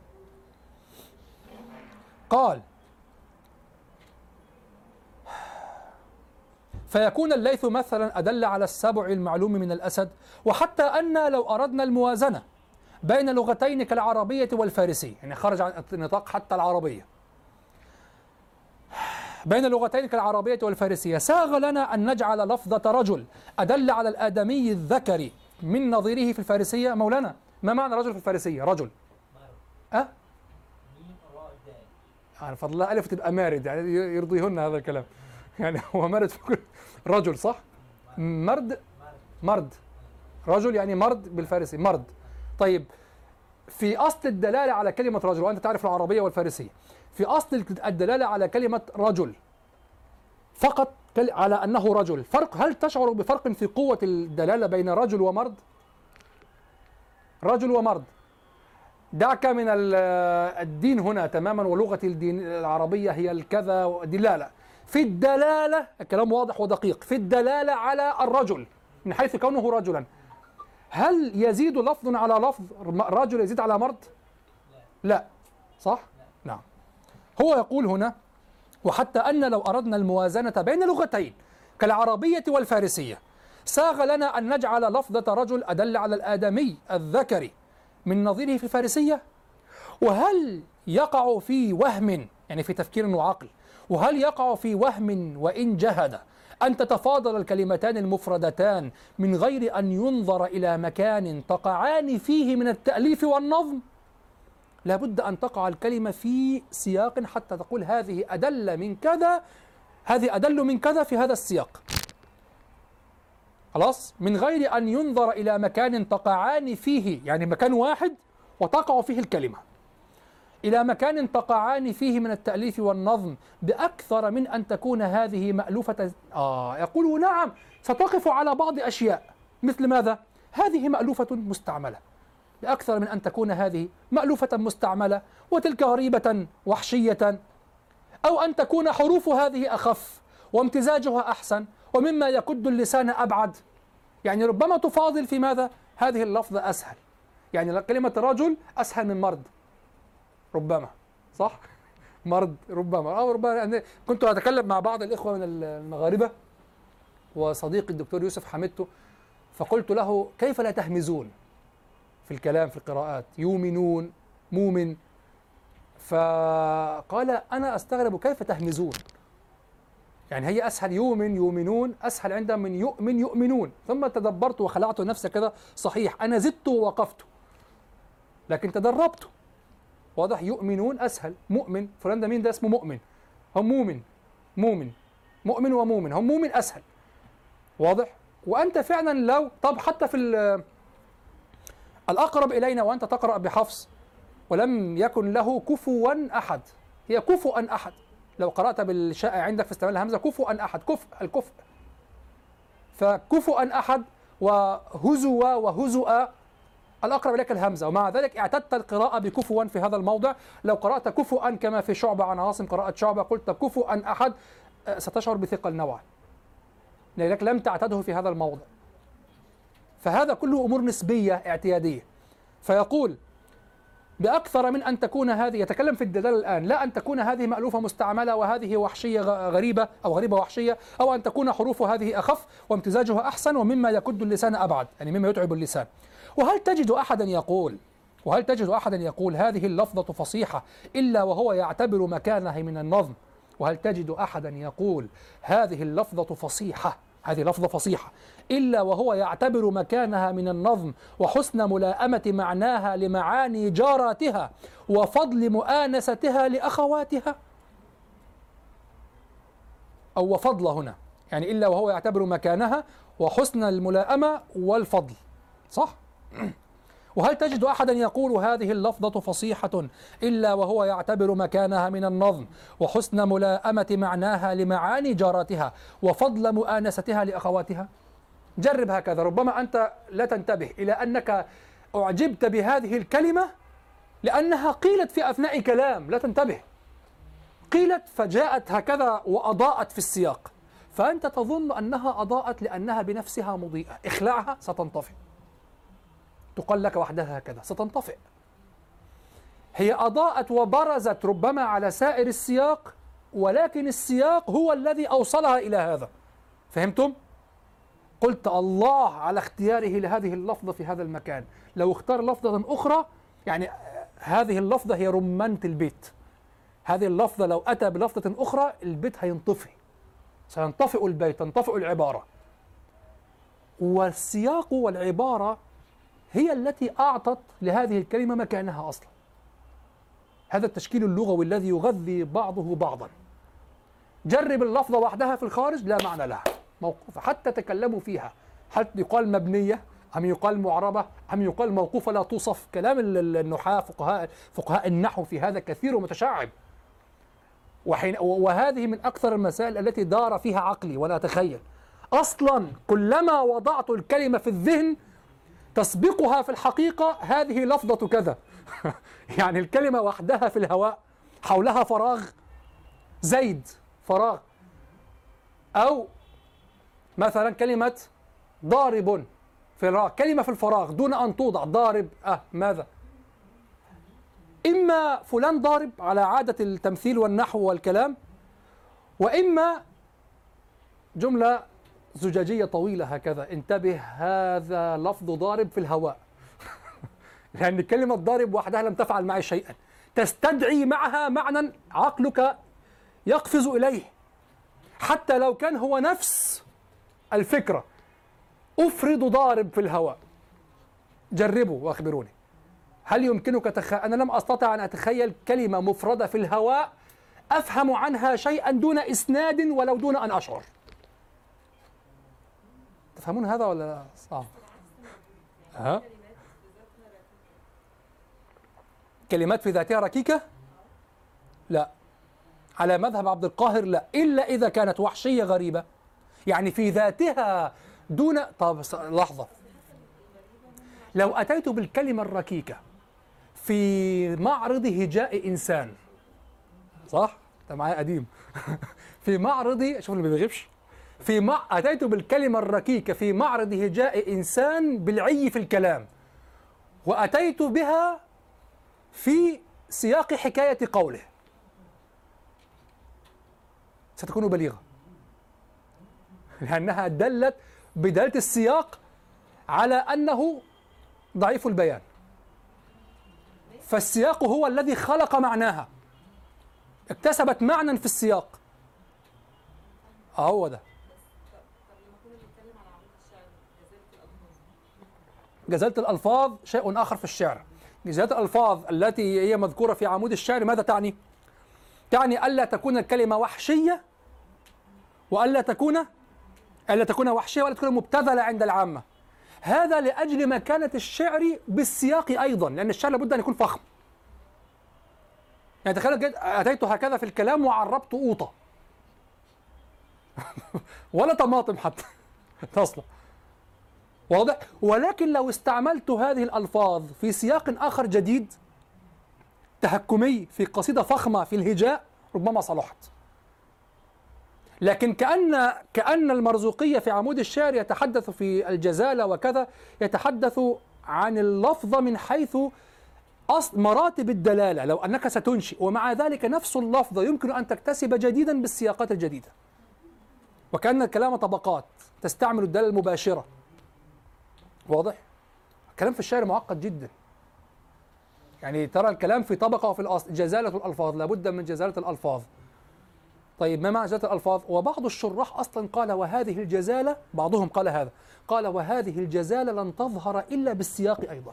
قال فيكون الليث مثلا أدل على السبع المعلوم من الأسد، وحتى أن لو أردنا الموازنة بين لغتين كالعربية والفارسية، يعني خرج عن نطاق حتى العربية، بين لغتين كالعربية والفارسية، ساغ لنا أن نجعل لفظة رجل أدل على الآدمي الذكري من نظيره في الفارسية. مولانا، ما معنى رجل في الفارسية؟ رجل أه؟ يعني فضل الله ألف تبقى مارد، يعني يرضيهن هذا الكلام، يعني هو مارد في كل رجل، صح؟ مرد مرد رجل يعني مرد بالفارسي، مرد. طيب، في أصل الدلالة على كلمة رجل، وأنت تعرف العربية والفارسية، في أصل الدلالة على كلمة رجل فقط على أنه رجل، فرق، هل تشعر بفرق في قوة الدلالة بين رجل ومرد؟ رجل ومرد، دعك من الدين هنا تماما ولغة الدين العربية هي الكذا، لا لا، في الدلالة الكلام واضح ودقيق، في الدلالة على الرجل من حيث كونه رجلا، هل يزيد لفظ على لفظ رجل يزيد على مرد؟ لا، صح؟ نعم. هو يقول هنا وحتى أن لو أردنا الموازنة بين لغتين كالعربية والفارسية، ساغ لنا أن نجعل لفظة رجل أدل على الآدمي الذكري من نظيره في الفارسية. وهل يقع في وهم، يعني في تفكير وعقل، وهل يقع في وهم وإن جهد أن تتفاضل الكلمتان المفردتان من غير أن ينظر إلى مكان تقعان فيه من التأليف والنظم؟ لابد أن تقع الكلمة في سياق حتى تقول هذه أدل من كذا، هذه أدل من كذا في هذا السياق. خلاص؟ من غير أن ينظر إلى مكان تقعان فيه، يعني مكان واحد وتقع فيه الكلمة، إلى مكان تقعان فيه من التأليف والنظم بأكثر من أن تكون هذه مألوفة. آه يقول نعم ستقف على بعض أشياء، مثل ماذا؟ هذه مألوفة مستعملة، بأكثر من أن تكون هذه مألوفة مستعملة وتلك غريبة وحشية، أو أن تكون حروف هذه أخف وامتزاجها أحسن ومما يكد اللسان أبعد. يعني ربما تفاضل في ماذا؟ هذه اللفظة أسهل، يعني كلمة رجل أسهل من مرض، ربما صح؟ مرض ربما أو ربما. يعني كنت أتكلم مع بعض الإخوة من المغاربة وصديقي الدكتور يوسف حمدته، فقلت له كيف لا تهمزون في الكلام في القراءات، يؤمنون مؤمن، فقال أنا أستغرب كيف تهمزون، يعني هي أسهل يؤمن يؤمنون أسهل عندهم من يؤمن يؤمنون. ثم تدبرت وخلعت نفسي كذا، صحيح أنا زدت ووقفت لكن تدربت، واضح؟ يؤمنون أسهل، مؤمن فلان ده مين ده اسمه مؤمن، هم مؤمن مؤمن مؤمن ومؤمن، هم مؤمن أسهل، واضح؟ وأنت فعلا لو طب حتى في الأقرب إلينا وأنت تقرأ بحفص ولم يكن له كفوا أحد، هي كفوا أحد، لو قرأت بالشائع عندك في استعمال الهمزة كفوا أحد، كفء الكفء، فكفوا أحد وهزوا وهزؤا الأقرب إليك الهمزة، ومع ذلك اعتدت القراءة بكفوا في هذا الموضع. لو قرأت كفوا كما في شعبة عن عاصم قراءة شعبة قلت كفوا أحد ستشعر بثقل نوعا، لأنك لم تعتده في هذا الموضع. فهذا كله أمور نسبية اعتيادية. فيقول بأكثر من أن تكون هذه، يتكلم في الدلالة الآن، لا أن تكون هذه مألوفة مستعملة وهذه وحشية غريبة أو غريبة وحشية، أو أن تكون حروف هذه أخف وامتزاجها أحسن ومما يكد اللسان أبعد، يعني مما يتعب اللسان. وهل تجد أحدا يقول وهل تجد أحدا يقول هذه اللفظة فصيحة إلا وهو يعتبر مكانها من النظم؟ وهل تجد أحدا يقول هذه اللفظة فصيحة هذه لفظة فصيحة إلا وهو يعتبر مكانها من النظم وحسن ملائمة معناها لمعاني جاراتها وفضل مؤانستها لأخواتها؟ أو وفضل هنا، يعني إلا وهو يعتبر مكانها وحسن الملائمة والفضل، صح؟ وهل تجد أحدا يقول هذه اللفظة فصيحة إلا وهو يعتبر مكانها من النظم وحسن ملائمة معناها لمعاني جاراتها وفضل مؤانستها لأخواتها؟ جرب هكذا، ربما أنت لا تنتبه إلى أنك أعجبت بهذه الكلمة لأنها قيلت في أثناء كلام، لا تنتبه، قيلت فجاءت هكذا وأضاءت في السياق، فأنت تظن أنها أضاءت لأنها بنفسها مضيئة، اخلعها ستنطفئ، تقال لك وحدها هكذا ستنطفئ. هي أضاءت وبرزت ربما على سائر السياق، ولكن السياق هو الذي أوصلها إلى هذا. فهمتم؟ قلت الله على اختياره لهذه اللفظة في هذا المكان، لو اختار لفظة أخرى، يعني هذه اللفظة هي رمانة البيت، هذه اللفظة لو أتى بلفظة أخرى البيت هينطفئ، سينطفئ البيت، تنطفئ العبارة. والسياق والعبارة هي التي أعطت لهذه الكلمة مكانها أصلا. هذا التشكيل اللغوي الذي يغذي بعضه بعضا. جرب اللفظة وحدها في الخارج لا معنى لها، موقوفة، حتى تكلموا فيها، هل يقال مبنية أم يقال معربة أم يقال موقوفة لا توصف؟ كلام النحاة فقهاء فقهاء النحو في هذا كثير ومتشعب، وحين وهذه من أكثر المسائل التي دار فيها عقلي ولا أتخيل. أصلا كلما وضعت الكلمة في الذهن تسبقها في الحقيقة هذه لفظة كذا يعني الكلمة وحدها في الهواء حولها فراغ، زيد فراغ، أو مثلا كلمة ضارب فراغ، كلمة في الفراغ دون أن توضع، ضارب أه ماذا؟ إما فلان ضارب على عادة التمثيل والنحو والكلام، وإما جملة زجاجية طويلة هكذا، انتبه هذا لفظ ضارب في الهواء لأن كلمة ضارب وحدها لم تفعل معي شيئا، تستدعي معها معنى عقلك يقفز إليه حتى لو كان هو نفس الفكرة. أفرض ضارب في الهواء، جربوا وأخبروني هل يمكنك تخ... أنا لم أستطع أن أتخيل كلمة مفردة في الهواء أفهم عنها شيئا دون إسناد ولو دون أن أشعر. تفهمون هذا ولا صعب؟ ها؟ كلمات في ذاتها ركيكة؟ لا. على مذهب عبد القاهر لا، إلا إذا كانت وحشية غريبة، يعني في ذاتها دون. طب لحظة، لو أتيت بالكلمة الركيكة في معرض هجاء إنسان، صح؟ أنت معايا قديم. في معرض، شوف اللي ما بيغيبش، في مع... أتيت بالكلمة الركيكة في معرض هجاء إنسان بالعي في الكلام، وأتيت بها في سياق حكاية قوله، ستكون بليغة، لأنها دلت بدلالة السياق على أنه ضعيف البيان، فالسياق هو الذي خلق معناها، اكتسبت معنى في السياق. هو ده. جزالة الألفاظ شيء آخر في الشعر. جزالة الألفاظ التي هي مذكورة في عمود الشعر ماذا تعني؟ تعني ألا تكون الكلمة وحشية، وألا تكون ألا تكون وحشية ولا تكون مبتذلة عند العامة. هذا لأجل مكانة الشعر بالسياق أيضا، لأن الشعر لابد أن يكون فخم. يعني تخيل أتيت هكذا في الكلام وعربت قوطة ولا طماطم حتى تصلح، واضح؟ ولكن لو استعملت هذه الألفاظ في سياق آخر جديد تهكمي في قصيدة فخمة في الهجاء ربما صلحت. لكن كأن كأن المرزوقية في عمود الشعر يتحدث في الجزالة وكذا، يتحدث عن اللفظ من حيث أصل مراتب الدلالة، لو أنك ستنشئ، ومع ذلك نفس اللفظ يمكن أن تكتسب جديدا بالسياقات الجديدة، وكأن الكلام طبقات تستعمل الدلالة المباشرة. واضح؟ الكلام في الشعر معقد جدا. يعني ترى الكلام في طبقة وفي الأصل. جزالة الألفاظ، لابد من جزالة الألفاظ. طيب ما معنى جزالة الألفاظ؟ وبعض الشراح أصلا قال وهذه الجزالة، بعضهم قال هذا، قال وهذه الجزالة لن تظهر إلا بالسياق أيضا.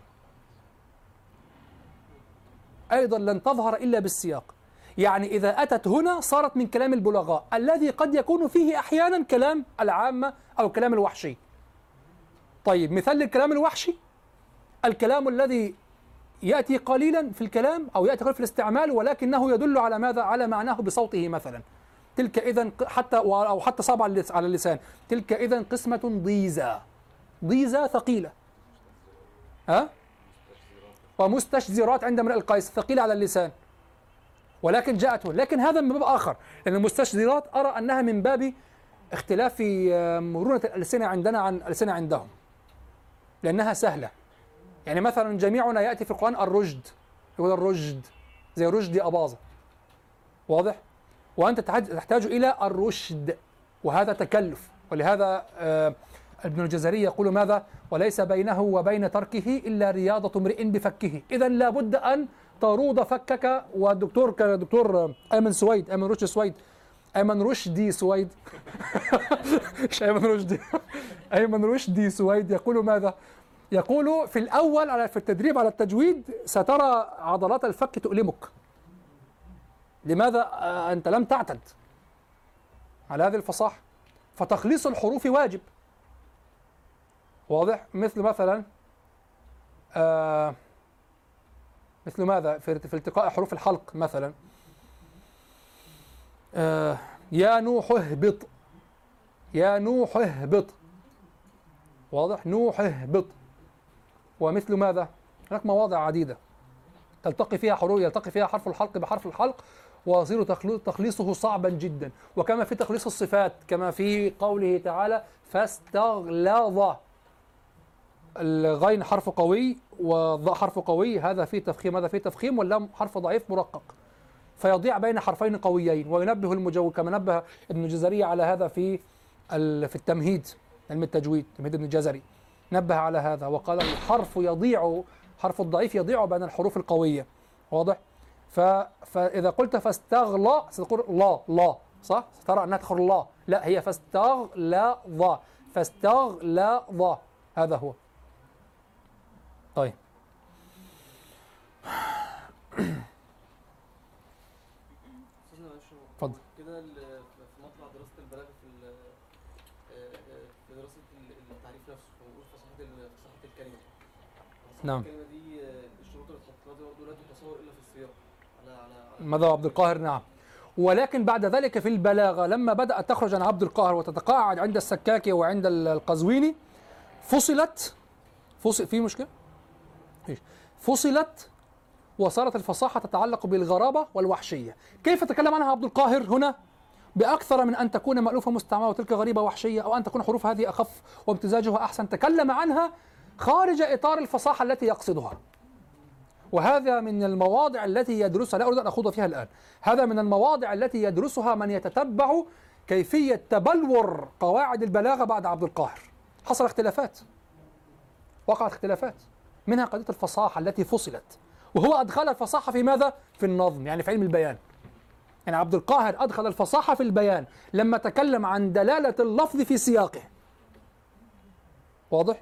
أيضا لن تظهر إلا بالسياق. يعني إذا أتت هنا صارت من كلام البلغاء الذي قد يكون فيه أحيانا كلام العامة أو كلام الوحشي. طيب مثال الكلام الوحشي، الكلام الذي يأتي قليلا في الكلام أو يأتي قليلا في الاستعمال ولكنه يدل على ماذا؟ على معناه بصوته مثلا. تلك إذن حتى أو حتى صعب على اللسان، تلك إذن قسمة ضيزى. ضيزى ثقيلة، ها؟ ومستشزرات عند امرئ القيس ثقيلة على اللسان، ولكن جاءته. لكن هذا من باب آخر، لأن المستشزرات أرى أنها من باب اختلاف مرونة الألسنة عندنا عن الألسنة عندهم، لأنها سهلة. يعني مثلا جميعنا يأتي في القرآن الرشد، يقول الرشد زي رشدي أباظة، واضح؟ وأنت تحتاج إلى الرشد، وهذا تكلف. ولهذا آه ابن الجزري يقول ماذا؟ وليس بينه وبين تركه إلا رياضة امرئ بفكه. إذا لابد أن تروض فكك. والدكتور كدكتور أيمن سويد، أيمن رشدي سويد، أيمن رشدي سويد مش أيمن رشدي أيمن رشدي سويد يقول ماذا؟ يقول في الأول على في التدريب على التجويد سترى عضلات الفك تؤلمك. لماذا؟ أنت لم تعتد على هذه الفصاحة، فتخليص الحروف واجب. واضح؟ مثل مثلا آه مثل ماذا؟ في, في التقاء حروف الحلق مثلا، آه يا نوح اهبط، يا نوح اهبط، واضح؟ نوح اهبط. ومثل ماذا؟ هناك مواضع عديدة تلتقي فيها حروف، يلتقي فيها حرف الحلق بحرف الحلق ويصير تخليصه صعبا جدا. وكما في تخليص الصفات، كما في قوله تعالى فاستغلظ، الغين حرف قوي والضاء حرف قوي، هذا فيه تفخيم، هذا فيه تفخيم، واللام حرف ضعيف مرقق، فيضيع بين حرفين قويين. وينبه المجود كما نبه ابن الجزري على هذا في في التمهيد، علم التجويد، تمهيد ابن الجزري نبه على هذا وقال الحرف يضيع، حرف الضعيف يضيع بين الحروف القوية. واضح؟ ف... فإذا قلت فاستغلى ستقول لا لا، صح؟ سترى أنها تخرج لا، لا هي فاستغلظ، فاستغلظ، هذا هو. طيب اتفضل. كده في مطلع دراسه البلاغه في في دراسه التعريف نفسه، بنقول فصاحه فصاحه الكلمه. نعم. الكلمه دي الشروط اللي اتحطت لها برضه لا تتصور الا في السياق. على على ماذا عبد القاهر؟ نعم. ولكن بعد ذلك في البلاغه لما بدات تخرج عن عبد القاهر وتتقاعد عند السكاكي وعند القزويني فصلت فصل في مشكله؟ فصلت وصارت الفصاحة تتعلق بالغرابة والوحشية. كيف تكلم عنها عبد القاهر هنا؟ بأكثر من أن تكون مألوفة مستعملة وتلك غريبة وحشية، أو أن تكون حروف هذه أخف وامتزاجها أحسن. تكلم عنها خارج إطار الفصاحة التي يقصدها، وهذا من المواضع التي يدرسها، لا أريد أن أخوض فيها الآن، هذا من المواضع التي يدرسها من يتتبع كيفية تبلور قواعد البلاغة بعد عبد القاهر. حصل اختلافات، وقعت اختلافات، منها قضية الفصاحة التي فصلت، وهو أدخل الفصاحة في ماذا؟ في النظم، يعني في علم البيان. يعني عبد القاهر أدخل الفصاحة في البيان لما تكلم عن دلالة اللفظ في سياقه. واضح؟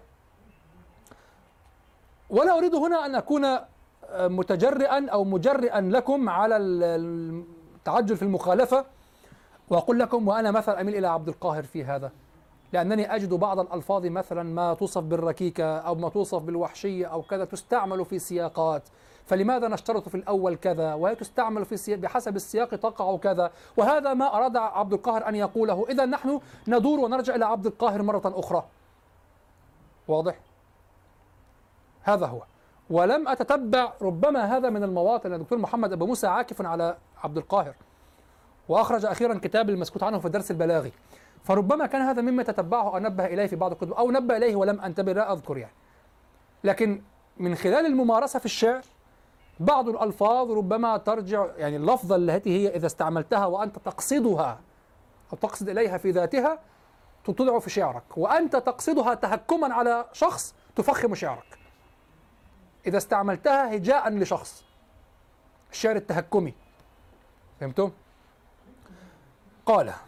ولا أريد هنا أن أكون متجرئا أو مجرئا لكم على التعجل في المخالفة وأقول لكم وأنا مثلا أميل إلى عبد القاهر في هذا، لأنني أجد بعض الألفاظ مثلا ما توصف بالركيكة أو ما توصف بالوحشية أو كذا تستعمل في سياقات، فلماذا نشترط في الأول كذا وهي تستعمل في السياق بحسب السياق تقع كذا، وهذا ما أراد عبد القاهر أن يقوله. إذا نحن ندور ونرجع إلى عبد القاهر مرة أخرى. واضح؟ هذا هو. ولم أتتبع، ربما هذا من المواطن، لأن الدكتور محمد أبو موسى عاكف على عبد القاهر وأخرج أخيرا كتاب المسكوت عنه في الدرس البلاغي، فربما كان هذا مما تتبعه أو نبه إليه في بعض الكتب، أو نبه إليه ولم أنتبه، لا أذكر يعني. لكن من خلال الممارسة في الشعر بعض الألفاظ ربما ترجع، يعني اللفظة التي هي إذا استعملتها وأنت تقصدها أو تقصد إليها في ذاتها تطلع في شعرك، وأنت تقصدها تهكما على شخص تفخم شعرك. إذا استعملتها هجاء لشخص، الشعر التهكمي. فهمتم؟ قال: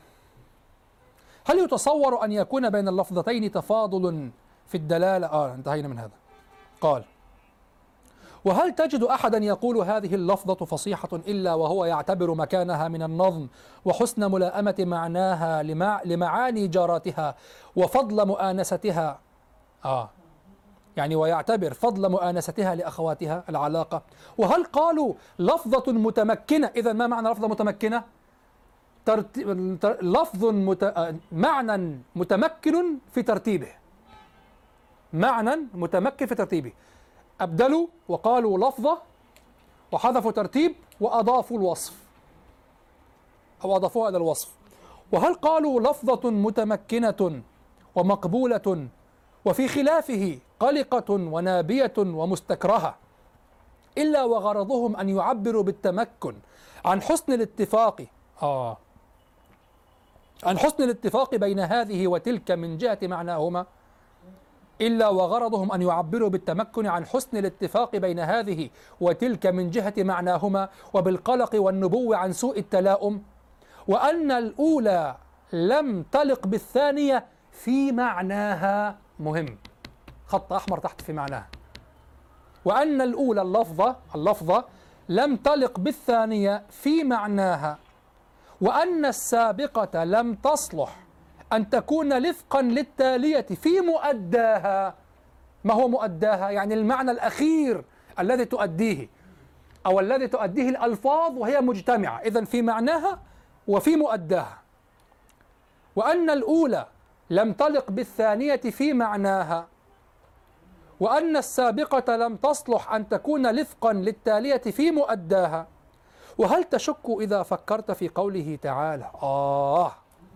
هل يتصور أن يكون بين اللفظتين تفاضل في الدلالة؟ آه انتهينا من هذا. قال: وهل تجد أحدا يقول هذه اللفظة فصيحة إلا وهو يعتبر مكانها من النظم وحسن ملائمة معناها لمع لمعاني جاراتها وفضل مؤانستها آه يعني ويعتبر فضل مؤانستها لأخواتها العلاقة؟ وهل قالوا لفظة متمكنة؟ إذا ما معنى لفظة متمكنة؟ ترت... لفظ مت... معنى متمكن في ترتيبه، معنى متمكن في ترتيبه. أبدلوا وقالوا لفظة وحذفوا ترتيب وأضافوا الوصف أو أضافوها إلى الوصف. وهل قالوا لفظة متمكنة ومقبولة وفي خلافه قلقة ونابية ومستكرهة إلا وغرضهم أن يعبروا بالتمكن عن حسن الاتفاق آه عن حسن الاتفاق بين هذه وتلك من جهة معناهما إلا وغرضهم أن يعبروا بالتمكن عن حسن الاتفاق بين هذه وتلك من جهة معناهما وبالقلق والنبو عن سوء التلاؤم، وأن الأولى لم تلق بالثانية في معناها. مهم، خط أحمر تحت في معناها. وأن الأولى اللفظة اللفظة لم تلق بالثانية في معناها، وأن السابقة لم تصلح أن تكون لفقا للتالية في مؤداها. ما هو مؤداها؟ يعني المعنى الأخير الذي تؤديه أو الذي تؤديه الألفاظ وهي مجتمعة، إذن في معناها وفي مؤداها. وأن الأولى لم تلق بالثانية في معناها، وأن السابقة لم تصلح أن تكون لفقا للتالية في مؤداها. وهل تشك إذا فكرت في قوله تعالى آه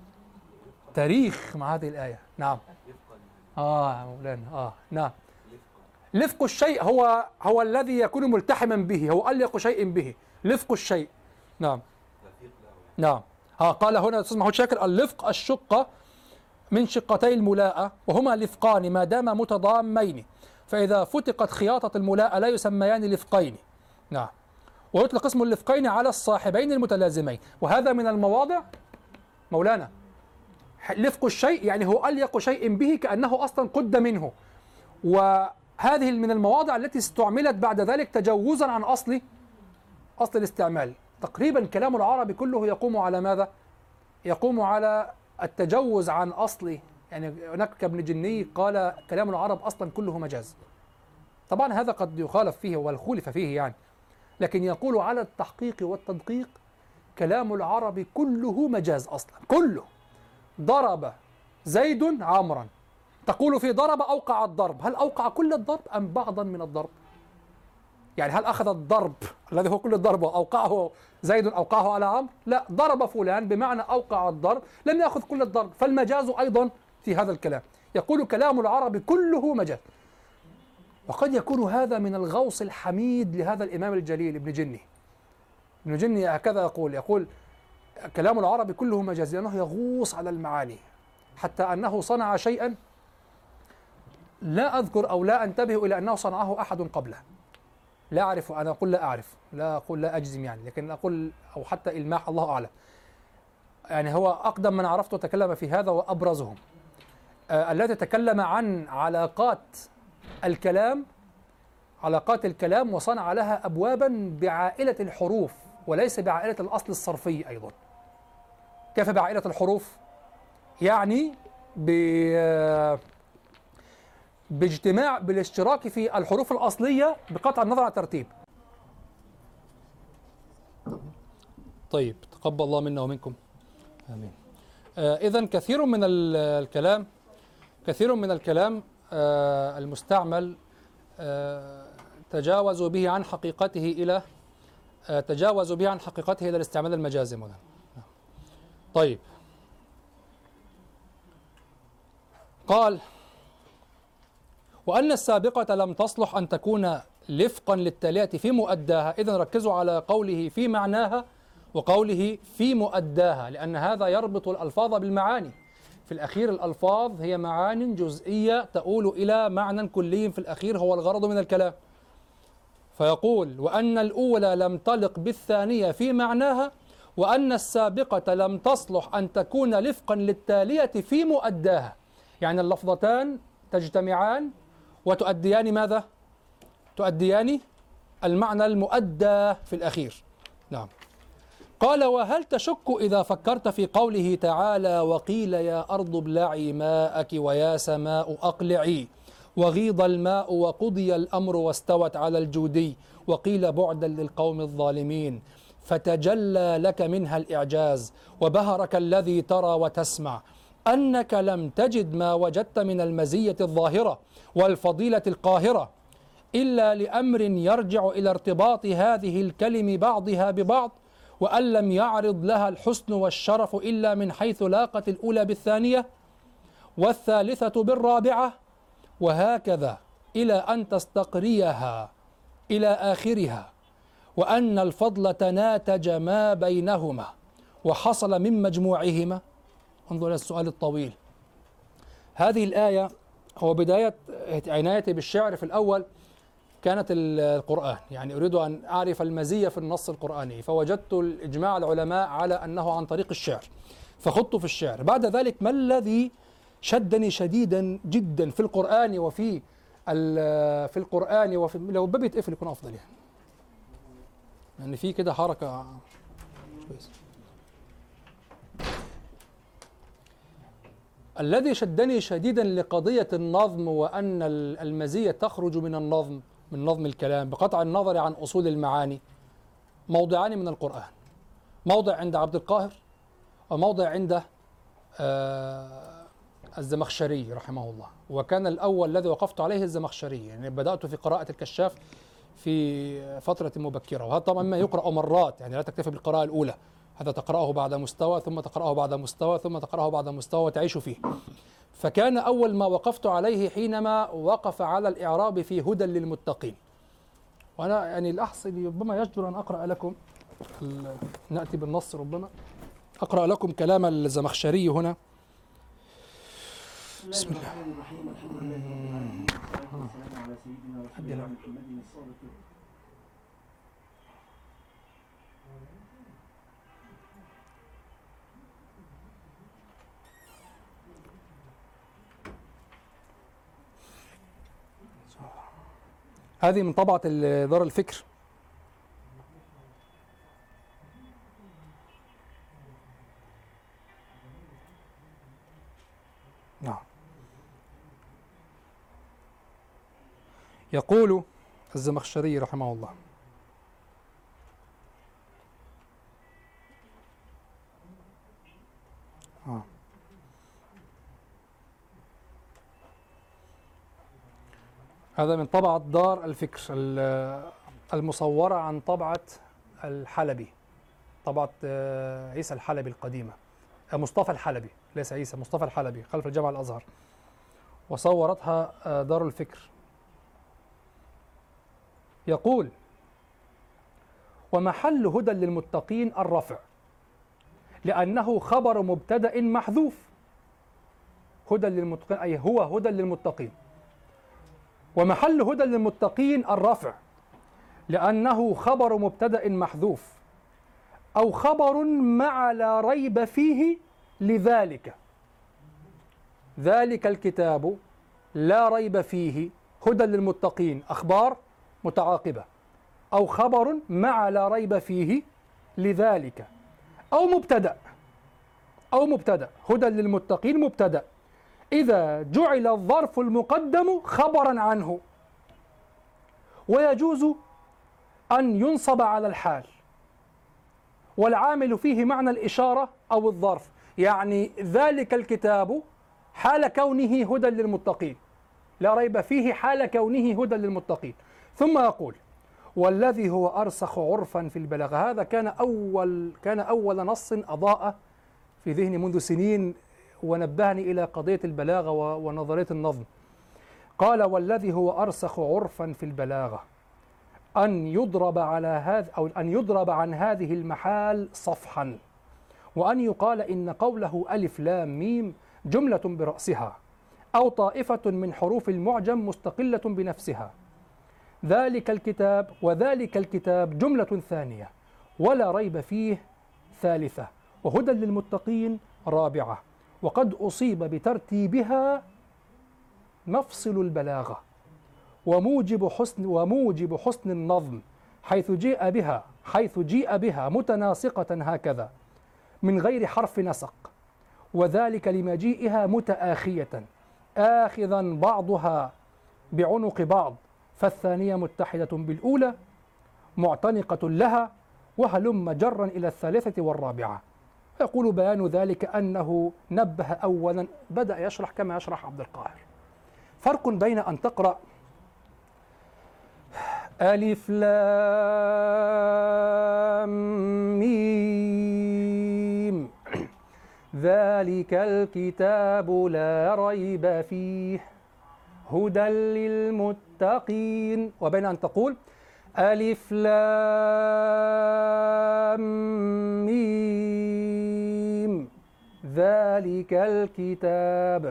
تاريخ مع هذه الآية؟ نعم آه مولانا آه نعم لفق الشيء هو هو الذي يكون ملتحما به، هو أليق شيء به، لفق الشيء. نعم نعم ها قال هنا الأستاذ محمود شاكر: اللفق الشقة من شقتي الملاءة وهما لفقان ما دام متضامين، فإذا فتقت خياطة الملاءة لا يسميان لفقين. نعم ويطلق اسم اللفقين على الصاحبين المتلازمين. وهذا من المواضع مولانا لفق الشيء يعني هو أليق شيء به كأنه أصلا قد منه، وهذه من المواضع التي استعملت بعد ذلك تجوزا عن أصل أصل الاستعمال. تقريبا كلام العرب كله يقوم على ماذا؟ يقوم على التجوز عن أصله. يعني هناك كابن جني قال كلام العرب أصلا كله مجاز. طبعا هذا قد يخالف فيه والخولف فيه يعني، لكن يقول على التحقيق والتدقيق كلام العرب كله مجاز أصلا كله. ضرب زيد عمرا، تقول في ضرب أوقع الضرب، هل أوقع كل الضرب أم بعضا من الضرب؟ يعني هل أخذ الضرب الذي هو كل الضرب وأوقعه زيد أوقعه على عمرو؟ لا، ضرب فلان بمعنى أوقع الضرب، لم يأخذ كل الضرب. فالمجاز أيضا في هذا الكلام. يقول كلام العرب كله مجاز. وقد يكون هذا من الغوص الحميد لهذا الإمام الجليل ابن جني. ابن جني هكذا يقول يقول كلام العرب كله مجاز، لأنه يغوص على المعاني، حتى أنه صنع شيئا لا أذكر أو لا أنتبه إلى أنه صنعه أحد قبله. لا أعرف، أنا أقول لا أعرف، لا أقول لا أجزم يعني، لكن أقول أو حتى إلماح الله أعلم. يعني هو أقدم من عرفته تكلم في هذا وأبرزهم آه الذي تكلم عن علاقات الكلام علاقات الكلام وصنع لها أبوابا بعائلة الحروف وليس بعائلة الأصل الصرفي أيضا. كيف بعائلة الحروف؟ يعني ب باجتماع بالاشتراك في الحروف الأصلية بقطع النظر عن الترتيب. طيب، تقبل الله منا ومنكم، آمين. آه إذن كثير من الكلام كثير من الكلام آه المستعمل آه تجاوزوا به عن حقيقته إلى آه تجاوزوا به عن حقيقته إلى الاستعمال المجازي مثلا. طيب، قال وأن السابقة لم تصلح أن تكون لفقا للتالية في مؤداها. إذن ركزوا على قوله في معناها وقوله في مؤداها، لأن هذا يربط الألفاظ بالمعاني. في الأخير الألفاظ هي معان جزئية تؤول إلى معنى كلي في الأخير هو الغرض من الكلام. فيقول وأن الأولى لم تلق بالثانية في معناها، وأن السابقة لم تصلح أن تكون لفقا للتالية في مؤداها. يعني اللفظتان تجتمعان وتؤديان ماذا؟ تؤديان المعنى المؤدى في الأخير. نعم. قال وهل تشك إذا فكرت في قوله تعالى وقيل يا أرض ابلعي ماءك ويا سماء أقلعي وغيض الماء وقضي الأمر واستوت على الجودي وقيل بعدا للقوم الظالمين فتجلى لك منها الإعجاز وبهرك الذي ترى وتسمع أنك لم تجد ما وجدت من المزية الظاهرة والفضيلة القاهرة إلا لأمر يرجع إلى ارتباط هذه الكلم بعضها ببعض، وأن لم يعرض لها الحسن والشرف إلا من حيث لاقت الأولى بالثانية والثالثة بالرابعة، وهكذا إلى أن تستقريها إلى آخرها، وأن الفضل تناتج ما بينهما وحصل من مجموعهما. انظر إلى السؤال الطويل. هذه الآية هو بداية عنايتي بالشعر في الأول كانت القرآن، يعني أريد أن أعرف المزية في النص القرآني، فوجدت الإجماع العلماء على أنه عن طريق الشعر، فخضت في الشعر. بعد ذلك ما الذي شدني شديدا جدا في القرآن وفي في القرآن وفي لو الباب يتقفل يكون أفضل، يعني يعني في كده حركة كويس. الذي شدني شديدا لقضية النظم وأن المزية تخرج من النظم من نظم الكلام بقطع النظر عن أصول المعاني موضعان من القرآن، موضع عند عبد القاهر وموضع عند آه الزمخشري رحمه الله. وكان الأول الذي وقفت عليه الزمخشري، يعني بدأت في قراءة الكشاف في فترة مبكرة، وهذا طبعا ما يقرأ مرات، يعني لا تكتفي بالقراءة الأولى، هذا تقرأه بعد مستوى ثم تقرأه بعد مستوى ثم تقرأه بعد مستوى وتعيش فيه. فكان أول ما وقفت عليه حينما وقف على الإعراب في هدى للمتقين. وأنا يعني الأحسن ربما يجدر أن أقرأ لكم، نأتي بالنص ربما أقرأ لكم كلام الزمخشري هنا. بسم الله الرحمن الرحيم. الحمد لله رب العالمين والسلام على سيدنا ورسولنا محمد الصادق. هذه من طبعة دار الفكر. نعم. يقول الزمخشري رحمه الله: آه. هذا من طبعة دار الفكر المصورة عن طبعة الحلبي، طبعة عيسى الحلبي القديمة، مصطفى الحلبي، ليس عيسى، مصطفى الحلبي، خلف الجامع الأزهر، وصورتها دار الفكر. يقول: ومحل هدى للمتقين الرفع، لأنه خبر مبتدأ محذوف. هدى للمتقين أي هو هدى للمتقين. ومحل هدى للمتقين الرفع، لأنه خبر مبتدأ محذوف، أو خبر مع لا ريب فيه لذلك. ذلك الكتاب لا ريب فيه هدى للمتقين، أخبار متعاقبة، أو خبر مع لا ريب فيه لذلك، أو مبتدأ أو مبتدأ هدى للمتقين مبتدأ إذا جعل الظرف المقدم خبرا عنه، ويجوز أن ينصب على الحال، والعامل فيه معنى الإشارة أو الظرف. يعني ذلك الكتاب حال كونه هدى للمتقين، لا ريب فيه حال كونه هدى للمتقين. ثم يقول: والذي هو أرسخ عرفا في البلاغة. هذا كان أول كان أول نص أضاء في ذهني منذ سنين ونبهني إلى قضية البلاغة ونظرية النظم. قال: والذي هو أرسخ عرفا في البلاغة أن يضرب على هذا أو أن يضرب عن هذه المحال صفحا، وأن يقال إن قوله ألف لام ميم جملة برأسها، أو طائفة من حروف المعجم مستقلة بنفسها. ذلك الكتاب وذلك الكتاب جملة ثانية، ولا ريب فيه ثالثة، وهدى للمتقين رابعة. وقد أصيب بترتيبها مفصل البلاغة وموجب حسن وموجب حسن النظم، حيث جيء بها حيث جيء بها متناسقة هكذا من غير حرف نسق، وذلك لمجيئها متآخية آخذا بعضها بعنق بعض، فالثانية متحدة بالأولى معتنقة لها، وهلم جرا إلى الثالثة والرابعة. يقول: بيان ذلك أنه نبه أولا، بدأ يشرح كما يشرح عبد القاهر. فرق بين أن تقرأ ألف لام ميم ذلك الكتاب لا ريب فيه هدى للمتقين، وبين أن تقول ألف لام ميم ذلك الكتاب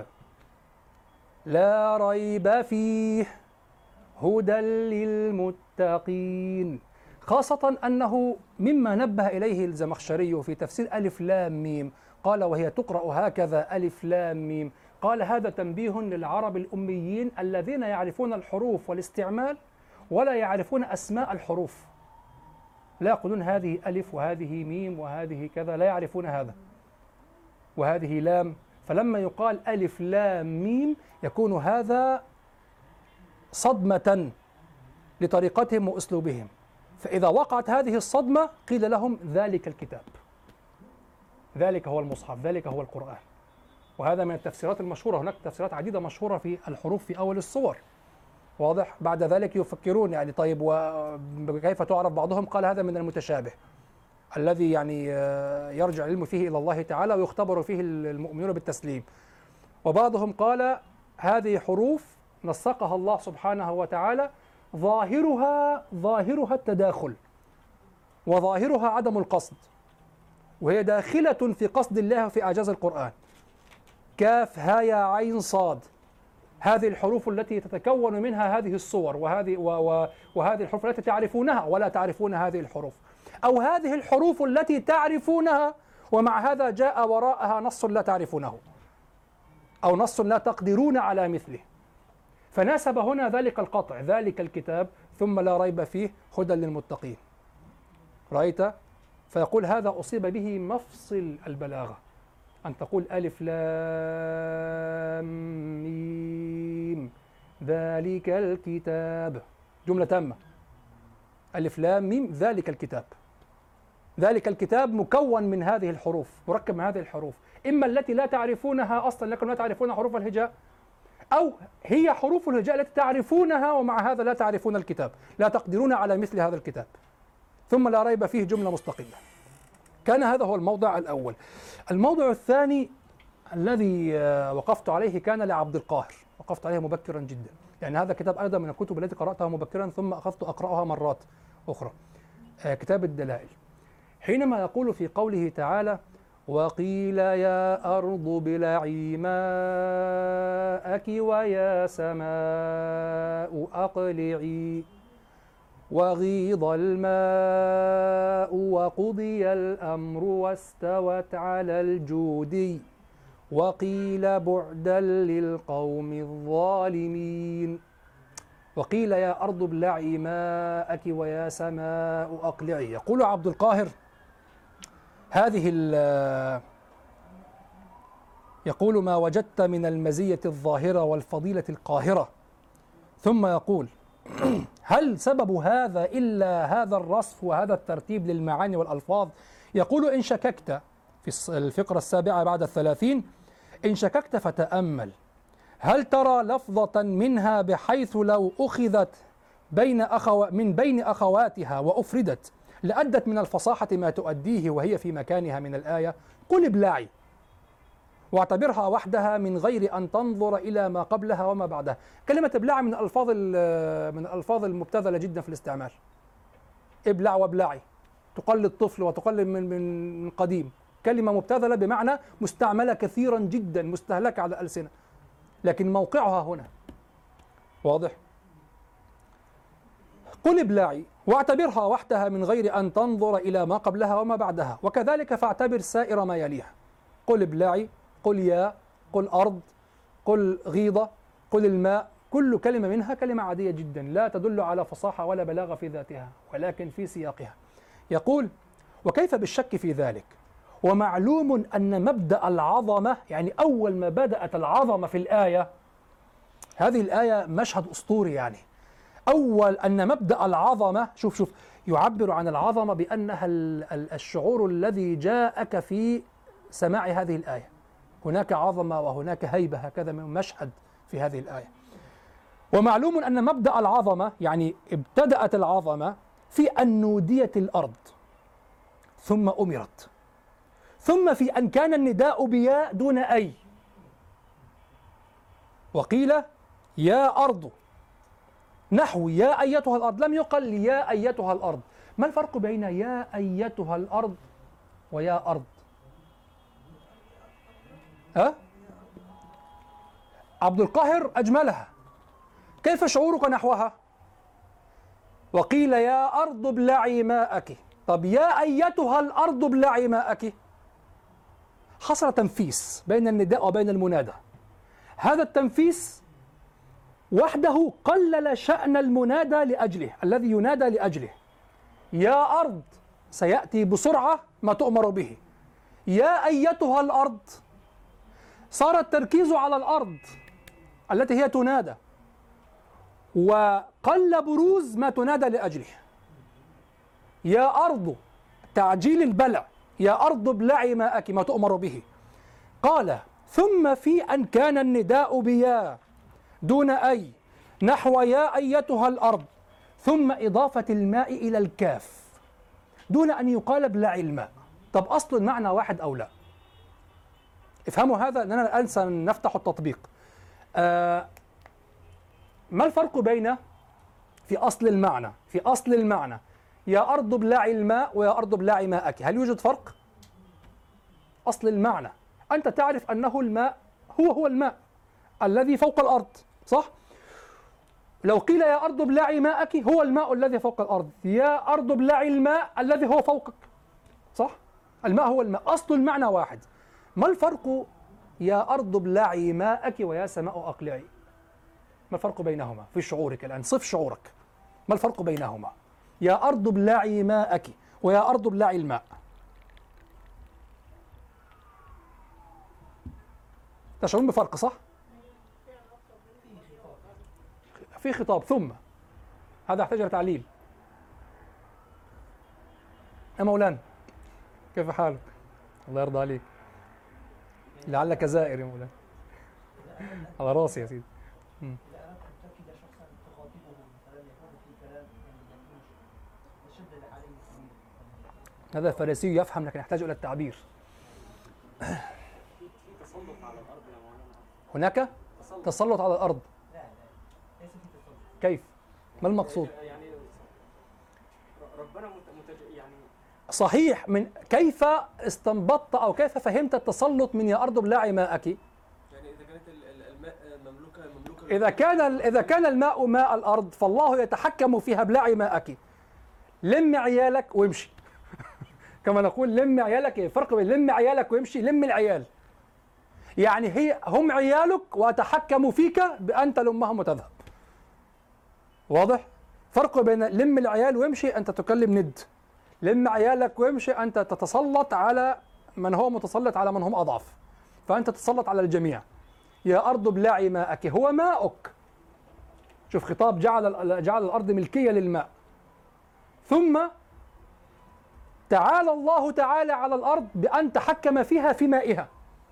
لا ريب فيه هدى للمتقين. خاصة أنه مما نبه إليه الزمخشري في تفسير ألف لام ميم، قال: وهي تقرأ هكذا ألف لام ميم. قال: هذا تنبيه للعرب الأميين الذين يعرفون الحروف والاستعمال ولا يعرفون أسماء الحروف، لا يقولون هذه ألف وهذه ميم وهذه كذا، لا يعرفون هذا، وهذه لام. فلما يقال ألف لام ميم يكون هذا صدمة لطريقتهم وأسلوبهم، فإذا وقعت هذه الصدمة قيل لهم ذلك الكتاب، ذلك هو المصحف، ذلك هو القرآن. وهذا من التفسيرات المشهورة، هناك تفسيرات عديدة مشهورة في الحروف في أول الصور، واضح؟ بعد ذلك يفكرون يعني طيب وكيف تعرف؟ بعضهم قال هذا من المتشابه الذي يعني يرجع العلم فيه إلى الله تعالى ويختبر فيه المؤمنون بالتسليم. وبعضهم قال هذه حروف نسقها الله سبحانه وتعالى، ظاهرها ظاهرها التداخل وظاهرها عدم القصد، وهي داخلة في قصد الله في إعجاز القرآن. كاف ها يا عين صاد، هذه الحروف التي تتكون منها هذه الصور، وهذه وهذه الحروف التي تعرفونها ولا تعرفون هذه الحروف، أو هذه الحروف التي تعرفونها ومع هذا جاء وراءها نص لا تعرفونه، أو نص لا تقدرون على مثله. فناسب هنا ذلك القطع، ذلك الكتاب ثم لا ريب فيه هدى للمتقين. رأيت؟ فيقول هذا أصيب به مفصل البلاغة، أن تقول ألف لام ميم ذلك الكتاب، جملة تامة. ألف لام ميم ذلك الكتاب. ذلك الكتاب مكون من هذه الحروف، مركب من هذه الحروف، إما التي لا تعرفونها أصلا لكن لا تعرفون حروف الهجاء، أو هي حروف الهجاء التي تعرفونها ومع هذا لا تعرفون الكتاب، لا تقدرون على مثل هذا الكتاب. ثم لا ريب فيه جملة مستقلة. كان هذا هو الموضع الأول. الموضع الثاني الذي وقفت عليه كان لعبد القاهر، وقفت عليه مبكرا جدا، يعني هذا كتاب أيضا من الكتب التي قرأتها مبكرا ثم أخذت أقرأها مرات أخرى. كتاب الدلائل، حينما يقول في قوله تعالى: وقيل يا أرض ابلعي ماءك ويا سماء أقلعي وغيض الماء وقضي الأمر واستوت على الجودي وقيل بعدا للقوم الظالمين. وقيل يا أرض ابلعي ماءك ويا سماء أقلعي. يقول عبد القاهر هذه يقول: ما وجدت من المزية الظاهرة والفضيلة القاهرة. ثم يقول: هل سبب هذا إلا هذا الرصف وهذا الترتيب للمعاني والألفاظ؟ يقول: إن شككت، في الفقرة السابعة بعد الثلاثين، إن شككت فتأمل، هل ترى لفظة منها بحيث لو أخذت بين أخو من بين أخواتها وأفردت لأدت من الفصاحة ما تؤديه وهي في مكانها من الآية؟ قل ابلعي واعتبرها وحدها من غير أن تنظر إلى ما قبلها وما بعدها. كلمة ابلعي من الألفاظ من الألفاظ المبتذلة جدا في الاستعمال. ابلع وابلعي تقلد طفل وتقلد من من قديم، كلمة مبتذلة بمعنى مستعملة كثيرا جدا، مستهلكة على الألسنة، لكن موقعها هنا واضح. قل ابلعي واعتبرها وحدها من غير أن تنظر إلى ما قبلها وما بعدها، وكذلك فاعتبر سائر ما يليها. قل ابلعي، قل يا، قل أرض، قل غيضة، قل الماء، كل كلمة منها كلمة عادية جدا لا تدل على فصاحة ولا بلاغة في ذاتها ولكن في سياقها. يقول: وكيف بالشك في ذلك؟ ومعلوم أن مبدأ العظمة، يعني أول ما بدأت العظمة في الآية، هذه الآية مشهد أسطوري، يعني أول أن مبدأ العظمة، شوف شوف يعبر عن العظمة بأنها الشعور الذي جاءك في سماع هذه الآية. هناك عظمة وهناك هيبة، هكذا من مشهد في هذه الآية. ومعلوم أن مبدأ العظمة، يعني ابتدأت العظمة في أن نوديت الأرض ثم أمرت، ثم في أن كان النداء بياء دون أي. وقيل يا أرض، نحو يا أيتها الأرض، لم يقل يا أيتها الأرض. ما الفرق بين يا أيتها الأرض ويا أرض؟ أه؟ عبد القاهر أجملها. كيف شعورك نحوها؟ وقيل يا أرض ابلعي ماءك. طب يا أيتها الأرض ابلعي ماءك، حصل تنفيس بين النداء وبين المنادى. هذا التنفيس وحده قلل شأن المنادى لأجله، الذي ينادى لأجله. يا أرض سيأتي بسرعة ما تؤمر به. يا أيتها الأرض صار التركيز على الأرض التي هي تنادى، وقل بروز ما تنادى لأجله. يا أرض تعجيل البلع، يا أرض ابلعي ماءك ما تؤمر به. قال: ثم في أن كان النداء بيا دون أي، نحو يا أيتها الأرض، ثم إضافة الماء إلى الكاف دون أن يقال ابلعي الماء. طب أصل المعنى واحد أو لا؟ افهموا هذا لأننا الآن سنفتح التطبيق. آه ما الفرق بين في أصل المعنى في أصل المعنى يا أرض ابلعي الماء ويا أرض ابلعي ماءك؟ هل يوجد فرق؟ أصل المعنى أنت تعرف أنه الماء هو هو الماء الذي فوق الأرض، صح؟ لو قيل يا أرض ابلعي ماءك، هو الماء الذي فوق الأرض. يا أرض ابلعي الماء الذي هو فوقك، صح؟ الماء هو الماء، أصل المعنى واحد. ما الفرق يا أرض ابلعي ماءك ويا سماء أقلعي؟ ما الفرق بينهما في شعورك الآن؟ صف شعورك، ما الفرق بينهما؟ يا أرض ابلعي ماءك ويا أرض ابلعي الماء. تشعرون بفرق صح؟ في خطاب ثم، هذا يحتاج إلى تعليل. يا مولانا كيف حالك؟ الله يرضى عليك، لعلك زائر يا مولانا. على راسي يا سيدي. م. هذا الفارسي يفهم لكن يحتاج إلى التعبير. هناك تسلط على الأرض. كيف؟ ما المقصود؟ ربنا يعني صحيح. من كيف استنبطت أو كيف فهمت التسلط من يا أرض ابلعي ماءك؟ يعني إذا كانت الماء مملوكة مملوكة إذا كان إذا كان الماء ماء الأرض فالله يتحكم فيها ابلعي ماءك. لم عيالك وامشي. كما نقول لم عيالك، فرق بين لم عيالك وامشي. لم العيال يعني هي هم عيالك وأتحكم فيك بأن تلمهم وتذهب. واضح؟ فرق بين لم العيال وامشي أنت تكلم ند، لم عيالك وامشي أنت تتسلط على من هو متسلط على من هم أضعف، فأنت تتسلط على الجميع. يا أرض ابلعي ماءك، هو ماؤك. شوف خطاب جعل جعل الأرض ملكية للماء. ثم تعالى الله تعالى على الأرض بأن تحكم فيها في مائها.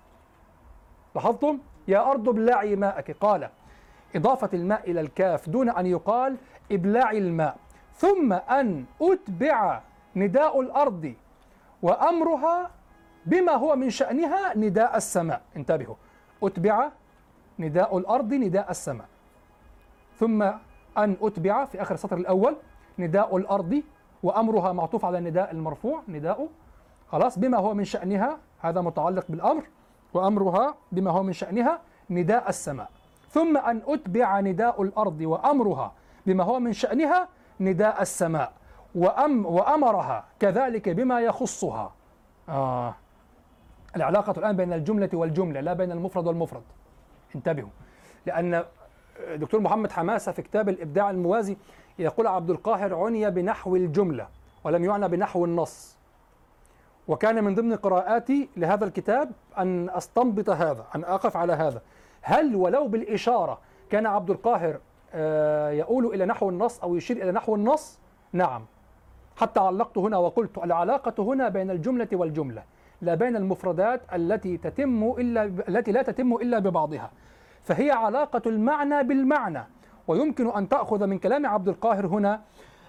لاحظتم؟ يا أرض ابلعي ماءك. قال إضافة الماء إلى الكاف دون أن يقال ابلعي الماء، ثم أن أتبع نداء الأرض وأمرها بما هو من شأنها نداء السماء. انتبهوا، أتبع نداء الأرض نداء السماء، ثم أن أتبع في آخر السطر الأول نداء الأرض وأمرها معطوف على النداء المرفوع نداء، خلاص، بما هو من شأنها، هذا متعلق بالأمر، وأمرها بما هو من شأنها نداء السماء، ثم أن أتبع نداء الأرض وأمرها بما هو من شأنها نداء السماء، وأم وأمرها كذلك بما يخصها. آه. العلاقة الآن بين الجملة والجملة لا بين المفرد والمفرد. انتبهوا، لأن دكتور محمد حماسة في كتاب الإبداع الموازي يقول عبد القاهر عني بنحو الجملة ولم يعنى بنحو النص، وكان من ضمن قراءاتي لهذا الكتاب أن أستنبط هذا، أن أقف على هذا، هل ولو بالإشارة كان عبد القاهر يقول إلى نحو النص أو يشير إلى نحو النص؟ نعم. حتى علقت هنا وقلت العلاقة هنا بين الجملة والجملة لا بين المفردات التي تتم إلا التي لا تتم إلا ببعضها، فهي علاقة المعنى بالمعنى. ويمكن أن تأخذ من كلام عبد القاهر هنا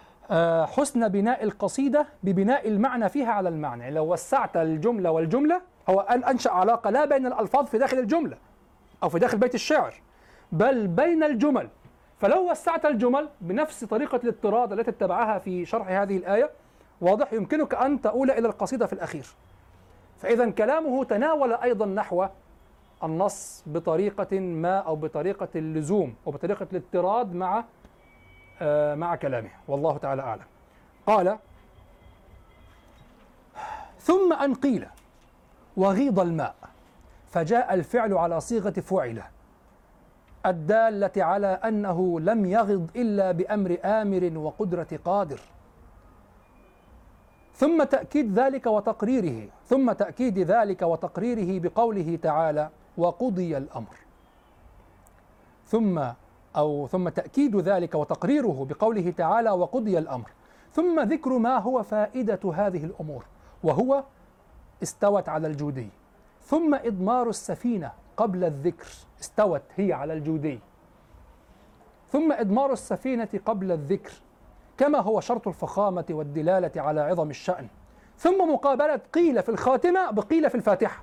حسن بناء القصيدة ببناء المعنى فيها على المعنى. لو وسعت الجملة والجملة، هو أن أنشأ علاقة لا بين الألفاظ في داخل الجملة أو في داخل بيت الشعر، بل بين الجمل. فلو وسعت الجمل بنفس طريقة الاضطراد التي اتبعها في شرح هذه الآية، واضح، يمكنك أن تؤول إلى القصيدة في الأخير. فإذا كلامه تناول أيضا نحو النص بطريقة ما أو بطريقة اللزوم أو بطريقة الاضطراد مع آه مع كلامه، والله تعالى أعلم. قال ثم أن قيل وغيض الماء، فجاء الفعل على صيغة فعل الدالة على أنه لم يغض إلا بأمر آمر وقدرة قادر، ثم تأكيد ذلك وتقريره ثم تأكيد ذلك وتقريره بقوله تعالى وقضي الأمر، ثم أو ثم تأكيد ذلك وتقريره بقوله تعالى وقضي الأمر، ثم ذكر ما هو فائدة هذه الأمور، وهو استوت على الجودي، ثم إضمار السفينة قبل الذكر، استوت هي على الجودي، ثم إضمار السفينة قبل الذكر كما هو شرط الفخامة والدلالة على عظم الشأن، ثم مقابلة قيل في الخاتمة بقيل في الفاتحة،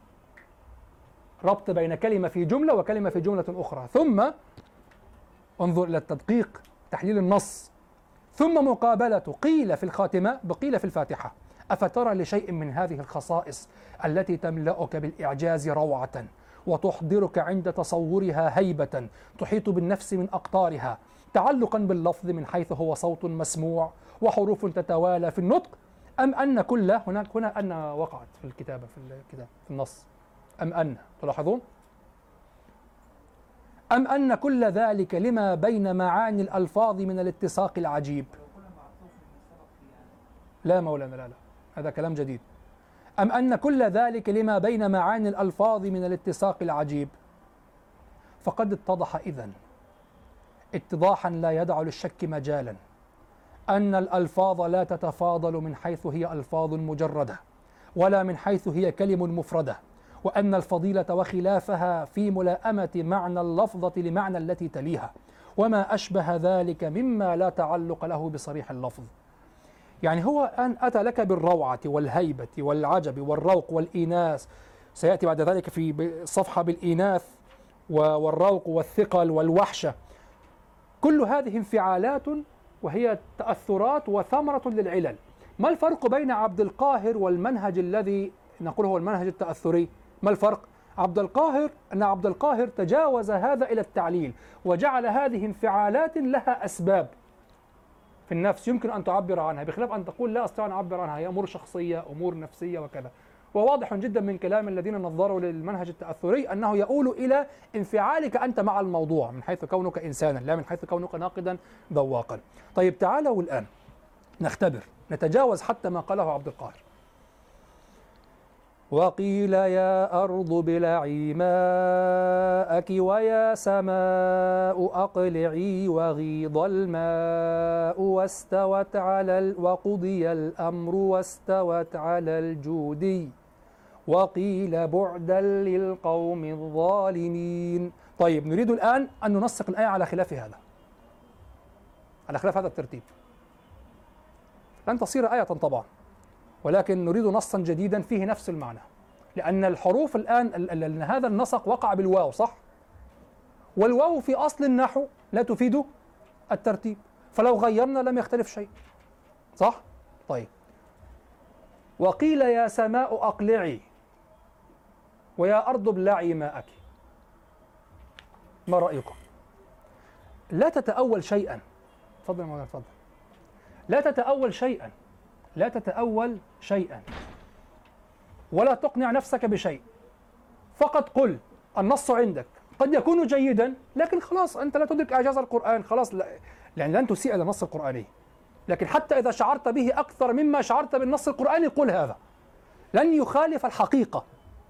ربط بين كلمة في جملة وكلمة في جملة أخرى، ثم انظر إلى التدقيق تحليل النص، ثم مقابلة قيل في الخاتمة بقيل في الفاتحة. أفترى لشيء من هذه الخصائص التي تملأك بالإعجاز روعة وتحضرك عند تصورها هيبة تحيط بالنفس من أقطارها، تعلقا باللفظ من حيث هو صوت مسموع وحروف تتوالى في النطق، أم أن كل هناك هنا أن وقعت في الكتابة في الكتاب في النص، أم أن تلاحظون أم أن كل ذلك لما بين معاني الألفاظ من الاتساق العجيب. لا مولانا، لا لا هذا كلام جديد. أم أن كل ذلك لما بين معاني الألفاظ من الاتساق العجيب؟ فقد اتضح إذن اتضاحا لا يدع للشك مجالا أن الألفاظ لا تتفاضل من حيث هي ألفاظ مجردة ولا من حيث هي كلم مفردة، وأن الفضيلة وخلافها في ملائمة معنى اللفظة لمعنى التي تليها، وما أشبه ذلك مما لا تعلق له بصريح اللفظ. يعني هو أن أتى لك بالروعة والهيبة والعجب والروق والإيناس، سيأتي بعد ذلك في صفحة بالإيناث والروق والثقل والوحشة، كل هذه انفعالات وهي تأثرات وثمرة للعلل. ما الفرق بين عبد القاهر والمنهج الذي نقول هو المنهج التأثري؟ ما الفرق؟ عبد القاهر أن عبد القاهر تجاوز هذا إلى التعليل وجعل هذه انفعالات لها أسباب في النفس يمكن أن تعبر عنها، بخلاف أن تقول لا أستطيع أن أعبر عنها، هي أمور شخصية أمور نفسية وكذا. وواضح جدا من كلام الذين نظروا للمنهج التأثري أنه يؤول إلى انفعالك أنت مع الموضوع من حيث كونك إنسانا لا من حيث كونك ناقدا ذواقا. طيب تعالوا الآن نختبر نتجاوز حتى ما قاله عبد القاهر. وقيل يا أرض ابلعي ماءك ويا سماء أقلعي وغيض الماء واستوت على ال... وقضي الأمر واستوت على الجودي وقيل بعدا للقوم الظالمين. طيب نريد الآن أن ننسق الآية على خلاف هذا على خلاف هذا الترتيب. لن تصير آية طبعا، ولكن نريد نصا جديدا فيه نفس المعنى، لأن الحروف الآن هذا النسق وقع بالواو صح؟ والواو في أصل النحو لا تفيد الترتيب، فلو غيرنا لم يختلف شيء صح؟ طيب وقيل يا سماء أقلعي ويا أرض ابلعي ماءك، ما رأيكم؟ لا تتأول شيئا، تفضل يا مولانا تفضل. لا تتأول شيئا لا تتأول شيئا ولا تقنع نفسك بشيء، فقط قل النص عندك قد يكون جيدا لكن خلاص أنت لا تدرك إعجاز القرآن خلاص، لا يعني لن تسيء إلى النص القرآني، لكن حتى إذا شعرت به أكثر مما شعرت بالنص القرآني قل هذا لن يخالف الحقيقة،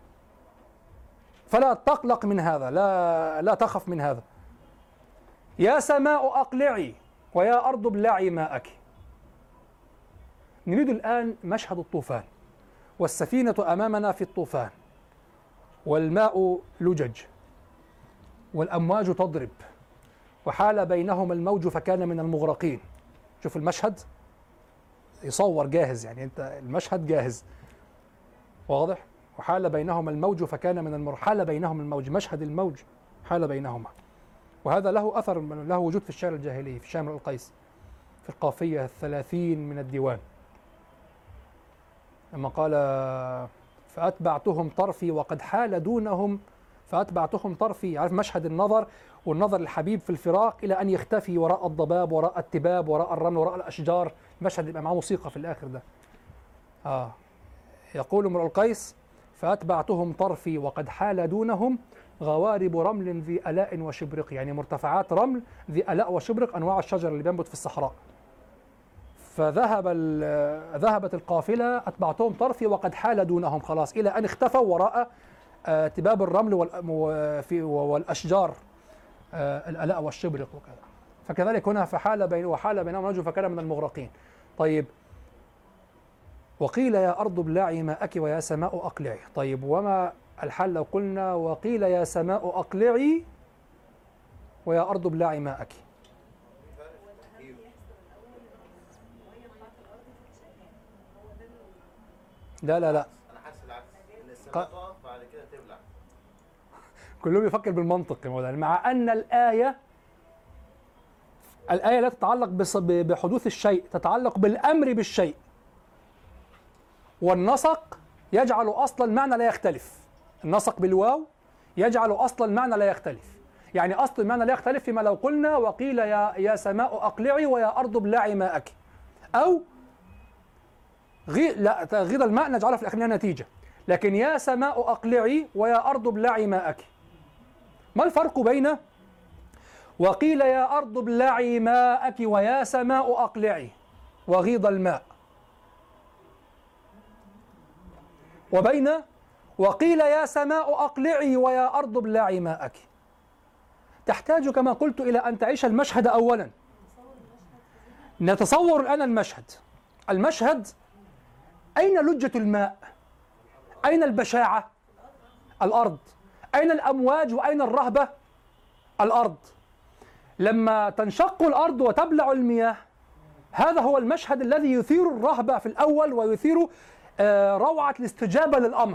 فلا تقلق من هذا، لا لا تخف من هذا. يا سماء أقلعي ويا أرض ابلعي ماءك. نريد الآن مشهد الطوفان، والسفينة أمامنا في الطوفان، والماء لجج، والأمواج تضرب، وحال بينهما الموج فكان من المغرقين. شوف المشهد يصور جاهز، يعني أنت المشهد جاهز واضح. وحال بينهما الموج فكان من المغرقين، حال بينهما الموج، مشهد الموج حال بينهما. وهذا له أثر، له وجود في الشعر الجاهلي في شامل القيس في القافية الثلاثين من الديوان، لما قال فأتبعتهم طرفي وقد حال دونهم فأتبعتهم طرفي. عارف مشهد النظر والنظر الحبيب في الفراق إلى أن يختفي وراء الضباب وراء التباب وراء الرمل وراء الأشجار، المشهد يبقى معاه موسيقى في الآخر ده. آه يقول امرؤ القيس فأتبعتهم طرفي وقد حال دونهم غوارب رمل ذي ألاء وشبرق، يعني مرتفعات رمل ذي ألاء وشبرق، أنواع الشجر اللي بينبت في الصحراء. فذهب ذهبت القافلة أتبعتهم طرفي وقد حال دونهم، خلاص إلى أن اختفوا وراء تباب الرمل والأشجار الألاء والشبرق وكذا. فكذلك هنا فحال بين وحال بينهم رجل فكان من المغرقين. طيب وقيل يا أرض ابلعي ماءك ويا سماء أقلعي. طيب وما الحل لو قلنا وقيل يا سماء أقلعي ويا أرض ابلعي ماءك؟ لا لا لا انا حاسس بالعكس ان السماء تقف بعد كده تبلع. كلهم يفكر بالمنطق يا مولانا، مع أن الآية الآية لا تتعلق بحدوث الشيء، تتعلق بالأمر بالشيء، والنسق يجعل أصل المعنى لا يختلف. النسق بالواو يجعل أصل المعنى لا يختلف، يعني أصل المعنى لا يختلف فيما لو قلنا وقيل يا يا سماء أقلعي ويا أرض ابلعي ماءك، أو غي... لا غيض الماء نجعلها في الأخير نتيجة، لكن يا سماء أقلعي ويا أرض ابلعي ماءك. ما الفرق بين وقيل يا أرض ابلعي ماءك ويا سماء أقلعي وغيض الماء؟ وبين وقيل يا سماء أقلعي ويا أرض ابلعي ماءك. تحتاج كما قلت إلى أن تعيش المشهد أولا. نتصور الآن المشهد المشهد أين لجة الماء؟ أين البشاعة؟ الأرض. أين الأمواج وأين الرهبة؟ الأرض. لما تنشق الأرض وتبلع المياه، هذا هو المشهد الذي يثير الرهبة في الأول ويثير روعة الاستجابة للأمر.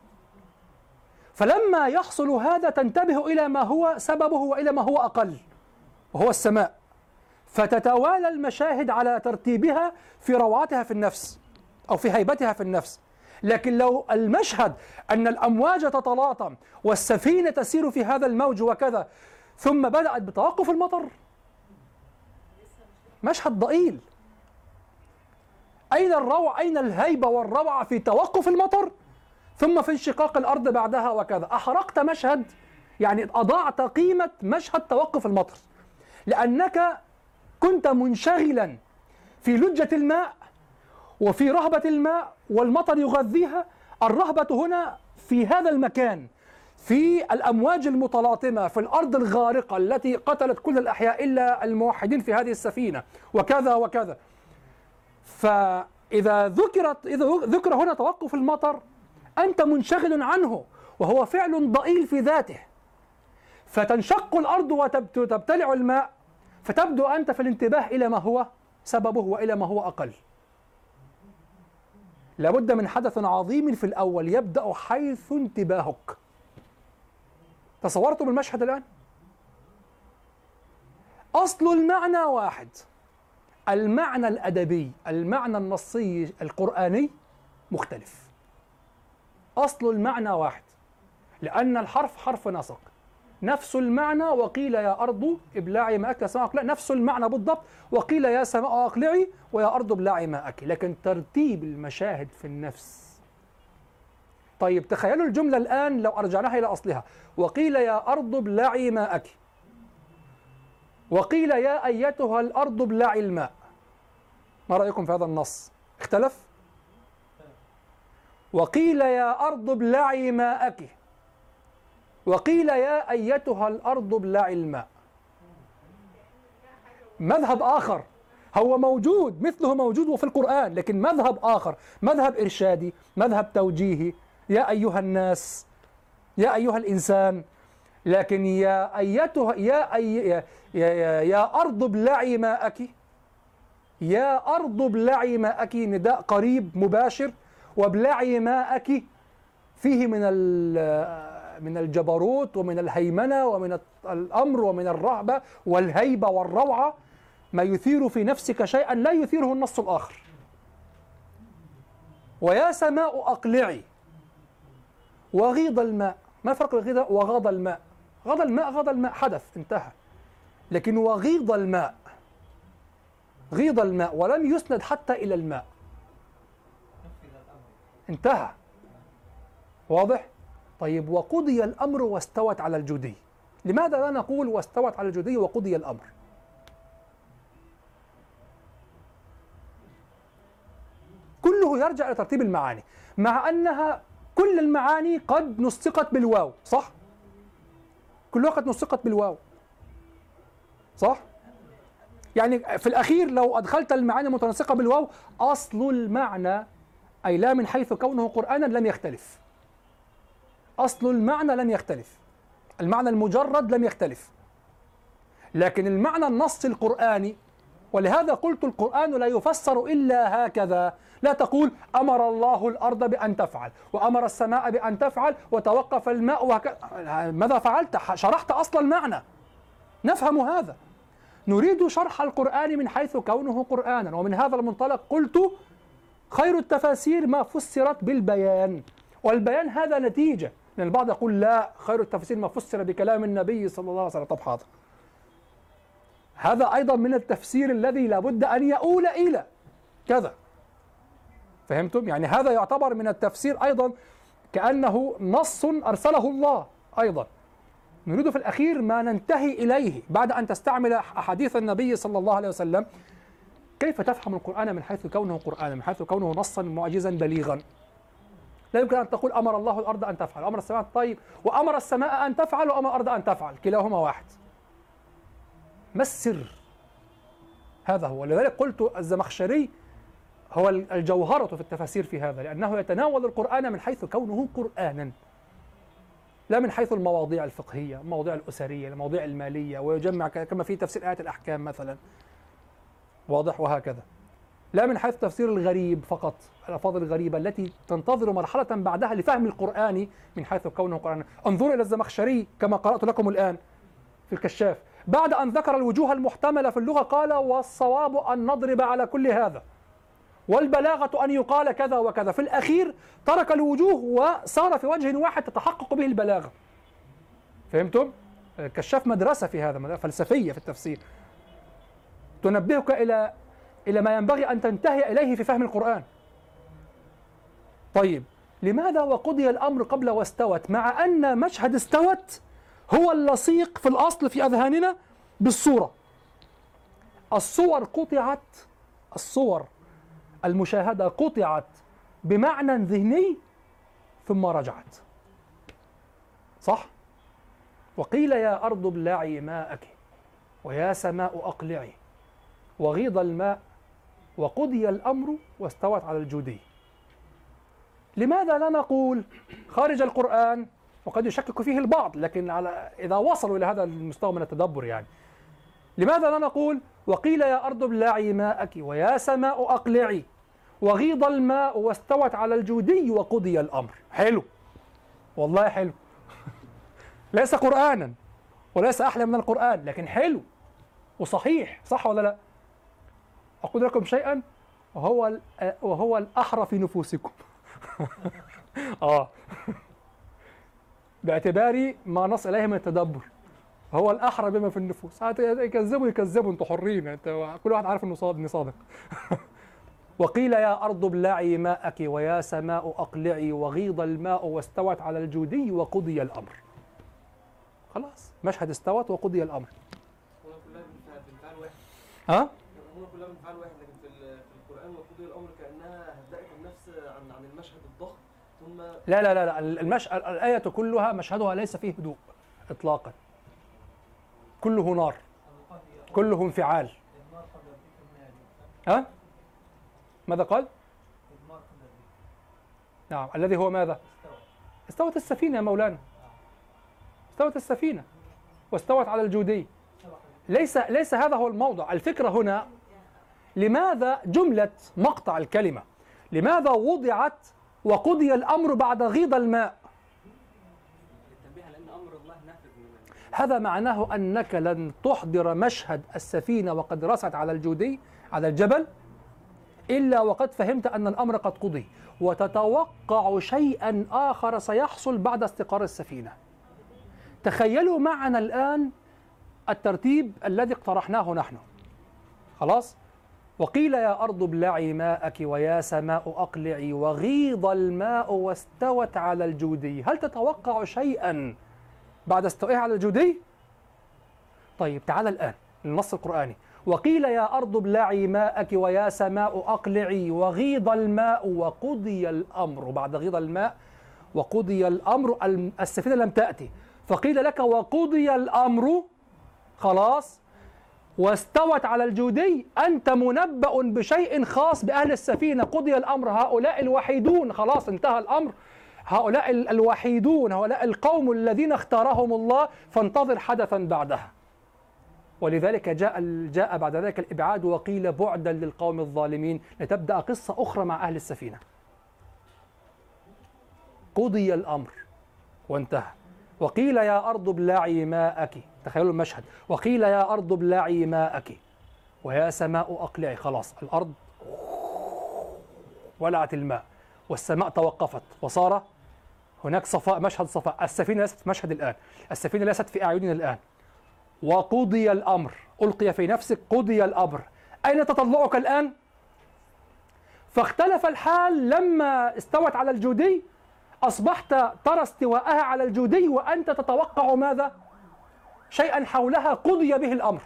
فلما يحصل هذا تنتبه إلى ما هو سببه وإلى ما هو أقل، وهو السماء، فتتوالى المشاهد على ترتيبها في روعتها في النفس أو في هيبتها في النفس. لكن لو المشهد أن الأمواج تتلاطم والسفينة تسير في هذا الموج وكذا، ثم بدأت بتوقف المطر، مشهد ضئيل. أين الروعة؟ أين الهيبة والروعة في توقف المطر ثم في انشقاق الأرض بعدها وكذا؟ أحرقت مشهد، يعني أضاعت قيمة مشهد توقف المطر، لأنك كنت منشغلا في لجة الماء وفي رهبة الماء والمطر يغذيها. الرهبة هنا في هذا المكان، في الأمواج المتلاطمة، في الأرض الغارقة التي قتلت كل الأحياء إلا الموحدين في هذه السفينة وكذا وكذا. فإذا ذكرت إذا ذكر هنا توقف المطر أنت منشغل عنه، وهو فعل ضئيل في ذاته. فتنشق الأرض وتبتلع الماء، فتبدو أنت في الانتباه إلى ما هو سببه وإلى ما هو أقل. لابد من حدث عظيم في الأول يبدأ حيث انتباهك. تصورتم المشهد الآن؟ أصل المعنى واحد، المعنى الأدبي، المعنى النصي القرآني مختلف. أصل المعنى واحد، لأن الحرف حرف نسق، نفس المعنى. وقيل يا أرض ابلعي ماءك يا سماء أقلعي، نفس المعنى بالضبط. وقيل يا سماء أقلعي ويا أرض ابلعي ماءك، لكن ترتيب المشاهد في النفس. طيب تخيلوا الجملة الآن لو أرجعناها إلى أصلها: وقيل يا أرض ابلعي ماءك، وقيل يا أيتها الأرض ابلعي الماء. ما رأيكم في هذا النص؟ اختلف؟ وقيل يا أرض ابلعي ماءك، وقيل يا أيتها الأرض ابلعي الماء. مذهب آخر هو موجود، مثله موجود وفي القرآن، لكن مذهب آخر، مذهب إرشادي، مذهب توجيهي. يا أيها الناس، يا أيها الإنسان. لكن يا أيتها يا أي يا, يا, يا أرض ابلعي ماءك، يا أرض ابلعي ماءك، نداء قريب مباشر. وابلعي ماءك فيه من من الجبروت ومن الهيمنة ومن الأمر ومن الرهبة والهيبة والروعة، ما يثير في نفسك شيئا لا يثيره النص الآخر. ويا سماء أقلعي وغيض الماء. ما الفرق بين غيض وغاض الماء؟ غاض الماء غاض الماء حدث انتهى، لكن وغيض الماء، غيض الماء ولم يسند حتى إلى الماء، انتهى. واضح؟ طيب وقضي الأمر واستوت على الجدي. لماذا لا نقول واستوت على الجدي وقضي الأمر؟ كله يرجع إلى ترتيب المعاني، مع أنها كل المعاني قد نسقت بالواو، صح؟ كلها قد نسقت بالواو، صح؟ يعني في الأخير لو أدخلت المعاني المتناسقة بالواو، أصل المعنى أي لا من حيث كونه قرآنا لم يختلف. أصل المعنى لم يختلف، المعنى المجرد لم يختلف، لكن المعنى النص القرآني. ولهذا قلت القرآن لا يفسر إلا هكذا. لا تقول أمر الله الأرض بأن تفعل وأمر السماء بأن تفعل وتوقف الماء وهكذا. ماذا فعلت؟ شرحت أصل المعنى. نفهم هذا. نريد شرح القرآن من حيث كونه قرآنا، ومن هذا المنطلق قلت خير التفاسير ما فسرت بالبيان، والبيان هذا نتيجة. لأن البعض يقول لا، خير التفاسير ما فسر بكلام النبي صلى الله عليه وسلم. طب حاضر، هذا أيضا من التفسير الذي لابد أن يؤول إلى كذا. فهمتم؟ يعني هذا يعتبر من التفسير أيضا كأنه نص أرسله الله أيضا. نريد في الأخير ما ننتهي إليه بعد أن تستعمل أحاديث النبي صلى الله عليه وسلم. كيف تفهم القرآن من حيث كونه قرآنا، من حيث كونه نصا معجزا بليغا؟ لا يمكن أن تقول أمر الله الأرض أن تفعل، أمر السماء طيب، وأمر السماء أن تفعل وأمر الأرض أن تفعل، كلاهما واحد. ما السر؟ هذا هو. لذلك قلت الزمخشري هو الجوهرة في التفاسير في هذا، لأنه يتناول القرآن من حيث كونه قرآنا، لا من حيث المواضيع الفقهية، المواضيع الأسرية، المواضيع المالية، ويجمع كما في تفسير آيات الأحكام مثلا، واضح؟ وهكذا. لا من حيث تفسير الغريب فقط، الألفاظ الغريبة التي تنتظر مرحلة بعدها لفهم القرآن من حيث كونه قرآنا. انظروا إلى الزمخشري كما قرأت لكم الآن في الكشاف، بعد أن ذكر الوجوه المحتملة في اللغة قال: والصواب أن نضرب على كل هذا، والبلاغة أن يقال كذا وكذا. في الأخير ترك الوجوه وصار في وجه واحد تتحقق به البلاغة. فهمتم؟ الكشاف مدرسة في هذا، فلسفية في التفسير تنبهك إلى إلى ما ينبغي أن تنتهي إليه في فهم القرآن. طيب، لماذا وقضي الأمر قبل واستوت، مع أن مشهد استوت هو اللصيق في الأصل في أذهاننا بالصورة؟ الصور قطعت، الصور المشاهدة قطعت بمعنى ذهني ثم رجعت، صح؟ وقيل يا أرض ابلعي ماءك ويا سماء أقلعي وغيض الماء وقضي الأمر واستوت على الجودي. لماذا لا نقول خارج القرآن، وقد يشكك فيه البعض، لكن على إذا وصلوا إلى هذا المستوى من التدبر يعني، لماذا لا نقول وقيل يا أرض ابلعي ماءك ويا سماء أقلعي وغيض الماء واستوت على الجودي وقضي الأمر؟ حلو، والله حلو. ليس قرآنا وليس أحلى من القرآن، لكن حلو وصحيح، صح ولا لا؟ أقول لكم شيئا وهو وهو الأحرى في نفوسكم. آه باعتباري ما نص إليه من التدبر، هو الأحرى بما في النفوس. يكذبوا يكذبوا، أنتوا حرين، أنت كل واحد عارف إنه صادق صادق. وقيل يا أرض ابلعي ماءك ويا سماء أقلعي وغيض الماء واستوت على الجودي وقضي الأمر. خلاص، مشهد استوت وقضي الأمر. هنا كلها بنفعل واحد. ها؟ هنا كلها بنفعل واحد، لكن في في القرآن وقضي الأمر كأنها هدأت النفس عن عن المشهد الضخم ثم. لا لا لا لا، المش... الآية كلها مشهدها ليس فيه هدوء إطلاقا، كله نار، كله انفعال. ها؟ ماذا قال؟ نعم، الذي هو ماذا؟ استوت السفينة يا مولانا، استوت السفينة واستوت على الجودي. ليس ليس هذا هو الموضع. الفكرة هنا لماذا جملة مقطع الكلمة، لماذا وضعت وقضي الأمر بعد غيض الماء؟ هذا معناه أنك لن تحضر مشهد السفينة وقد رست على الجودي على الجبل إلا وقد فهمت أن الأمر قد قضي، وتتوقع شيئا آخر سيحصل بعد استقرار السفينة. تخيلوا معنا الآن الترتيب الذي اقترحناه نحن. خلاص؟ وقيل يا أرض ابلعي ماءك ويا سماء أقلعي وغيض الماء واستوت على الجودي. هل تتوقع شيئا بعد استوائها على الجودي؟ طيب تعال الآن للنص القرآني. وقيل يا أرض ابلعي ماءك ويا سماء أقلعي وغيض الماء وقضي الأمر. بعد غيض الماء وقضي الأمر، السفينة لم تأتي، فقيل لك وقضي الأمر، خلاص، واستوت على الجودي. أنت منبأ بشيء خاص بأهل السفينة. قضي الأمر، هؤلاء الوحيدون، خلاص انتهى الأمر، هؤلاء الوحيدون، هؤلاء القوم الذين اختارهم الله، فانتظر حدثا بعدها. ولذلك جاء جاء بعد ذلك الإبعاد وقيل بعدا للقوم الظالمين، لتبدأ قصة أخرى مع أهل السفينة. قضي الأمر وانتهى. وقيل يا أرض ابلعي ماءك، تخيلوا المشهد، وقيل يا أرض ابلعي ماءك ويا سماء أقلعي. خلاص الأرض ولعت الماء والسماء توقفت وصار هناك صفاء، مشهد صفاء. السفينة ليست في مشهد الآن، السفينة ليست في أعيننا الآن. وقضي الأمر، ألقي في نفسك قضي الأمر، أين تطلعك الآن؟ فاختلف الحال لما استوت على الجودي، أصبحت ترى استواءها على الجودي وأنت تتوقع ماذا؟ شيئا حولها قضي به الأمر.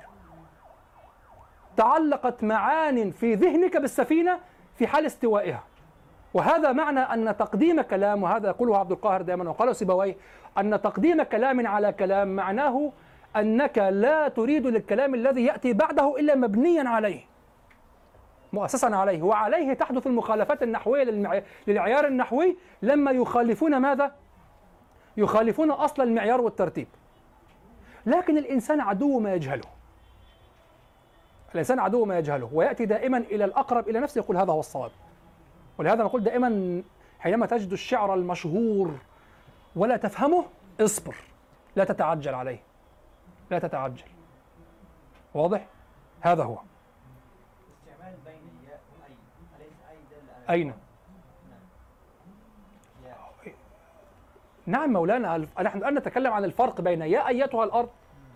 تعلقت معان في ذهنك بالسفينة في حال استوائها. وهذا معنى أن تقديم كلام، وهذا يقوله عبد القاهر دائما وقاله سيبويه، أن تقديم كلام على كلام معناه أنك لا تريد للكلام الذي يأتي بعده إلا مبنيا عليه، مؤسسا عليه، وعليه تحدث المخالفات النحوية للعيار النحوي لما يخالفون ماذا؟ يخالفون أصل المعيار والترتيب. لكن الإنسان عدو ما يجهله، الإنسان عدو ما يجهله، ويأتي دائما إلى الأقرب إلى نفسه يقول هذا هو الصواب. ولهذا نقول دائما حينما تجد الشعر المشهور ولا تفهمه اصبر، لا تتعجل عليه، لا تتعجل. واضح؟ هذا هو. استعمال بين الياء وأي، أليس أي دل على أين؟ نعم مولانا، نحن الآن نتكلم عن الفرق بين يا أيتها الأرض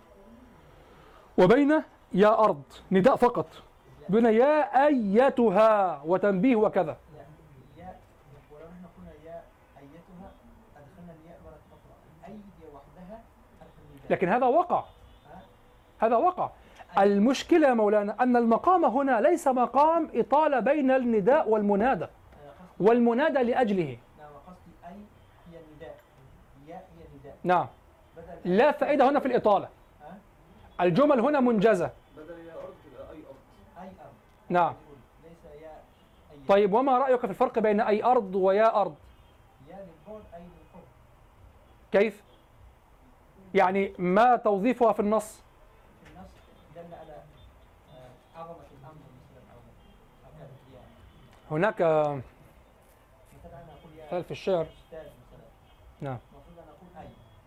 وبين يا أرض، نداء فقط، بين يا أيتها وتنبيه وكذا. ياء، ولو نحن قلنا يا أيتها أدخلنا الياء مرة أخرى، أي وحدها النداء. لكن هذا وقع، هذا وقع. المشكلة يا مولانا أن المقام هنا ليس مقام إطالة بين النداء والمنادى، والمنادى لأجله. نعم، قصدي أي هي نداء، ياء هي نداء. نعم، لا فائدة هنا في الإطالة، الجمل هنا منجزة. بدل يا أرض تبقى أي أرض. أي أرض. نعم. ليس يا أي. طيب وما رأيك في الفرق بين أي أرض ويا أرض؟ يا للبعد أي للقرب. كيف؟ يعني ما توظيفها في النص؟ في النص دل على آه، عظمة الأمر مثلا أو أو كذا يعني. هناك مثلا أنا أقول يا مثال في الشعر. أستاذ مثلا. نعم. المفروض أن أقول أي.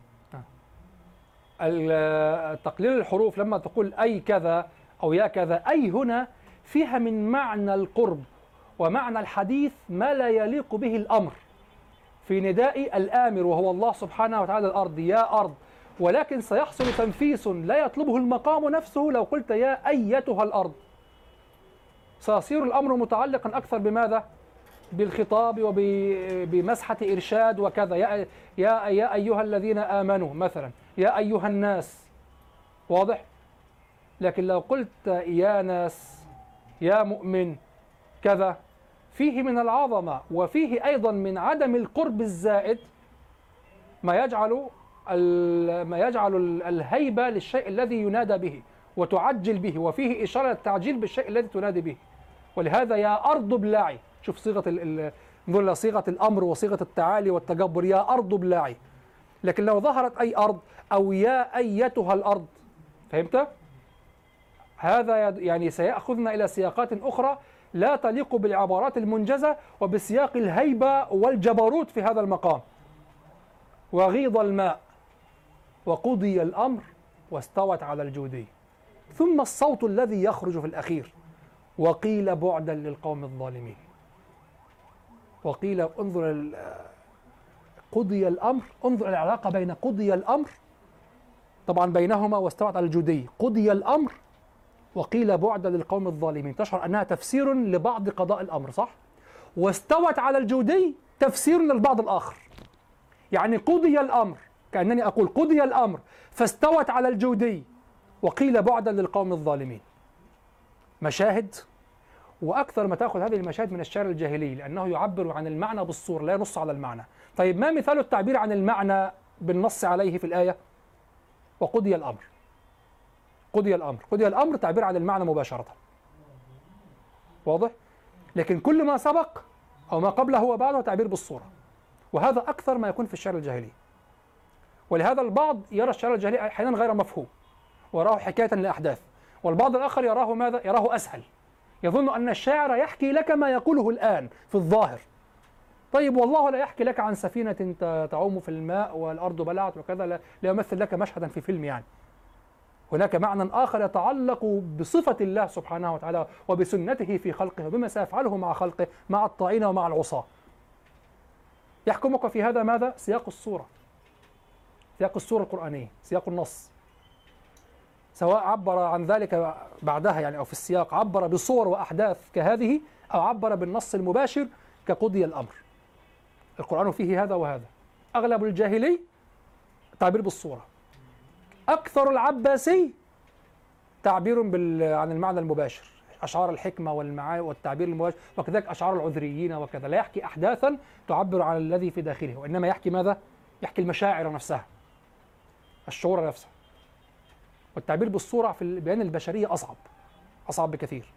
تقليل الحروف لما تقول أي كذا أو يا كذا، أي هنا فيها من معنى القرب ومعنى الحديث ما لا يليق به الأمر في نداء الآمر وهو الله سبحانه وتعالى الأرض، يا أرض، ولكن سيحصل تنفيس لا يطلبه المقام نفسه لو قلت يا أيتها الأرض. سيصير الأمر متعلقا أكثر بماذا؟ بالخطاب وبمسحة إرشاد وكذا، يا يا يا أيها الذين آمنوا مثلا، يا أيها الناس. واضح؟ لكن لو قلت يا ناس، يا مؤمن كذا، فيه من العظمة وفيه أيضا من عدم القرب الزائد ما يجعل ما يجعل الهيبة للشيء الذي ينادى به وتعجل به، وفيه إشارة التعجيل بالشيء الذي تنادي به. ولهذا يا أرض ابلعي، شوف صيغة نقول صيغة الأمر وصيغة التعالي والتجبر، يا أرض ابلعي. لكن لو ظهرت أي أرض أو يا أيتها الأرض، فهمت؟ هذا يعني سيأخذنا إلى سياقات أخرى لا تليق بالعبارات المنجزة وبسياق الهيبة والجبروت في هذا المقام. وغيض الماء وقضي الأمر واستوت على الجودي، ثم الصوت الذي يخرج في الأخير وقيل بعدا للقوم الظالمين. وقيل انظر قضي الأمر، انظر العلاقة بين قضي الأمر طبعا بينهما واستوت على الجودي، قضي الأمر وقيل بعدا للقوم الظالمين، تشعر أنها تفسير لبعض قضاء الأمر، صح؟ واستوت على الجودي تفسير للبعض الآخر، يعني قضي الأمر كأنني أقول قضي الأمر فاستوت على الجودي وقيل بعدا للقوم الظالمين. مشاهد، وأكثر ما تأخذ هذه المشاهد من الشعر الجاهلي لأنه يعبر عن المعنى بالصورة لا ينص على المعنى. طيب ما مثال التعبير عن المعنى بالنص عليه في الآية؟ وقضي الأمر. قضي الأمر، قضي الأمر تعبير عن المعنى مباشرة، واضح؟ لكن كل ما سبق أو ما قبله وبعده تعبير بالصورة، وهذا أكثر ما يكون في الشعر الجاهلي. ولهذا البعض يرى الشعر الجاهلي أحيانا غير مفهوم ويراه حكاية للأحداث، والبعض الآخر يراه ماذا؟ يراه أسهل، يظن أن الشاعر يحكي لك ما يقوله الآن في الظاهر. طيب والله لا يحكي لك عن سفينة تعوم في الماء والأرض بلعت وكذا، لا يمثل لك مشهدا في فيلم، يعني هناك معنى آخر يتعلق بصفة الله سبحانه وتعالى وبسنته في خلقه وبما سيفعله مع خلقه مع الطاعين ومع العصاة. يحكمك في هذا ماذا؟ سياق الصورة، سياق الصورة القرآنية، سياق النص، سواء عبر عن ذلك بعدها يعني أو في السياق عبر بصور وأحداث كهذه أو عبر بالنص المباشر كقضي الأمر. القرآن فيه هذا وهذا. أغلب الجاهلي تعبير بالصورة، أكثر العباسي تعبير بال... عن المعنى المباشر، أشعار الحكمة والمعاني والتعبير المواجه، وكذلك أشعار العذريين وكذا. لا يحكي أحداثا تعبر عن الذي في داخله، وإنما يحكي ماذا؟ يحكي المشاعر نفسها، الشعور نفسه. والتعبير بالصورة في البيان البشرية أصعب أصعب بكثير.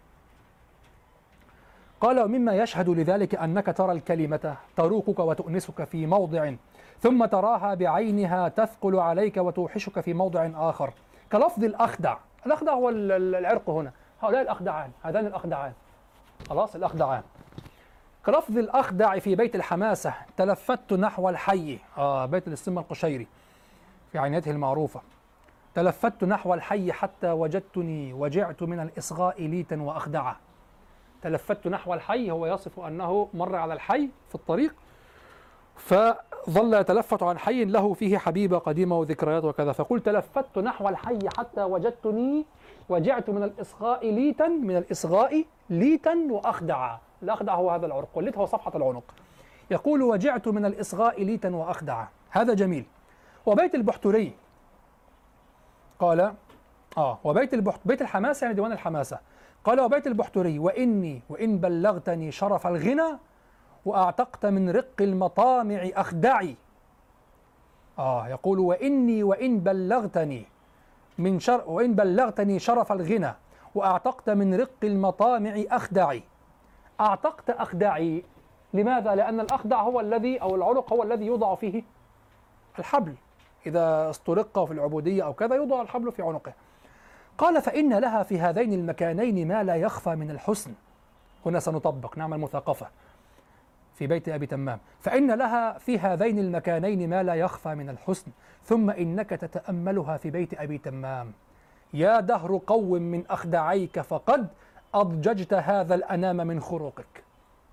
قال: ومما يشهد لذلك أنك ترى الكلمة تروقك وتؤنسك في موضع، ثم تراها بعينها تثقل عليك وتوحشك في موضع آخر، كلفظ الأخدع. الأخدع هو العرق هنا، هؤلاء الأخدعان، هذان الأخدعان، خلاص الأخدعان. كلفظ الأخدع في بيت الحماسة، تلفت نحو الحي، آه بيت السمة القشيري في عينيته المعروفة. تلفت نحو الحي حتى وجدتني وجعت من الإصغاء ليتا وأخدعه. تلفت نحو الحي هو يصف أنه مر على الحي في الطريق، فظل يتلفت عن حي له فيه حبيبة قديمة وذكريات وكذا، فقلت تلفت نحو الحي حتى وجدتني وجعت من الإصغاء ليتا، من الإصغاء ليتا وأخدعا. الأخدع هو هذا العرق، والليت هو صفحة العنق. يقول: وجعت من الإصغاء ليتا وأخدعا. هذا جميل. وبيت البحتري قال آه وبيت البحت بيت الحماسة يعني ديوان الحماسة. قال: وبيت البحتري: وإني وإن بلغتني شرف الغنى وأعتقت من رق المطامع أخدعي. آه يقول: وإني وإن بلغتني من شر وإن بلغتني شرف الغنى وأعتقت من رق المطامع أخدعي. أعتقت أخدعي، لماذا؟ لأن الأخدع هو الذي أو العنق هو الذي يوضع فيه الحبل، إذا استرق في العبودية أو كذا يوضع الحبل في عنقه. قال: فإن لها في هذين المكانين ما لا يخفى من الحسن. هنا سنطبق، نعمل مثاقفة في بيت أبي تمام. فإن لها في هذين المكانين ما لا يخفى من الحسن، ثم إنك تتأملها في بيت أبي تمام. يا دهر قوم من أخدعيك فقد أضججت هذا الأنام من خروقك.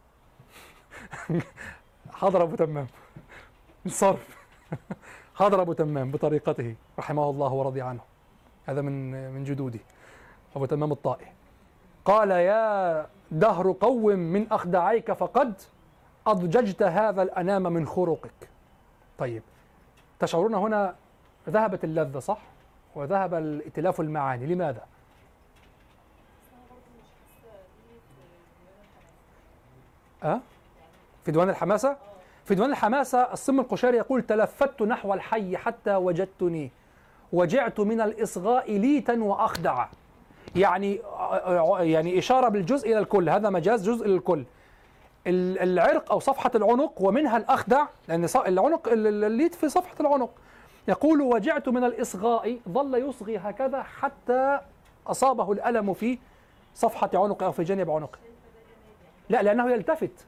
حضر أبو تمام الصرف. حضر أبو تمام بطريقته رحمه الله ورضي عنه، هذا من من جدودي أبو تمام الطائي. قال: يا دهر قوم من أخدعيك فقد أضججت هذا الأنام من خروقك. طيب، تشعرون هنا ذهبت اللذة صح؟ وذهب الائتلاف المعاني. لماذا؟ أه؟ في ديوان الحماسة؟ في ديوان الحماسة السم القشيري يقول: تلفت نحو الحي حتى وجدتني وجعت من الإصغاء ليتا وأخدع. يعني يعني إشارة بالجزء إلى الكل، هذا مجاز جزء للكل. العرق أو صفحة العنق ومنها الأخدع، لأن العنق الليت في صفحة العنق. يقول: وجعت من الإصغاء، ظل يصغي هكذا حتى أصابه الألم في صفحة عنقه أو في جانب عنقه. لا، لأنه يلتفت.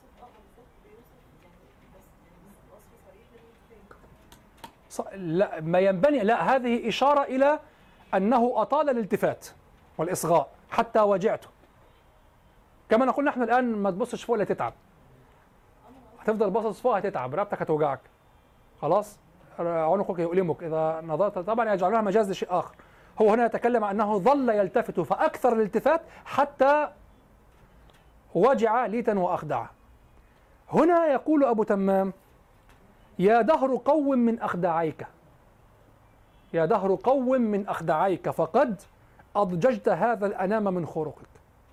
لا، ما ينبني، لا، هذه إشارة إلى أنه أطال الالتفات والإصغاء حتى وجعته. كما نقول نحن الآن: ما تبصش فوق لا تتعب، هتفضل باصص فوق هتتعب، رقبتك هتوجعك، خلاص عنقك يؤلمك إذا نظرت. طبعا يجعلونها مجاز لشيء آخر. هو هنا يتكلم عن أنه ظل يلتفت فأكثر الالتفات حتى وجع ليتا وأخدع. هنا يقول أبو تمام: يا دهر قوم من أخدعيك، يا دهر قوم من أخدعيك فقد أضججت هذا الأنام من خروقك.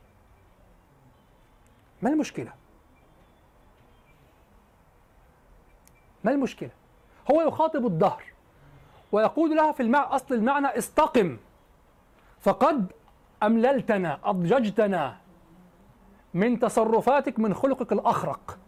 ما المشكلة؟ ما المشكلة؟ هو يخاطب الدهر ويقول لها في المعنى أصل المعنى: استقم، فقد أمللتنا، أضججتنا من تصرفاتك، من خلقك الأخرق.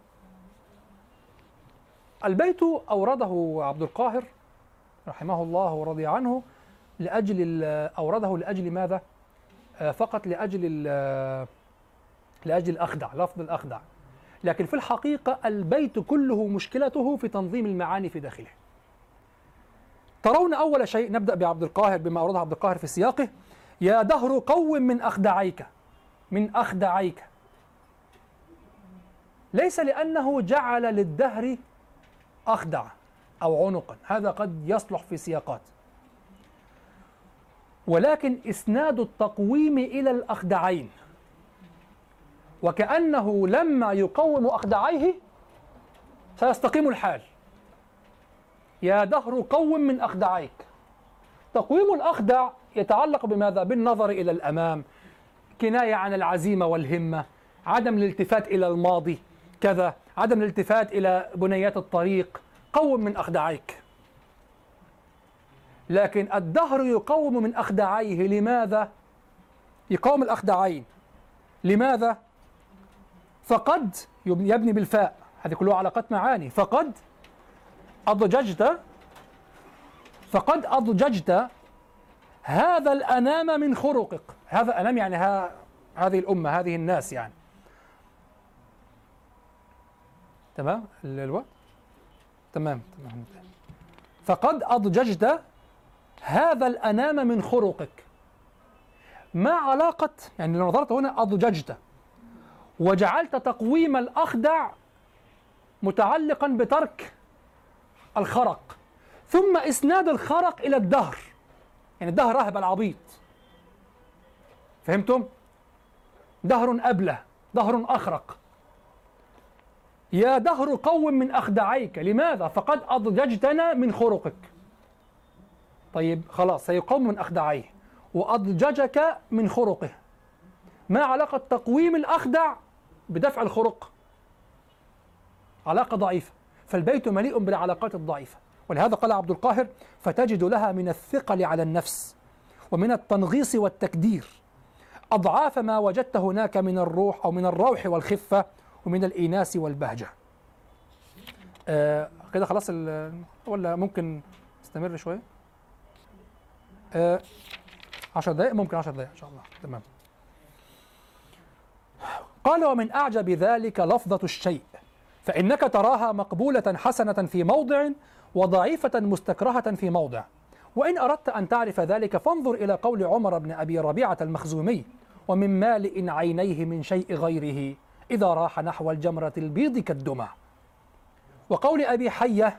البيت أورده عبد القاهر رحمه الله ورضي عنه لأجل أورده لأجل ماذا؟ فقط لأجل لأجل الأخدع، لفظ الأخدع. لكن في الحقيقة البيت كله مشكلته في تنظيم المعاني في داخله. ترون أول شيء، نبدأ بعبد القاهر بما أورده عبد القاهر في سياقه: يا دهر قوم من أخدعيك، من أخدعيك. ليس لأنه جعل للدهر أخدع أو عنقا، هذا قد يصلح في سياقات، ولكن إسناد التقويم إلى الأخدعين، وكأنه لما يقوم أخدعيه سيستقيم الحال. يا دهر قوم من أخدعيك. تقويم الأخدع يتعلق بماذا؟ بالنظر إلى الأمام، كناية عن العزيمة والهمة، عدم الالتفات إلى الماضي كذا، عدم الالتفات إلى بنيات الطريق. قوم من أخدعيك. لكن الدهر يقوم من أخدعيه. لماذا؟ يقوم الأخدعين. لماذا؟ فقد يبني بالفاء، هذه كلها علاقات معاني. فقد أضججت فقد أضججت هذا الأنام من خرقك. هذا الأنام يعني ها هذه الأمة، هذه الناس يعني. تمام الوقت؟ تمام تمام. فقد أضججت هذا الأنام من خرقك. ما علاقة، يعني لو نظرت هنا أضججت وجعلت تقويم الأخدع متعلقا بترك الخرق، ثم إسناد الخرق إلى الدهر، يعني الدهر رهب العبيط. فهمتم؟ دهر أبله، دهر أخرق. يا دهر قوم من أخدعيك. لماذا؟ فقد أضججتنا من خرقك. طيب خلاص، سيقوم من أخدعيه وأضججك من خرقه. ما علاقة تقويم الأخدع بدفع الخرق؟ علاقة ضعيفة. فالبيت مليء بالعلاقات الضعيفة، ولهذا قال عبد القاهر: فتجد لها من الثقل على النفس ومن التنغيص والتكدير أضعاف ما وجدت هناك من الروح أو من الروح والخفة ومن الإيناس والبهجة. آه كده خلاص، ولا ممكن نستمر شوية؟ آه عشر دقائق، ممكن عشر دقائق إن شاء الله. تمام. قال: ومن أعجب ذلك لفظة الشيء، فإنك تراها مقبولة حسنة في موضع وضعيفة مستكرهة في موضع. وإن أردت أن تعرف ذلك فانظر إلى قول عمر بن أبي ربيعة المخزومي: ومن مالئ عينيه من شيء غيره إذا راح نحو الجمرة البيض كالدمى. وقول أبي حية: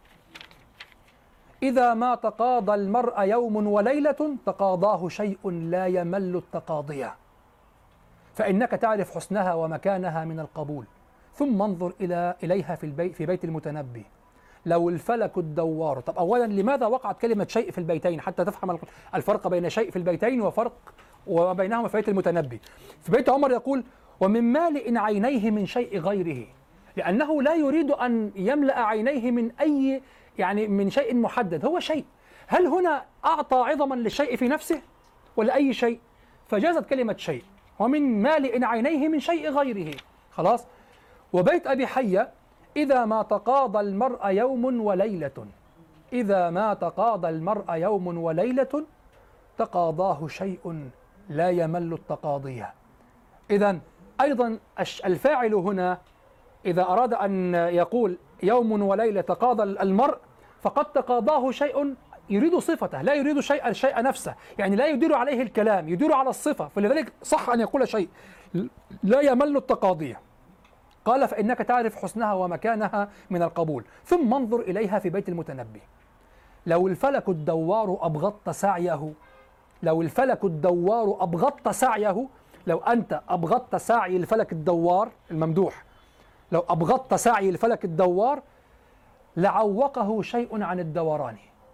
إذا ما تقاضى المرء يوم وليلة تقاضاه شيء لا يمل التقاضية، فإنك تعرف حسنها ومكانها من القبول، ثم انظر إلى إليها في البيت في بيت المتنبي لو الفلك الدوار. طب أولا، لماذا وقعت كلمة شيء في البيتين؟ حتى تفهم الفرق بين شيء في البيتين وفرق وبينهما في بيت المتنبي. في بيت عمر يقول: ومن مالئ عينيه من شيء غيره، لأنه لا يريد أن يملأ عينيه من أي يعني من شيء محدد. هو شيء، هل هنا أعطى عظما للشيء في نفسه ولا أي شيء؟ فجازت كلمة شيء. ومن مالئ عينيه من شيء غيره. خلاص. وبيت أبي حية: إذا ما تقاضى المرء يوم وليلة إذا ما تقاضى المرء يوم وليلة تقاضاه شيء لا يمل التقاضية. إذن أيضا الفاعل هنا إذا أراد أن يقول يوم وليلة تقاضى المرء فقد تقاضاه شيء يريد صفته، لا يريد شيء الشيء نفسه، يعني لا يدير عليه الكلام، يدير على الصفة. فلذلك صح أن يقول شيء لا يمل التقاضية. قال: فإنك تعرف حسنها ومكانها من القبول، ثم انظر إليها في بيت المتنبي لو الفلك الدوار أبغضت سعيه لو الفلك الدوار أبغضت سعيه لو أنت أبغضت سعي الفلك الدوار الممدوح، لو أبغضت سعي الفلك الدوار لعوقه شيء عن الدوران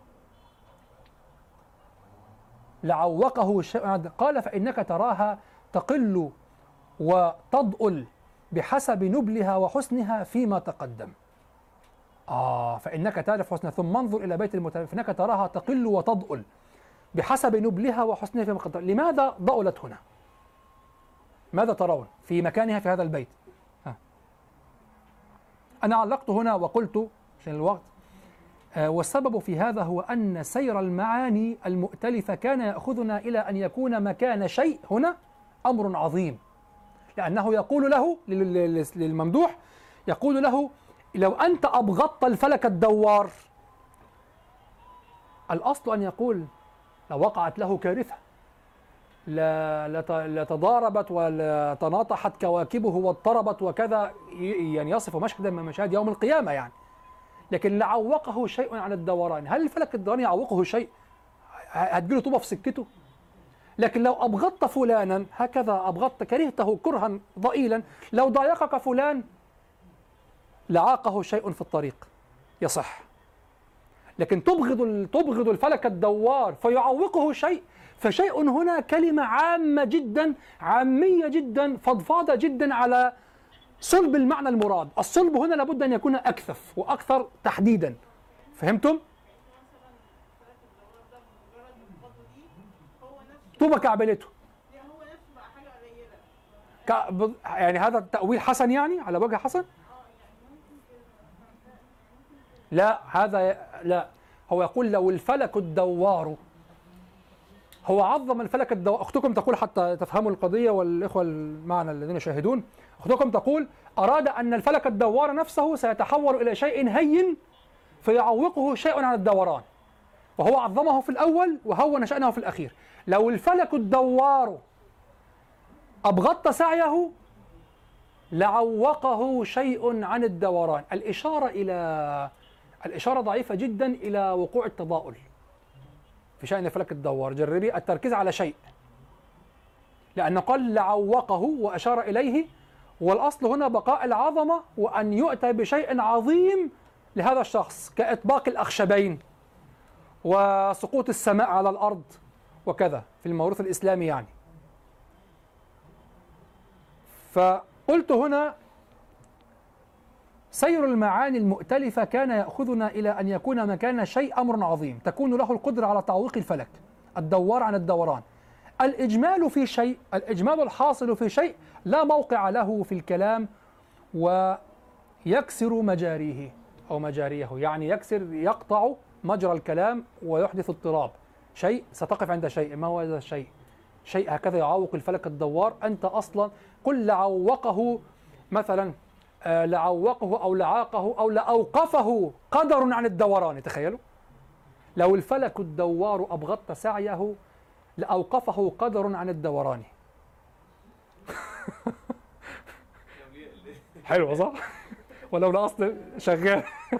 لعوقه شيء عن. قال: فإنك تراها تقل وتضؤل بحسب نبلها وحسنها فيما تقدم. آه فإنك تعرف حسنها، ثم انظر إلى بيت المتنبي فإنك تراها تقل وتضؤل بحسب نبلها وحسنها فيما تقدم. لماذا ضألت هنا؟ ماذا ترون في مكانها في هذا البيت؟ ها. أنا علقت هنا وقلت عشان الوقت، آه والسبب في هذا هو أن سير المعاني المؤتلفة كان يأخذنا إلى أن يكون مكان شيء هنا أمر عظيم، لأنه يقول له للممدوح، يقول له: لو أنت أبغضت الفلك الدوار، الأصل أن يقول لو وقعت له كارثة لتضاربت ولتناطحت كواكبه واضطربت وكذا، يعني يصف مشهدا من مشاهد يوم القيامة يعني. لكن لعوقه شيء عن الدوران. هل الفلك الدوران يعوقه شيء؟ هتجيله طوبة في سكته؟ لكن لو أبغضت فلانا هكذا، أبغضت كرهته كرها ضئيلا، لو ضايقك فلان لعاقه شيء في الطريق يصح. لكن تبغض تبغض الفلك الدوار فيعوقه شيء، فشيء هنا كلمة عامة جدا، عامية جدا، فضفاضة جدا على صلب المعنى المراد. الصلب هنا لابد أن يكون أكثف وأكثر تحديدا. فهمتم؟ طوبة كعبلته يعني هذا التأويل حسن يعني على وجه حسن؟ لا هذا لا، هو يقول لو الفلك الدوار، هو عظم الفلك الدوار. أختكم تقول حتى تفهموا القضية والإخوة المعنى الذين يشاهدون، أختكم تقول أراد أن الفلك الدوار نفسه سيتحول إلى شيء هين فيعوقه شيء عن الدوران، وهو عظمه في الأول وهون شأنه في الأخير. لو الفلك الدوار أبغضت سعيه لعوقه شيء عن الدوران. الإشارة إلى الإشارة ضعيفة جدا إلى وقوع التضاؤل في شأن فلك الدوار. جربي التركيز على شيء، لأنه قال لعوقه وأشار إليه، والأصل هنا بقاء العظمة وأن يؤتى بشيء عظيم لهذا الشخص كإطباق الأخشبين وسقوط السماء على الأرض وكذا في الموروث الإسلامي يعني. فقلت هنا سير المعاني المؤتلفة كان يأخذنا إلى أن يكون مكان شيء أمر عظيم تكون له القدرة على تعويق الفلك الدوار عن الدوران. الإجمال في شيء، الإجمال الحاصل في شيء لا موقع له في الكلام ويكسر مجاريه أو مجاريه، يعني يكسر يقطع مجرى الكلام ويحدث اضطراب. شيء ستقف عند شيء، ما هو هذا الشيء؟ شيء هكذا يعوق الفلك الدوار. أنت أصلا قل لعوقه مثلا، آه لعوقه أو لعاقه أو لأوقفه قدر عن الدوران. تخيلوا لو الفلك الدوار أبغضت سعيه لأوقفه قدر عن الدوران. حلو صح؟ ولو لا أصل شغال.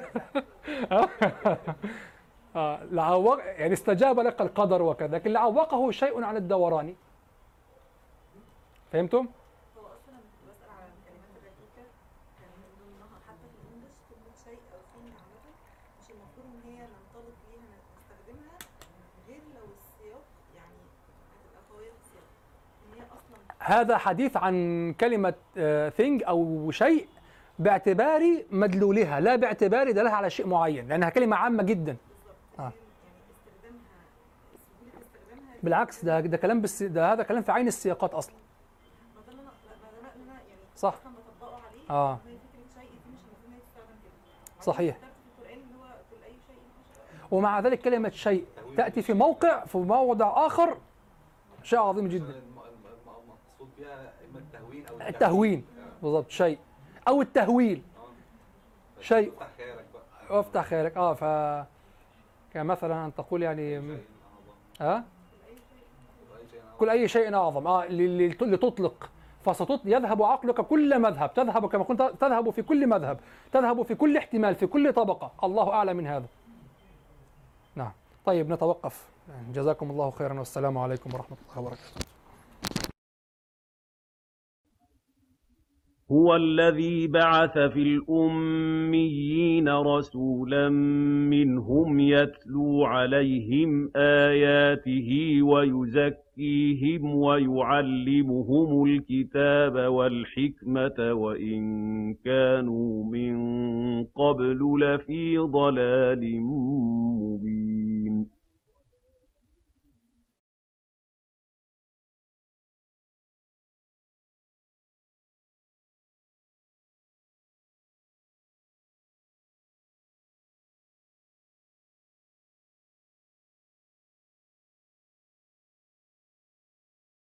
آه لعوق يعني استجاب لك القدر وكذا، لكن لعوقه شيء عن الدوران. فهمتم؟ هو اصلا كنت بسال على الكلمات الرقيقه، كان من ضمنها حتى في الانجليش كلمه شيء او ثينج عامه مش المفروض ان هي ننطلق بيها نستخدمها غير لو السياق يعني هتبقى قويه في السياق ان هي اصلا. هذا حديث عن كلمه ثينج او شيء باعتبار مدلولها لا باعتبار دلالها على شيء معين، لانها كلمه عامه جدا. آه. بالعكس ده ده كلام بس ده هذا كلام في عين السياقات اصلا. صح. اه صحيح. ومع ذلك كلمة شيء تأتي في موقع في موضع آخر شيء عظيم جدا. المقصود بها اما التهوين او التهوين بالضبط، شيء او التهويل شيء. افتح خيالك اه ف كمثلا ان تقول يعني ها آه؟ كل اي شيء اعظم اه لتطلق فستط يذهب عقلك كل مذهب، تذهب كما كنت تذهب في كل مذهب، تذهب في كل احتمال في كل طبقة. الله أعلى من هذا. نعم. طيب نتوقف. جزاكم الله خيرا والسلام عليكم ورحمة الله وبركاته. هو الذي بعث في الأميين رسولا منهم يتلو عليهم آياته ويزكيهم ويعلمهم الكتاب والحكمة وإن كانوا من قبل لفي ضلال مبين.